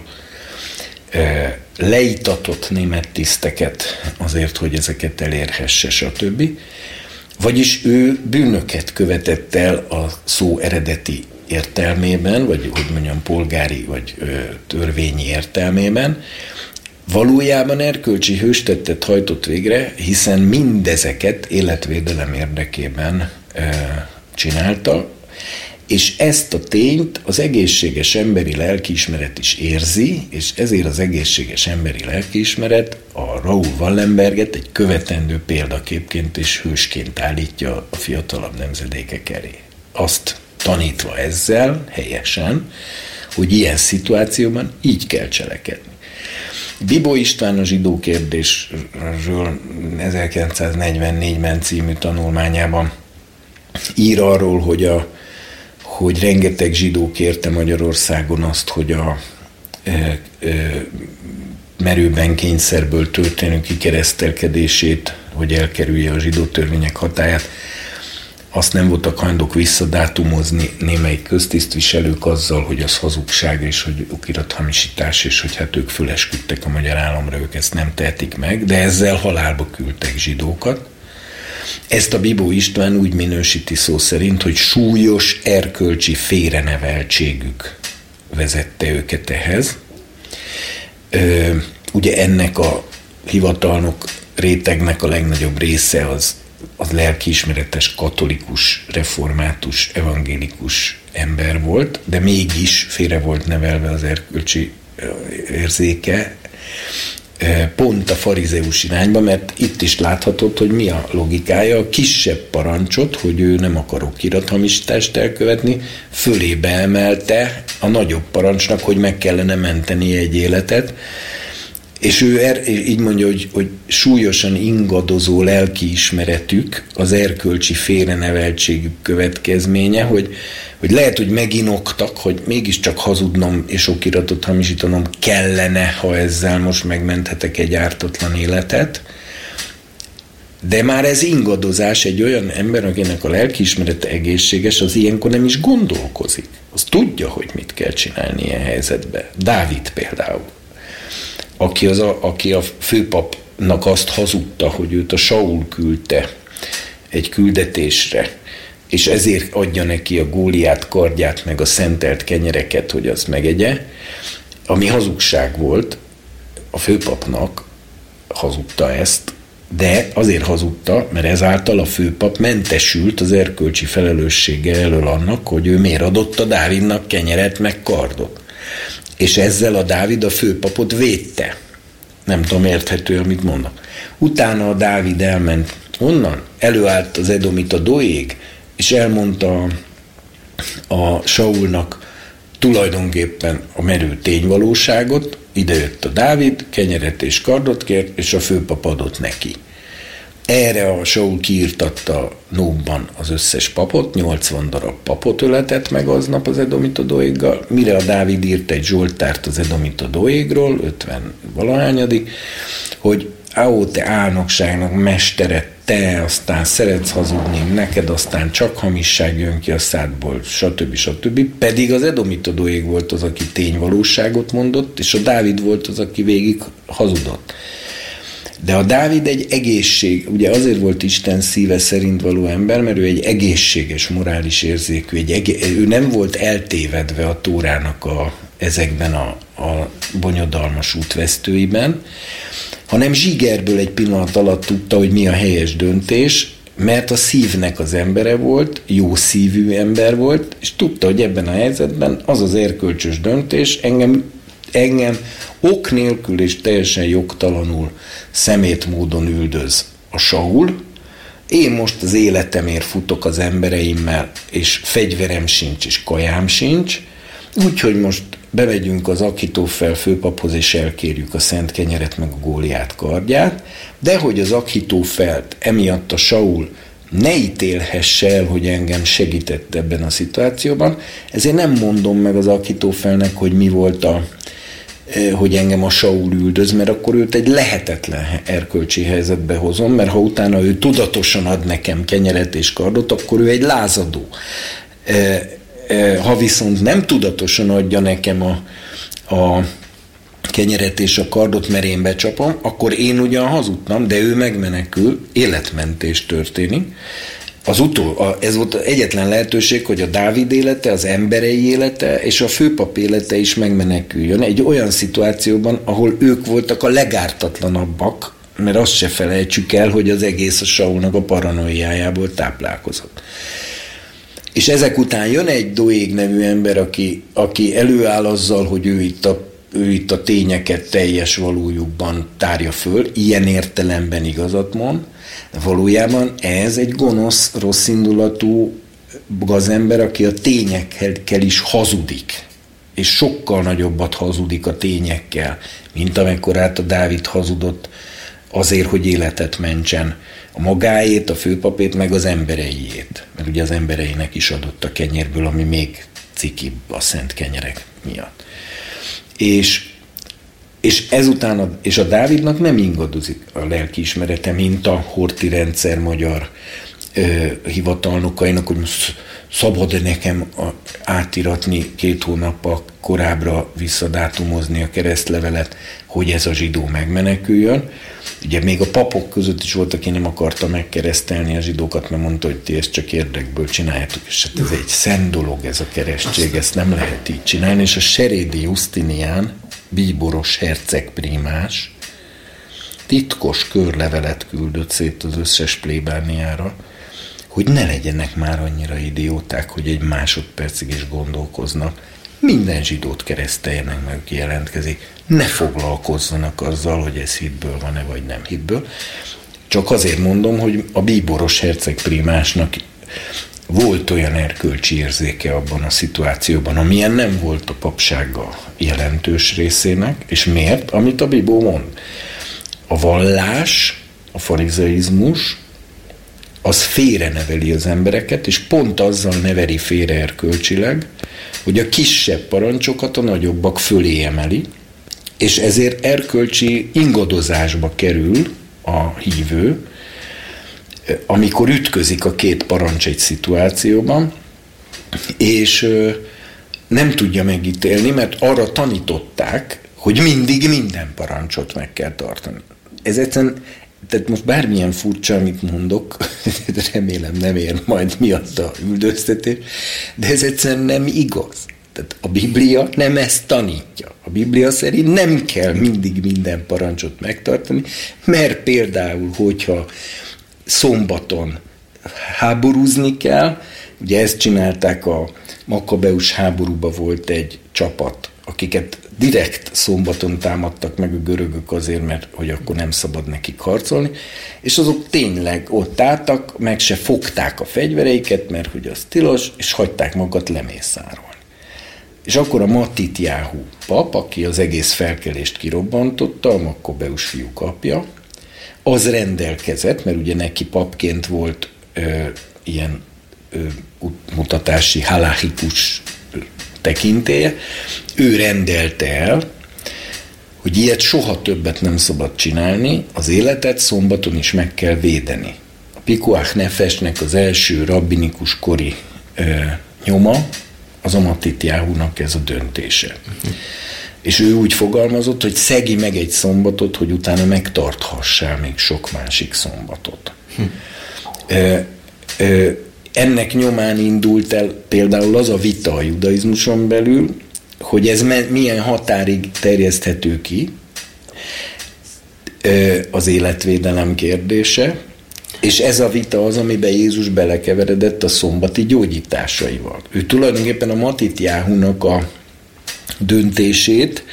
Leítatott német tiszteket azért, hogy ezeket elérhesse, stb. Vagyis ő bűnöket követett el a szó eredeti értelmében, vagy hogy mondjam, polgári vagy törvényi értelmében, valójában erkölcsi hőstettet hajtott végre, hiszen mindezeket életvédelem érdekében csinálta, és ezt a tényt az egészséges emberi lelkiismeret is érzi, és ezért az egészséges emberi lelkiismeret a Raoul Wallenberget egy követendő példaképként és hősként állítja a fiatalabb nemzedékek elé. Azt tanítva ezzel helyesen, hogy ilyen szituációban így kell cselekedni. Bibó István a zsidó kérdésről 1944-ben című tanulmányában ír arról, hogy rengeteg zsidó kérte Magyarországon azt, hogy a merőben kényszerből történő kikeresztelkedését, hogy elkerülje a zsidó törvények hatályát, azt nem voltak hajlandók visszadátumozni némelyik köztisztviselők azzal, hogy az hazugság, és hogy okirathamisítás, és hogy hát ők fölesküdtek a magyar államra, ők ezt nem tehetik meg, de ezzel halálba küldtek zsidókat. Ezt a Bibó István úgy minősíti szó szerint, hogy súlyos erkölcsi félreneveltségük vezette őket ehhez. Ugye ennek a hivatalnok rétegnek a legnagyobb része az lelkiismeretes, katolikus, református, evangélikus ember volt, de mégis félre volt nevelve az erkölcsi érzéke, pont a farizeus irányba, mert itt is láthatod, hogy mi a logikája. A kisebb parancsot, hogy ő nem akar okirathamisítást elkövetni, fölébe emelte a nagyobb parancsnak, hogy meg kellene menteni egy életet, és ő így mondja, hogy súlyosan ingadozó lelkiismeretük az erkölcsi félreneveltségük következménye, hogy lehet, hogy meginoktak, hogy mégiscsak hazudnom és okiratot hamisítanom kellene, ha ezzel most megmenthetek egy ártatlan életet. De már ez ingadozás, egy olyan ember, akinek a lelkiismerete egészséges, az ilyenkor nem is gondolkozik. Az tudja, hogy mit kell csinálni ilyen helyzetben. Dávid például, aki a főpapnak azt hazudta, hogy őt a Saul küldte egy küldetésre, és ezért adja neki a Góliát kardját, meg a szentelt kenyereket, hogy azt megegye, ami hazugság volt, a főpapnak hazudta ezt, de azért hazudta, mert ezáltal a főpap mentesült az erkölcsi felelőssége elől annak, hogy ő miért adott a Dávidnak kenyeret, meg kardot. És ezzel a Dávid a főpapot védte. Nem tudom, érthető, amit mondok. Utána a Dávid elment onnan, előállt az edomita Doeg, és elmondta a Saulnak tulajdonképpen a merő tényvalóságot, idejött a Dávid, kenyeret és kardot kért, és a főpap adott neki. Erre a Saul kiirtatta Nóbban az összes papot, 80 darab papot öletett meg aznap az edomita Doeggal, mire a Dávid írt egy zsoltárt az edomita Doegról, 50 valahányadik, hogy áó, te álnokságnak mestere, te aztán szeretsz hazudni, neked aztán csak hamisság jön ki a szádból, stb. Pedig az edomita Doeg volt az, aki tényvalóságot mondott, és a Dávid volt az, aki végig hazudott. De a Dávid egy ugye azért volt Isten szíve szerint való ember, mert ő egy egészséges, morális érzékű, ő nem volt eltévedve a Tórának ezekben a bonyodalmas útvesztőiben, hanem zsigerből egy pillanat alatt tudta, hogy mi a helyes döntés, mert a szívnek az embere volt, jó szívű ember volt, és tudta, hogy ebben a helyzetben az az erkölcsös döntés engem ok nélkül és teljesen jogtalanul szemétmódon üldöz a Saul, én most az életemért futok az embereimmel, és fegyverem sincs, és kajám sincs, úgyhogy most bemegyünk az Achitófel főpaphoz, és elkérjük a szent kenyeret, meg a Góliát kardját, de hogy az Achitófelt emiatt a Saul ne ítélhesse el, hogy engem segített ebben a szituációban, ezért nem mondom meg az Achitófelnek, hogy mi volt hogy engem a Saul üldöz, mert akkor őt egy lehetetlen erkölcsi helyzetbe hozom, mert ha utána ő tudatosan ad nekem kenyeret és kardot, akkor ő egy lázadó. Ha viszont nem tudatosan adja nekem a kenyeret és a kardot, mert én becsapom, akkor én ugyan hazudtam, de ő megmenekül, életmentés történik. Ez volt az egyetlen lehetőség, hogy a Dávid élete, az emberei élete és a főpap élete is megmeneküljön egy olyan szituációban, ahol ők voltak a legártatlanabbak, mert azt se felejtsük el, hogy az egész a Saulnak a paranoiájából táplálkozott. És ezek után jön egy Doeg nevű ember, aki előáll azzal, hogy ő itt a tényeket teljes valójukban tárja föl, ilyen értelemben igazat mond, de valójában ez egy gonosz, rosszindulatú gazember, aki a tényekkel is hazudik, és sokkal nagyobbat hazudik a tényekkel, mint amikor a Dávid hazudott azért, hogy életet mentsen, a magáét, a főpapét, meg az embereiét. Mert ugye az embereinek is adott a kenyérből, ami még cikibb a szent kenyerek miatt. És ezután és a Dávidnak nem ingadozik a lelkiismerete, mint a Horthy rendszer magyar hivatalnokainak, hogy szabad-e nekem átiratni 2 hónappal korábbra visszadátumozni a keresztlevelet, hogy ez a zsidó megmeneküljön. Ugye még a papok között is volt, aki nem akarta megkeresztelni a zsidókat, mert mondta, hogy ti ezt csak érdekből csináljátok, és hát ez egy szent dolog, ez a keresztség, ezt nem lehet így csinálni, és a Serédi Justinian, bíboros herceg prímás titkos körlevelet küldött szét az összes plébániára, hogy ne legyenek már annyira idióták, hogy egy másodpercig is gondolkoznak, minden zsidót kereszteljenek meg, aki jelentkezik, ne foglalkozzanak azzal, hogy ez hitből van-e, vagy nem hitből. Csak azért mondom, hogy a bíboros herceg prímásnak volt olyan erkölcsi érzéke abban a szituációban, amilyen nem volt a papsága jelentős részének, és miért? Amit a Bibó mond. A vallás, a farizeizmus, az félreneveli az embereket, és pont azzal neveli félre erkölcsileg, hogy a kisebb parancsokat a nagyobbak fölé emeli, és ezért erkölcsi ingadozásba kerül a hívő, amikor ütközik a 2 parancs egy szituációban, és nem tudja megítélni, mert arra tanították, hogy mindig minden parancsot meg kell tartani. Ez egyszerűen, tehát most bármilyen furcsa, amit mondok, remélem nem ér majd miatt a üldöztetés, de ez egyszerűen nem igaz. Tehát a Biblia nem ezt tanítja. A Biblia szerint nem kell mindig minden parancsot megtartani, mert például, hogyha szombaton háborúzni kell, ugye ezt csinálták a Makabeus háborúban, volt egy csapat, akiket direkt szombaton támadtak meg a görögök azért, mert hogy akkor nem szabad nekik harcolni, és azok tényleg ott álltak, meg se fogták a fegyvereiket, mert hogy az tilos, és hagyták magukat lemészárolni. És akkor a Matitjáhu pap, aki az egész felkelést kirobbantotta, a Makabeus fiúk apja, az rendelkezett, mert ugye neki papként volt ilyen mutatási, halachikus tekintélye, ő rendelte el, hogy ilyet soha többet nem szabad csinálni, az életet szombaton is meg kell védeni. A Pikuach Nefesnek az első rabbinikus kori nyoma, az a Matitjáhunak ez a döntése. És ő úgy fogalmazott, hogy szegi meg egy szombatot, hogy utána megtarthassál még sok másik szombatot. Ennek nyomán indult el például az a vita a judaizmuson belül, hogy ez milyen határig terjeszthető ki, az életvédelem kérdése, és ez a vita az, amiben Jézus belekeveredett a szombati gyógyításaival. Ő tulajdonképpen a Matitjáhunak a döntését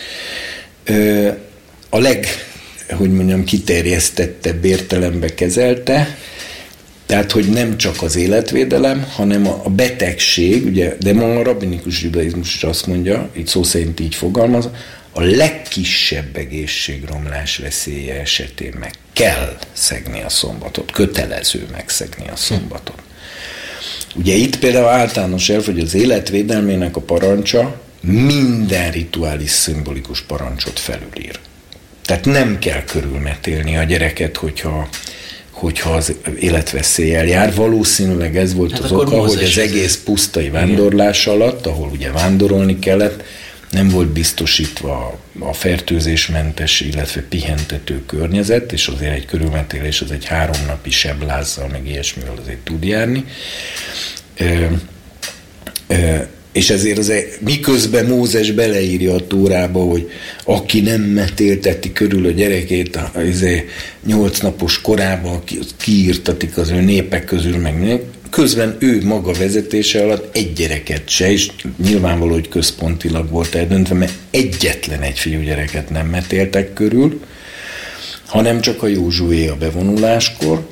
a kiterjesztettebb értelembe kezelte, Tehát, hogy nem csak az életvédelem, hanem a betegség, ugye, de ma a rabbinikus judaizmus is azt mondja, így szó szerint így fogalmaz, a legkisebb egészségromlás veszélye esetén meg kell szegni a szombatot, kötelező megszegni a szombatot. Ugye itt például általános elv, hogy az életvédelmének a parancsa minden rituális szimbolikus parancsot felülír. Tehát nem kell körülmetélni a gyereket, hogyha az életveszéllyel jár. Valószínűleg ez volt az oka, hogy az egész pusztai vándorlás alatt, ahol ugye vándorolni kellett, nem volt biztosítva a fertőzésmentes, illetve pihentető környezet, és azért egy körülmetélés az egy 3 napi seblázzal, meg ilyesmivel azért tud járni. És ezért miközben Mózes beleírja a Tórába, hogy aki nem metélteti körül a gyerekét 8 napos korában, kiírtatik az ő népek közül, meg közben ő maga vezetése alatt egy gyereket se, és nyilvánvaló, hogy központilag volt eldöntve, mert egyetlen egy fiúgyereket nem metéltek körül, hanem csak a Józsué a bevonuláskor.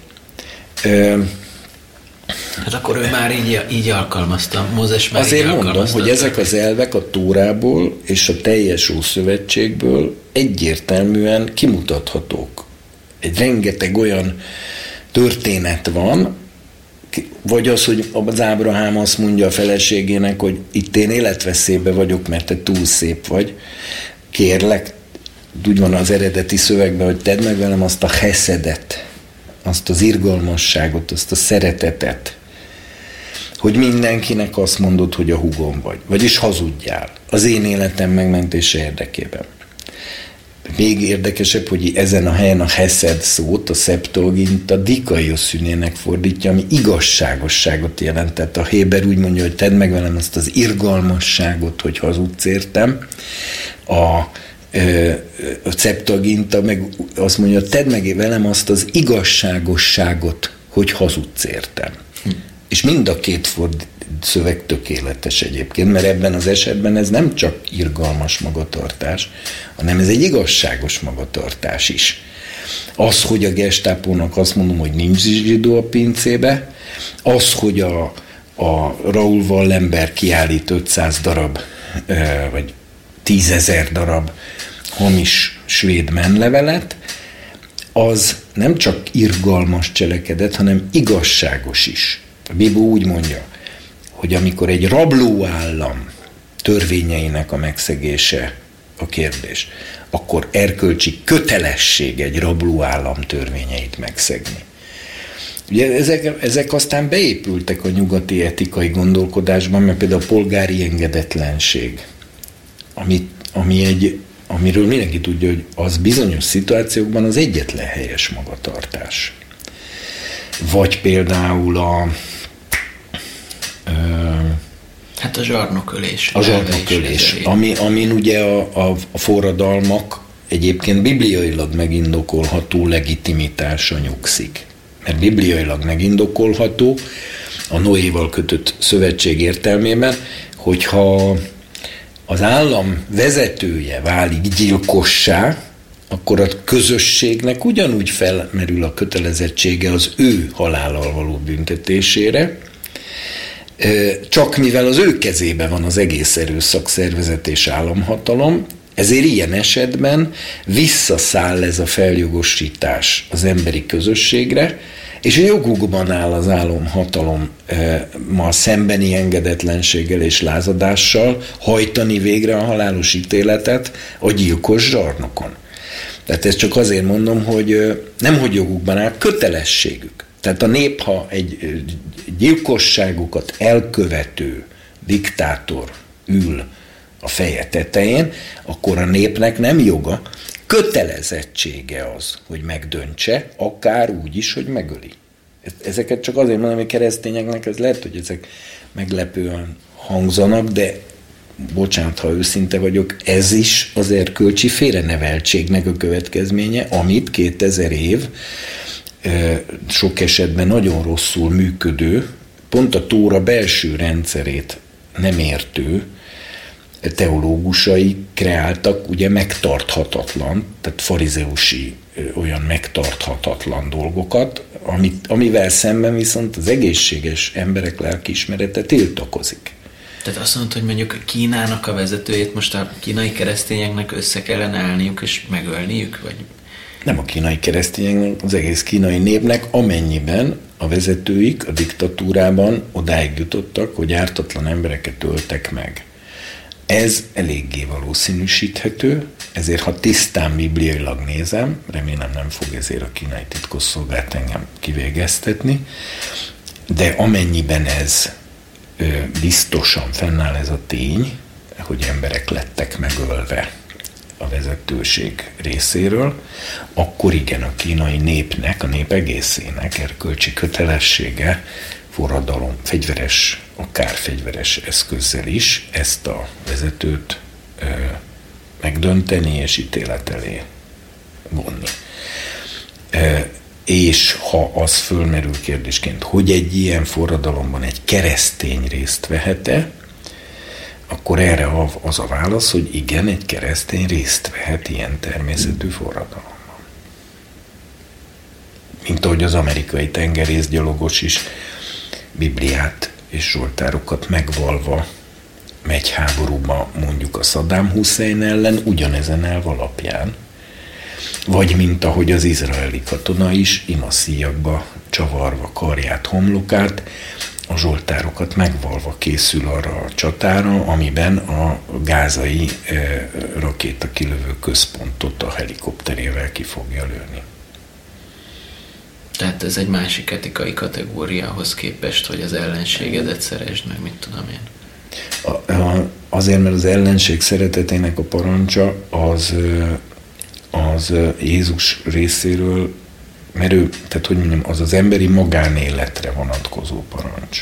Hát akkor ő már így alkalmazta, Mózes már azért mondom, hogy ezek az elvek a Tórából és a teljes Ószövetségből egyértelműen kimutathatók. Egy rengeteg olyan történet van, vagy az, hogy az Ábrahám azt mondja a feleségének, hogy itt én életveszélybe vagyok, mert te túl szép vagy. Kérlek, úgy van az eredeti szövegben, hogy tedd meg velem azt a heszedet, azt az irgalmasságot, azt a szeretetet, hogy mindenkinek azt mondod, hogy a húgom vagy. Vagyis hazudjál az én életem megmentése érdekében. Még érdekesebb, hogy ezen a helyen a heszed szót a Septuaginta dikaioszünének fordítja, ami igazságosságot jelent. Tehát a Héber úgy mondja, hogy tedd meg velem azt az irgalmasságot, hogy hazudsz értem. A Septuaginta meg azt mondja, tedd meg velem azt az igazságosságot, hogy hazudsz értem. És mind a két szöveg tökéletes egyébként, mert ebben az esetben ez nem csak irgalmas magatartás, hanem ez egy igazságos magatartás is. Az, hogy a gestápónak azt mondom, hogy nincs zsidó a pincébe, az, hogy a Raoul Wallenberg kiállít 500 darab, vagy 10 000 darab hamis svéd menlevelet, az nem csak irgalmas cselekedet, hanem igazságos is. A Bibó úgy mondja, hogy amikor egy rablóállam törvényeinek a megszegése a kérdés, akkor erkölcsi kötelesség egy rablóállam törvényeit megszegni. Ugye ezek aztán beépültek a nyugati etikai gondolkodásban, mert például a polgári engedetlenség, amiről mindenki tudja, hogy az bizonyos szituációkban az egyetlen helyes magatartás. Vagy például hát a zsarnokölés. A zsarnokölés, amin ugye a forradalmak egyébként bibliailag megindokolható legitimitása nyugszik. Mert bibliailag megindokolható a Noéval kötött szövetség értelmében, hogyha az állam vezetője válik gyilkossá, akkor a közösségnek ugyanúgy felmerül a kötelezettsége az ő halállal való büntetésére, csak mivel az ő kezében van az egész erőszakszervezet és államhatalom, ezért ilyen esetben visszaszáll ez a feljogosítás az emberi közösségre, és a jogukban áll az államhatalommal szembeni engedetlenséggel és lázadással hajtani végre a halálos ítéletet a gyilkos zsarnokon. Tehát ezt csak azért mondom, hogy nemhogy jogukban áll, kötelességük. Tehát a nép, ha egy gyilkosságukat elkövető diktátor ül a feje tetején, akkor a népnek nem joga, kötelezettsége az, hogy megdöntse, akár úgy is, hogy megöli. Ezeket csak azért mondom, hogy keresztényeknek ez lehet, hogy ezek meglepően hangzanak, de bocsánat, ha őszinte vagyok, ez is az erkölcsi félreneveltségnek a következménye, amit 2000 év sok esetben nagyon rosszul működő, pont a Tóra belső rendszerét nem értő teológusai kreáltak ugye megtarthatatlan, tehát farizeusi olyan megtarthatatlan dolgokat, amivel szemben viszont az egészséges emberek lelkiismerete tiltakozik. Tehát azt mondod, hogy mondjuk Kínának a vezetőjét most a kínai keresztényeknek össze kellene állniuk és megölniük? Vagy? Nem a kínai keresztényeknek, az egész kínai népnek, amennyiben a vezetőik a diktatúrában odáig jutottak, hogy ártatlan embereket öltek meg. Ez eléggé valószínűsíthető, ezért ha tisztán bibliailag nézem, remélem nem fog ezért a kínai titkosszolgálat engem kivégeztetni, de amennyiben ez biztosan fennáll ez a tény, hogy emberek lettek megölve a vezetőség részéről, akkor igen, a kínai népnek, a nép egészének erkölcsi kötelessége forradalom, fegyveres, akár fegyveres eszközzel is ezt a vezetőt megdönteni és ítélet elé vonni. És ha az fölmerül kérdésként, hogy egy ilyen forradalomban egy keresztény részt vehet-e, akkor erre az a válasz, hogy igen, egy keresztény részt vehet ilyen természetű forradalomban. Mint ahogy az amerikai tengerészgyalogos is Bibliát és zsoltárokat megvalva megy háborúba mondjuk a Saddam Hussein ellen ugyanezen elv alapján. Vagy mint ahogy az izraeli katona is imaszíjakba csavarva karját, homlokát, a zsoltárokat megvalva készül arra a csatára, amiben a gázai rakétakilövő központot a helikopterével ki fogja lőni. Tehát ez egy másik etikai kategóriához képest, hogy az ellenségedet szeresd meg, mit tudom én. Azért, mert az ellenség szeretetének a parancsa az Jézus részéről, mert ő, tehát hogy mondjam, az az emberi magánéletre vonatkozó parancs.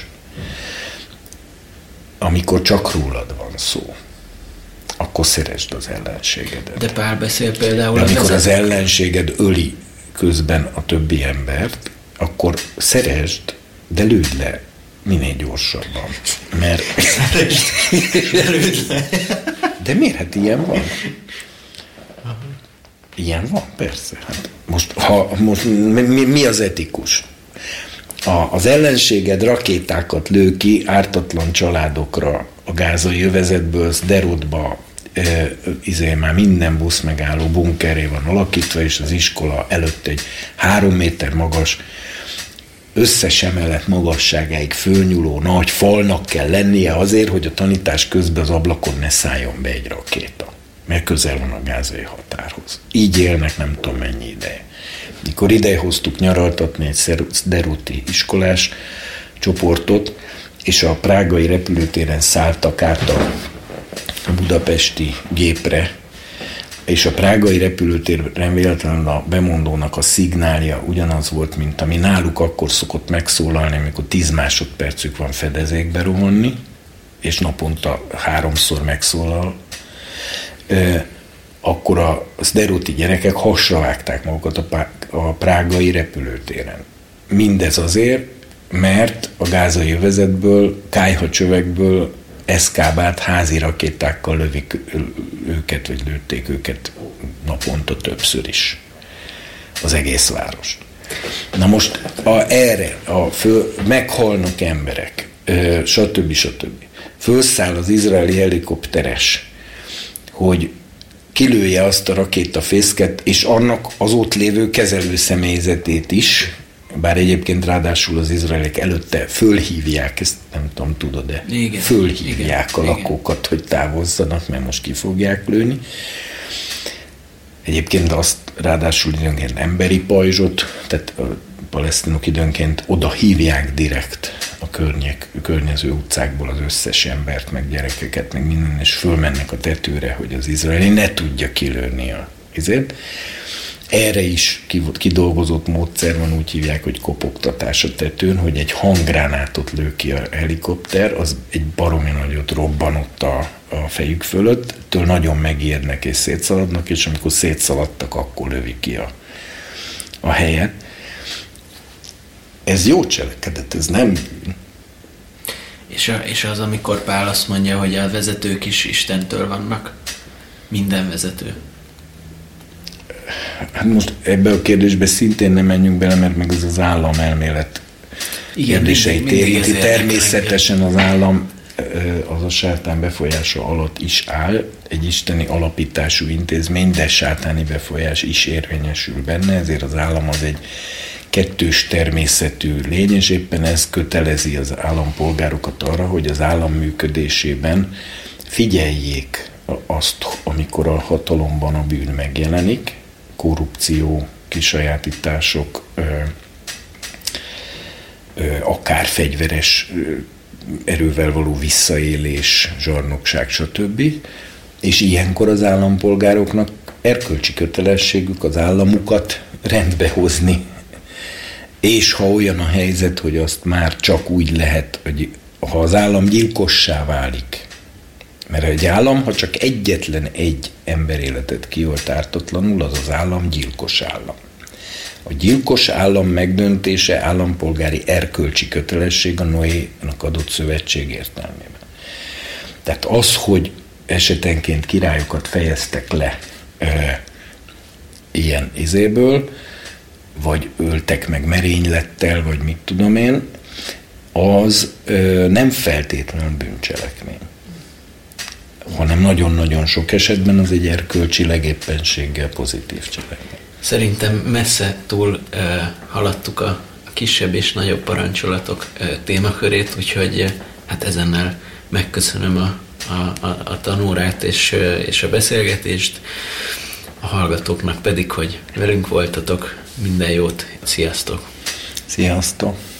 Amikor csak rólad van szó, akkor szeresd az ellenségedet. De Pál beszél például... De amikor az ellenséged öli közben a többi embert, akkor szeresd, de lőd le minél gyorsabban. Mert... De miért? Hát ilyen van. Ilyen van, persze. Hát most mi az etikus? Az ellenséged rakétákat lő ki ártatlan családokra a gázai övezetből, Szderotba, már minden busz megálló bunkeré van alakítva, és az iskola előtt egy 3 méter magas, összes emelet magasságáig fölnyúló nagy falnak kell lennie azért, hogy a tanítás közben az ablakon ne szálljon be egy rakéta, mert közel van a gázai határhoz. Így élnek nem tudom mennyi ideje. Mikor idehoztuk nyaraltatni egy szderoti iskolás csoportot, és a prágai repülőtéren szálltak át a budapesti gépre, és a prágai repülőtéren véletlenül a bemondónak a szignálja ugyanaz volt, mint ami náluk akkor szokott megszólalni, amikor 10 másodpercük van fedezékbe rohanni, és naponta 3-szor megszólal, akkor a szderoti gyerekek hasra vágták magukat a prágai repülőtéren. Mindez azért, mert a gázai övezetből, kályhacsövekből eszkábált házi rakétákkal lövik őket, vagy lőtték őket naponta többször is. Az egész várost. Na most meghalnak emberek, stb. Fölszáll az izraeli helikopteres, hogy kilője azt a rakétafészket, és annak az ott lévő kezelő személyzetét is, bár egyébként ráadásul az izraeliek előtte fölhívják, ezt nem tudom, tudod, de igen, fölhívják igen, a lakókat, hogy távozzanak, mert most ki fogják lőni. Egyébként azt ráadásul időnként emberi pajzsot, tehát a palesztinok időnként oda hívják direkt a környező utcákból az összes embert, meg gyerekeket, meg minden, és fölmennek a tetőre, hogy az izraeli ne tudja kilőni a izét. Erre is kidolgozott módszer van, úgy hívják, hogy kopogtatás a tetőn, hogy egy handgránátot lő ki a helikopter, az egy baromi nagyot robban ott a fejük fölött, től nagyon megijednek és szétszaladnak, és amikor szétszaladtak, akkor lövik ki a helyet. Ez jó cselekedet, ez nem bűn. És az, amikor Pál azt mondja, hogy a vezetők is Istentől vannak? Minden vezető. Hát most ebbe a kérdésbe szintén nem menjünk bele, mert meg ez az államelmélet kérdéseit érinti. Természetesen az állam az a sátán befolyása alatt is áll, egy isteni alapítású intézmény, de sátáni befolyás is érvényesül benne, ezért az állam az egy kettős természetű lény, és éppen ez kötelezi az állampolgárokat arra, hogy az állam működésében figyeljék azt, amikor a hatalomban a bűn megjelenik, korrupció, kisajátítások, akár fegyveres erővel való visszaélés, zsarnokság, stb. És ilyenkor az állampolgároknak erkölcsi kötelességük az államukat rendbe hozni. És ha olyan a helyzet, hogy azt már csak úgy lehet, hogy ha az állam gyilkossá válik, mert egy állam, ha csak egyetlen egy emberéletet kiölt ártatlanul, az az állam gyilkos állam. A gyilkos állam megdöntése állampolgári erkölcsi kötelesség a Noénak adott szövetség értelmében. Tehát az, hogy esetenként királyokat fejeztek le ilyen izéből, vagy öltek meg merénylettel, vagy mit tudom én, az nem feltétlenül bűncselekmény, hanem nagyon-nagyon sok esetben az egy erkölcsileg éppenséggel pozitív cselekmény. Szerintem messze túl haladtuk a kisebb és nagyobb parancsolatok témakörét, úgyhogy hát ezennel megköszönöm a tanórát és a beszélgetést, a hallgatóknak pedig, hogy velünk voltatok. Minden jót, sziasztok! Sziasztok!